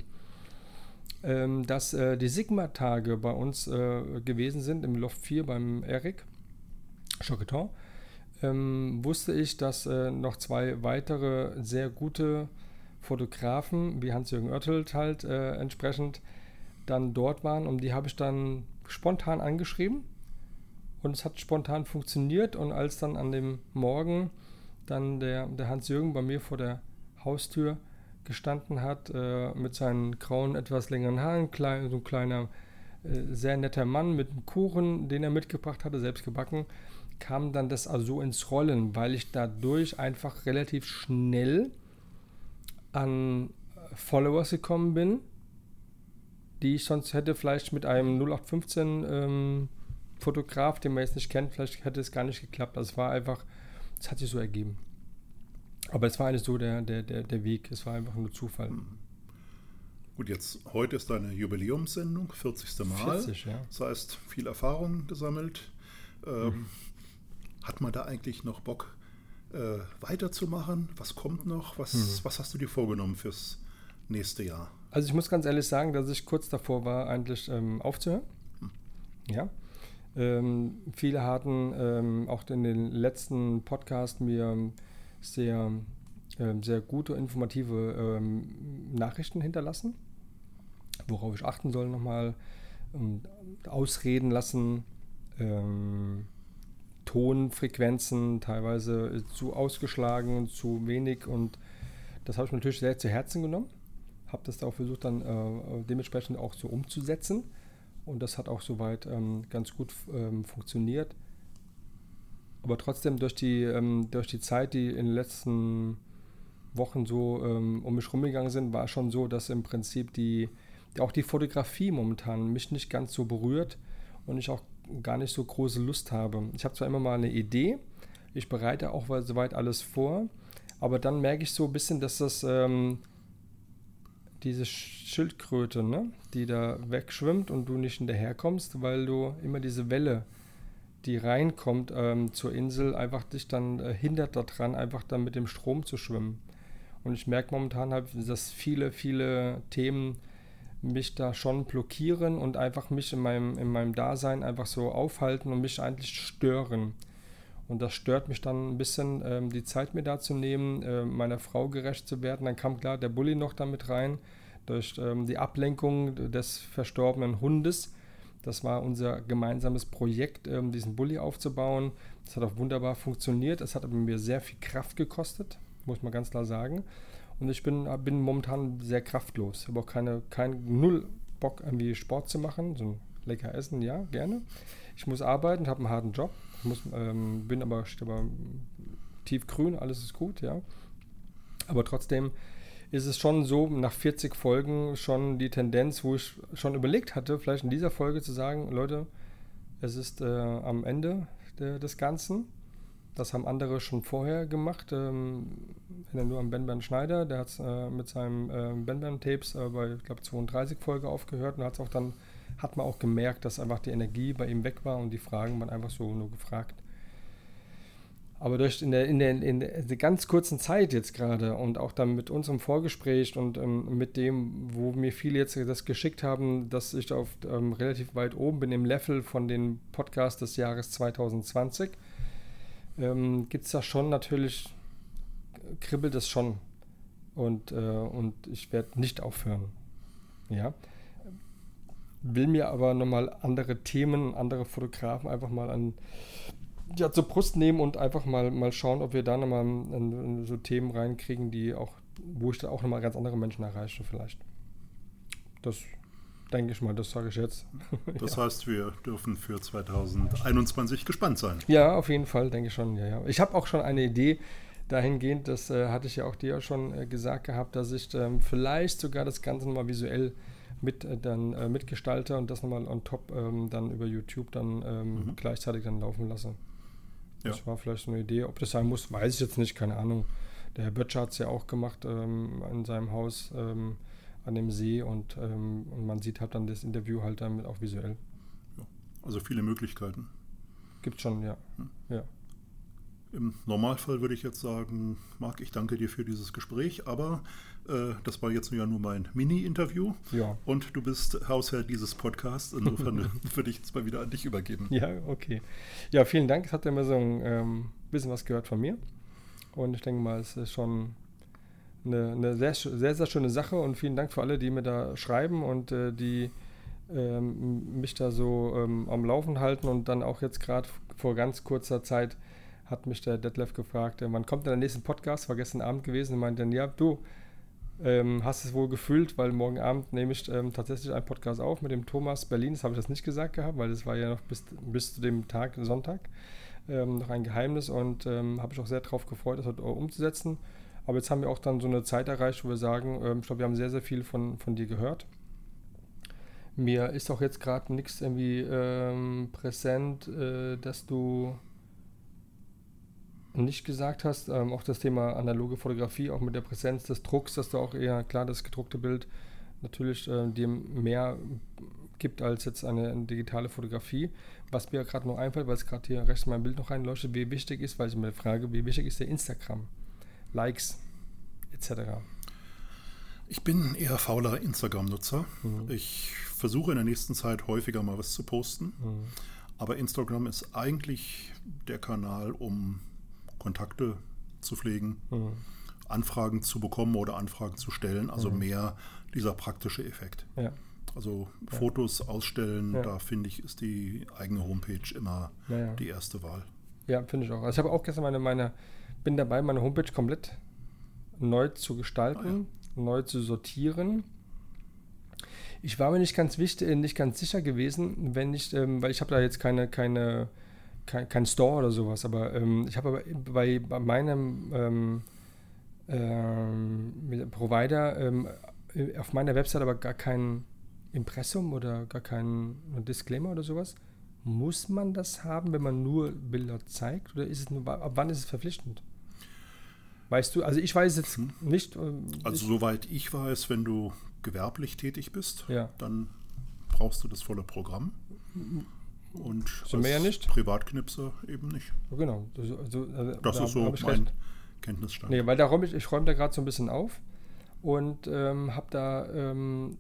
dass die Sigma-Tage bei uns gewesen sind im Loft 4 beim Eric Choqueton, wusste ich, dass noch 2 weitere sehr gute Fotografen, wie Hans-Jürgen Oertelt halt entsprechend, dann dort waren und die habe ich dann spontan angeschrieben und es hat spontan funktioniert und als dann an dem Morgen dann der Hans-Jürgen bei mir vor der Haustür gestanden hat, mit seinen grauen, etwas längeren Haaren, so ein kleiner, sehr netter Mann mit einem Kuchen, den er mitgebracht hatte, selbst gebacken, kam dann das also ins Rollen, weil ich dadurch einfach relativ schnell an Followers gekommen bin, die ich sonst hätte vielleicht mit einem 0815 Fotograf, den man jetzt nicht kennt, vielleicht hätte es gar nicht geklappt. Also es hat sich so ergeben. Aber es war eigentlich so der Weg, es war einfach nur Zufall. Gut, heute ist deine Jubiläumssendung, 40. Mal. 40, ja. Das heißt, viel Erfahrung gesammelt. Hat man da eigentlich noch Bock, weiterzumachen? Was kommt noch? Was hast du dir vorgenommen fürs nächste Jahr? Also ich muss ganz ehrlich sagen, dass ich kurz davor war, eigentlich aufzuhören. Ja. Viele hatten auch in den letzten Podcast mir sehr, sehr gute, informative Nachrichten hinterlassen, worauf ich achten soll nochmal, ausreden lassen, Tonfrequenzen teilweise zu ausgeschlagen, zu wenig und das habe ich natürlich sehr zu Herzen genommen, habe das auch versucht dann dementsprechend auch so umzusetzen und das hat auch soweit ganz gut funktioniert. Aber trotzdem durch die Zeit, die in den letzten Wochen so um mich rumgegangen sind, war es schon so, dass im Prinzip auch die Fotografie momentan mich nicht ganz so berührt und ich auch gar nicht so große Lust habe. Ich habe zwar immer mal eine Idee, ich bereite auch soweit alles vor, aber dann merke ich so ein bisschen, dass das diese Schildkröte, ne, die da wegschwimmt und du nicht hinterherkommst, weil du immer diese Welle, die reinkommt zur Insel, einfach dich dann hindert daran, einfach dann mit dem Strom zu schwimmen. Und ich merke momentan halt, dass viele, viele Themen mich da schon blockieren und einfach mich in meinem Dasein einfach so aufhalten und mich eigentlich stören. Und das stört mich dann ein bisschen, die Zeit mir da zu nehmen, meiner Frau gerecht zu werden. Dann kam klar der Bulli noch damit rein, durch die Ablenkung des verstorbenen Hundes. Das war unser gemeinsames Projekt, diesen Bulli aufzubauen. Das hat auch wunderbar funktioniert. Es hat aber mir sehr viel Kraft gekostet, muss man ganz klar sagen. Und ich bin momentan sehr kraftlos. Ich habe auch null Bock, irgendwie Sport zu machen. So ein lecker Essen, ja, gerne. Ich muss arbeiten, habe einen harten Job. Bin aber tiefgrün, alles ist gut, ja. Aber trotzdem ist es schon so, nach 40 Folgen schon die Tendenz, wo ich schon überlegt hatte, vielleicht in dieser Folge zu sagen, Leute, es ist am Ende des Ganzen. Das haben andere schon vorher gemacht. Nur an Ben Schneider, der hat mit seinem Ben Tapes bei, ich glaube, 32 Folge aufgehört und hat man auch gemerkt, dass einfach die Energie bei ihm weg war und die Fragen waren einfach so nur gefragt. Aber in der ganz kurzen Zeit jetzt gerade und auch dann mit unserem Vorgespräch und mit dem, wo mir viele jetzt das geschickt haben, dass ich auf relativ weit oben bin im Level von den Podcasts des Jahres 2020, gibt es da schon natürlich, kribbelt es schon. Und ich werde nicht aufhören. Ja. Will mir aber nochmal andere Themen, andere Fotografen einfach mal zur Brust nehmen und einfach mal schauen, ob wir da nochmal so Themen reinkriegen, wo ich da auch nochmal ganz andere Menschen erreiche vielleicht. Das denke ich mal, das sage ich jetzt. Das heißt, wir dürfen für 2021 gespannt sein. Ja, auf jeden Fall, denke ich schon. Ja. Ich habe auch schon eine Idee dahingehend, das hatte ich ja auch dir schon gesagt gehabt, dass ich vielleicht sogar das Ganze nochmal visuell mitgestalte und das nochmal on top dann über YouTube dann gleichzeitig dann laufen lasse. Das war vielleicht so eine Idee. Ob das sein muss, weiß ich jetzt nicht, keine Ahnung. Der Herr Böttcher hat es ja auch gemacht in seinem Haus an dem See und man sieht halt dann das Interview halt damit auch visuell. Ja, also viele Möglichkeiten. Gibt schon, ja. Ja. Im Normalfall würde ich jetzt sagen, Marc, ich danke dir für dieses Gespräch, aber das war jetzt ja nur mein Mini-Interview und du bist Hausherr dieses Podcasts, insofern würde ich jetzt mal wieder an dich übergeben. Ja, okay. Ja, vielen Dank, es hat ja immer so ein bisschen was gehört von mir und ich denke mal, es ist schon eine sehr, sehr, sehr schöne Sache und vielen Dank für alle, die mir da schreiben und die mich da so am Laufen halten und dann auch jetzt gerade vor ganz kurzer Zeit hat mich der Detlef gefragt, wann kommt denn der nächste Podcast? War gestern Abend gewesen und meinte dann, ja, du hast es wohl gefühlt, weil morgen Abend nehme ich tatsächlich einen Podcast auf mit dem Thomas Berlin. Das habe ich das nicht gesagt gehabt, weil das war ja noch bis zu dem Tag, Sonntag, noch ein Geheimnis und habe ich auch sehr darauf gefreut, das heute umzusetzen. Aber jetzt haben wir auch dann so eine Zeit erreicht, wo wir sagen, ich glaube, wir haben sehr, sehr viel von dir gehört. Mir ist auch jetzt gerade nichts irgendwie präsent, dass du nicht gesagt hast, auch das Thema analoge Fotografie, auch mit der Präsenz des Drucks, dass du auch eher klar das gedruckte Bild natürlich dir mehr gibt als jetzt eine digitale Fotografie. Was mir gerade noch einfällt, weil es gerade hier rechts mein Bild noch reinleuchtet, wie wichtig ist, weil ich mir frage, wie wichtig ist der Instagram? Likes etc. Ich bin eher fauler Instagram-Nutzer. Ich versuche in der nächsten Zeit häufiger mal was zu posten, aber Instagram ist eigentlich der Kanal, um Kontakte zu pflegen, Anfragen zu bekommen oder Anfragen zu stellen, also mehr dieser praktische Effekt. Ja. Also Fotos ausstellen, da finde ich, ist die eigene Homepage immer die erste Wahl. Ja, finde ich auch. Also ich habe auch gestern bin dabei, meine Homepage komplett neu zu gestalten, neu zu sortieren. Ich war mir nicht ganz sicher gewesen, weil ich habe da jetzt kein Store oder sowas, aber ich habe bei meinem Provider auf meiner Website aber gar kein Impressum oder gar kein Disclaimer oder sowas. Muss man das haben, wenn man nur Bilder zeigt, oder ist es ab wann ist es verpflichtend? Weißt du, also ich weiß jetzt nicht. Also soweit ich weiß, wenn du gewerblich tätig bist, dann brauchst du das volle Programm. Und als Privatknipser eben nicht. Genau. Das ist so mein Kenntnisstand. Nee, weil ich räume da gerade so ein bisschen auf und habe da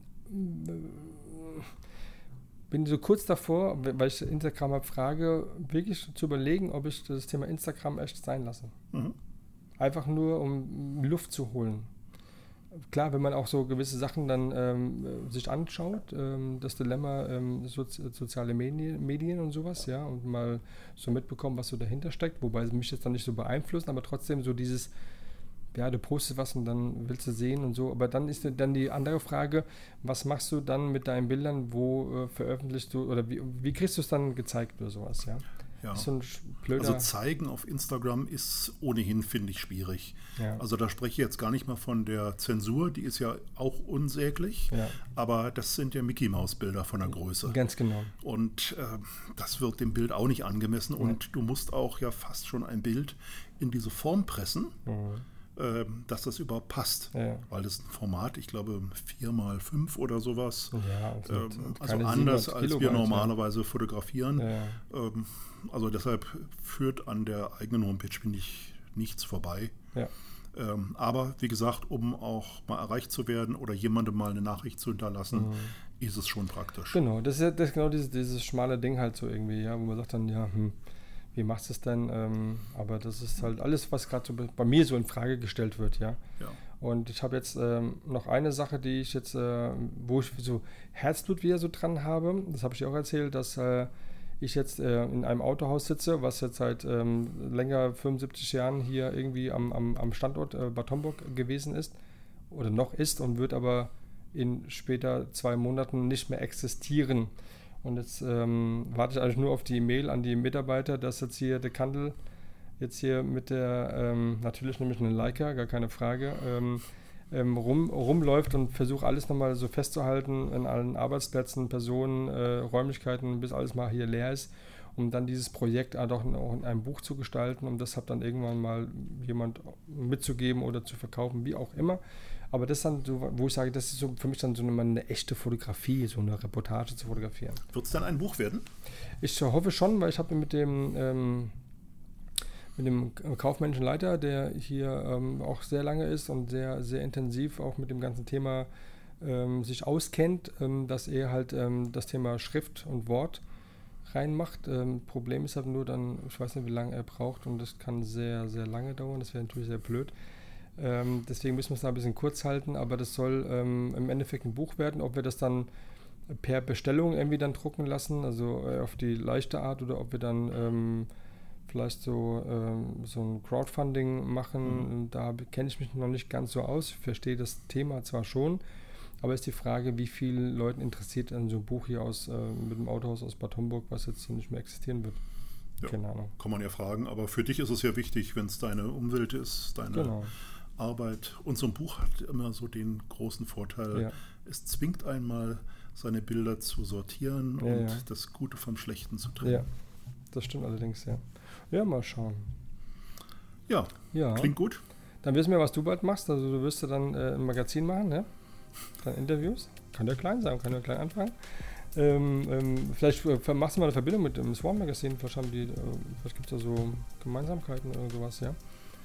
bin so kurz davor, weil ich Instagram habe, frage, wirklich zu überlegen, ob ich das Thema Instagram echt sein lasse. Einfach nur, um Luft zu holen. Klar, wenn man auch so gewisse Sachen dann sich anschaut, das Dilemma soziale Medien und sowas, ja, und mal so mitbekommen, was so dahinter steckt, wobei es mich jetzt dann nicht so beeinflusst, aber trotzdem so dieses, ja, du postest was und dann willst du sehen und so, aber dann ist dann die andere Frage, was machst du dann mit deinen Bildern, wo veröffentlichst du, oder wie kriegst du es dann gezeigt oder sowas, ja? Ja. Ist so ein blöder. Also zeigen auf Instagram ist ohnehin, finde ich, schwierig. Ja. Also da spreche ich jetzt gar nicht mal von der Zensur, die ist ja auch unsäglich, aber das sind ja Mickey-Maus-Bilder von der Größe. Ganz genau. Und das wird dem Bild auch nicht angemessen und du musst auch ja fast schon ein Bild in diese Form pressen, dass das überhaupt passt. Ja. Weil das ein Format, ich glaube 4x5 oder sowas, also anders als wir normalerweise fotografieren. Ja. Also deshalb führt an der eigenen Homepage, finde ich, nichts vorbei. Ja. Aber wie gesagt, um auch mal erreicht zu werden oder jemandem mal eine Nachricht zu hinterlassen, ist es schon praktisch. Genau, das ist genau dieses schmale Ding halt so irgendwie, ja, wo man sagt dann, wie machst du es denn? Aber das ist halt alles, was gerade so bei mir so in Frage gestellt wird, ja. Und ich habe jetzt noch eine Sache, die ich jetzt, wo ich so Herzblut wieder so dran habe. Das habe ich dir auch erzählt, dass ich jetzt in einem Autohaus sitze, was jetzt seit länger 75 Jahren hier irgendwie am Standort Bad Homburg gewesen ist oder noch ist und wird aber in später 2 Monaten nicht mehr existieren. Und jetzt warte ich eigentlich nur auf die E-Mail an die Mitarbeiter, dass jetzt hier der Kandel jetzt hier mit der, natürlich nämlich eine Leica, gar keine Frage, rumläuft und versuche alles nochmal so festzuhalten in allen Arbeitsplätzen, Personen, Räumlichkeiten, bis alles mal hier leer ist, um dann dieses Projekt auch in einem Buch zu gestalten, um das dann irgendwann mal jemand mitzugeben oder zu verkaufen, wie auch immer. Aber das ist dann so, wo ich sage, das ist so für mich dann so eine echte Fotografie, so eine Reportage zu fotografieren. Wird es dann ein Buch werden? Ich hoffe schon, weil ich habe mit dem kaufmännischen Leiter, der hier auch sehr lange ist und sehr, sehr intensiv auch mit dem ganzen Thema sich auskennt, dass er halt das Thema Schrift und Wort reinmacht. Problem ist halt nur dann, ich weiß nicht, wie lange er braucht und das kann sehr, sehr lange dauern. Das wäre natürlich sehr blöd. Deswegen müssen wir es da ein bisschen kurz halten, aber das soll im Endeffekt ein Buch werden. Ob wir das dann per Bestellung irgendwie dann drucken lassen, also auf die leichte Art, oder ob wir dann vielleicht so ein Crowdfunding machen. Da kenne ich mich noch nicht ganz so aus. Ich verstehe das Thema zwar schon, aber ist die Frage, wie viele Leute interessiert an so ein Buch hier mit dem Autohaus aus Bad Homburg, was jetzt hier nicht mehr existieren wird. Ja, keine Ahnung. Kann man ja fragen, aber für dich ist es ja wichtig, wenn es deine Umwelt ist, deine Arbeit. Und so ein Buch hat immer so den großen Vorteil, es zwingt einmal, seine Bilder zu sortieren und das Gute vom Schlechten zu trennen. Ja, das stimmt allerdings, ja. Ja, mal schauen. Ja, klingt gut. Dann wissen wir, was du bald machst. Also du wirst ja dann ein Magazin machen, ne? Dann Interviews. Kann ja klein sein, kann ja klein anfangen. Vielleicht machst du mal eine Verbindung mit dem Swarm Magazin. Vielleicht gibt es da so Gemeinsamkeiten oder sowas, ja.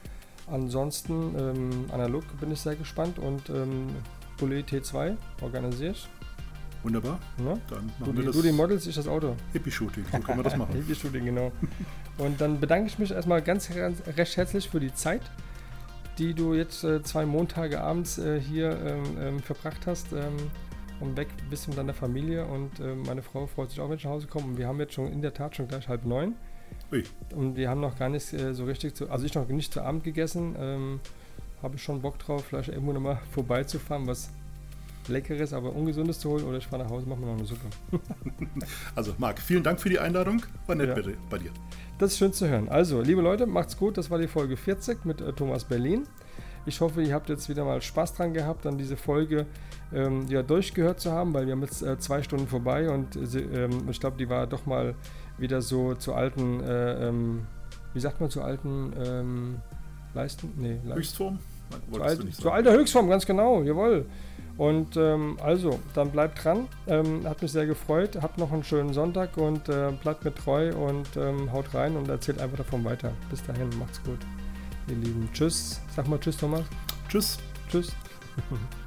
Ansonsten, analog bin ich sehr gespannt und Bulli T2 organisiere ich. Wunderbar. Ja? Dann machen wir das. Du die Models, ich das Auto. Hippie-Shooting, so können wir das machen. Hippie-Shooting, genau. Und dann bedanke ich mich erstmal recht herzlich für die Zeit, die du jetzt 2 Montage abends hier verbracht hast und weg bist mit deiner Familie. Und meine Frau freut sich auch, wenn ich nach Hause komme. Und wir haben jetzt in der Tat schon gleich 8:30. Ui. Und wir haben noch gar nicht so richtig, also ich noch nicht zu Abend gegessen. Habe ich schon Bock drauf, vielleicht irgendwo nochmal vorbeizufahren, was Leckeres, aber Ungesundes zu holen, oder ich fahre nach Hause, machen wir noch eine Suppe. Also Marc, vielen Dank für die Einladung. War nett bei dir. Das ist schön zu hören. Also, liebe Leute, macht's gut. Das war die Folge 40 mit Thomas Berlin. Ich hoffe, ihr habt jetzt wieder mal Spaß dran gehabt, an diese Folge durchgehört zu haben, weil wir haben jetzt 2 Stunden vorbei und ich glaube, die war doch mal wieder so zu alten, wie sagt man, zu alten Leisten? Nee, Höchstform? Zu alter Höchstform, ganz genau, jawohl. Und also, dann bleibt dran. Hat mich sehr gefreut. Habt noch einen schönen Sonntag und bleibt mir treu und haut rein und erzählt einfach davon weiter. Bis dahin, macht's gut, ihr Lieben. Tschüss. Sag mal Tschüss, Thomas. Tschüss. Tschüss.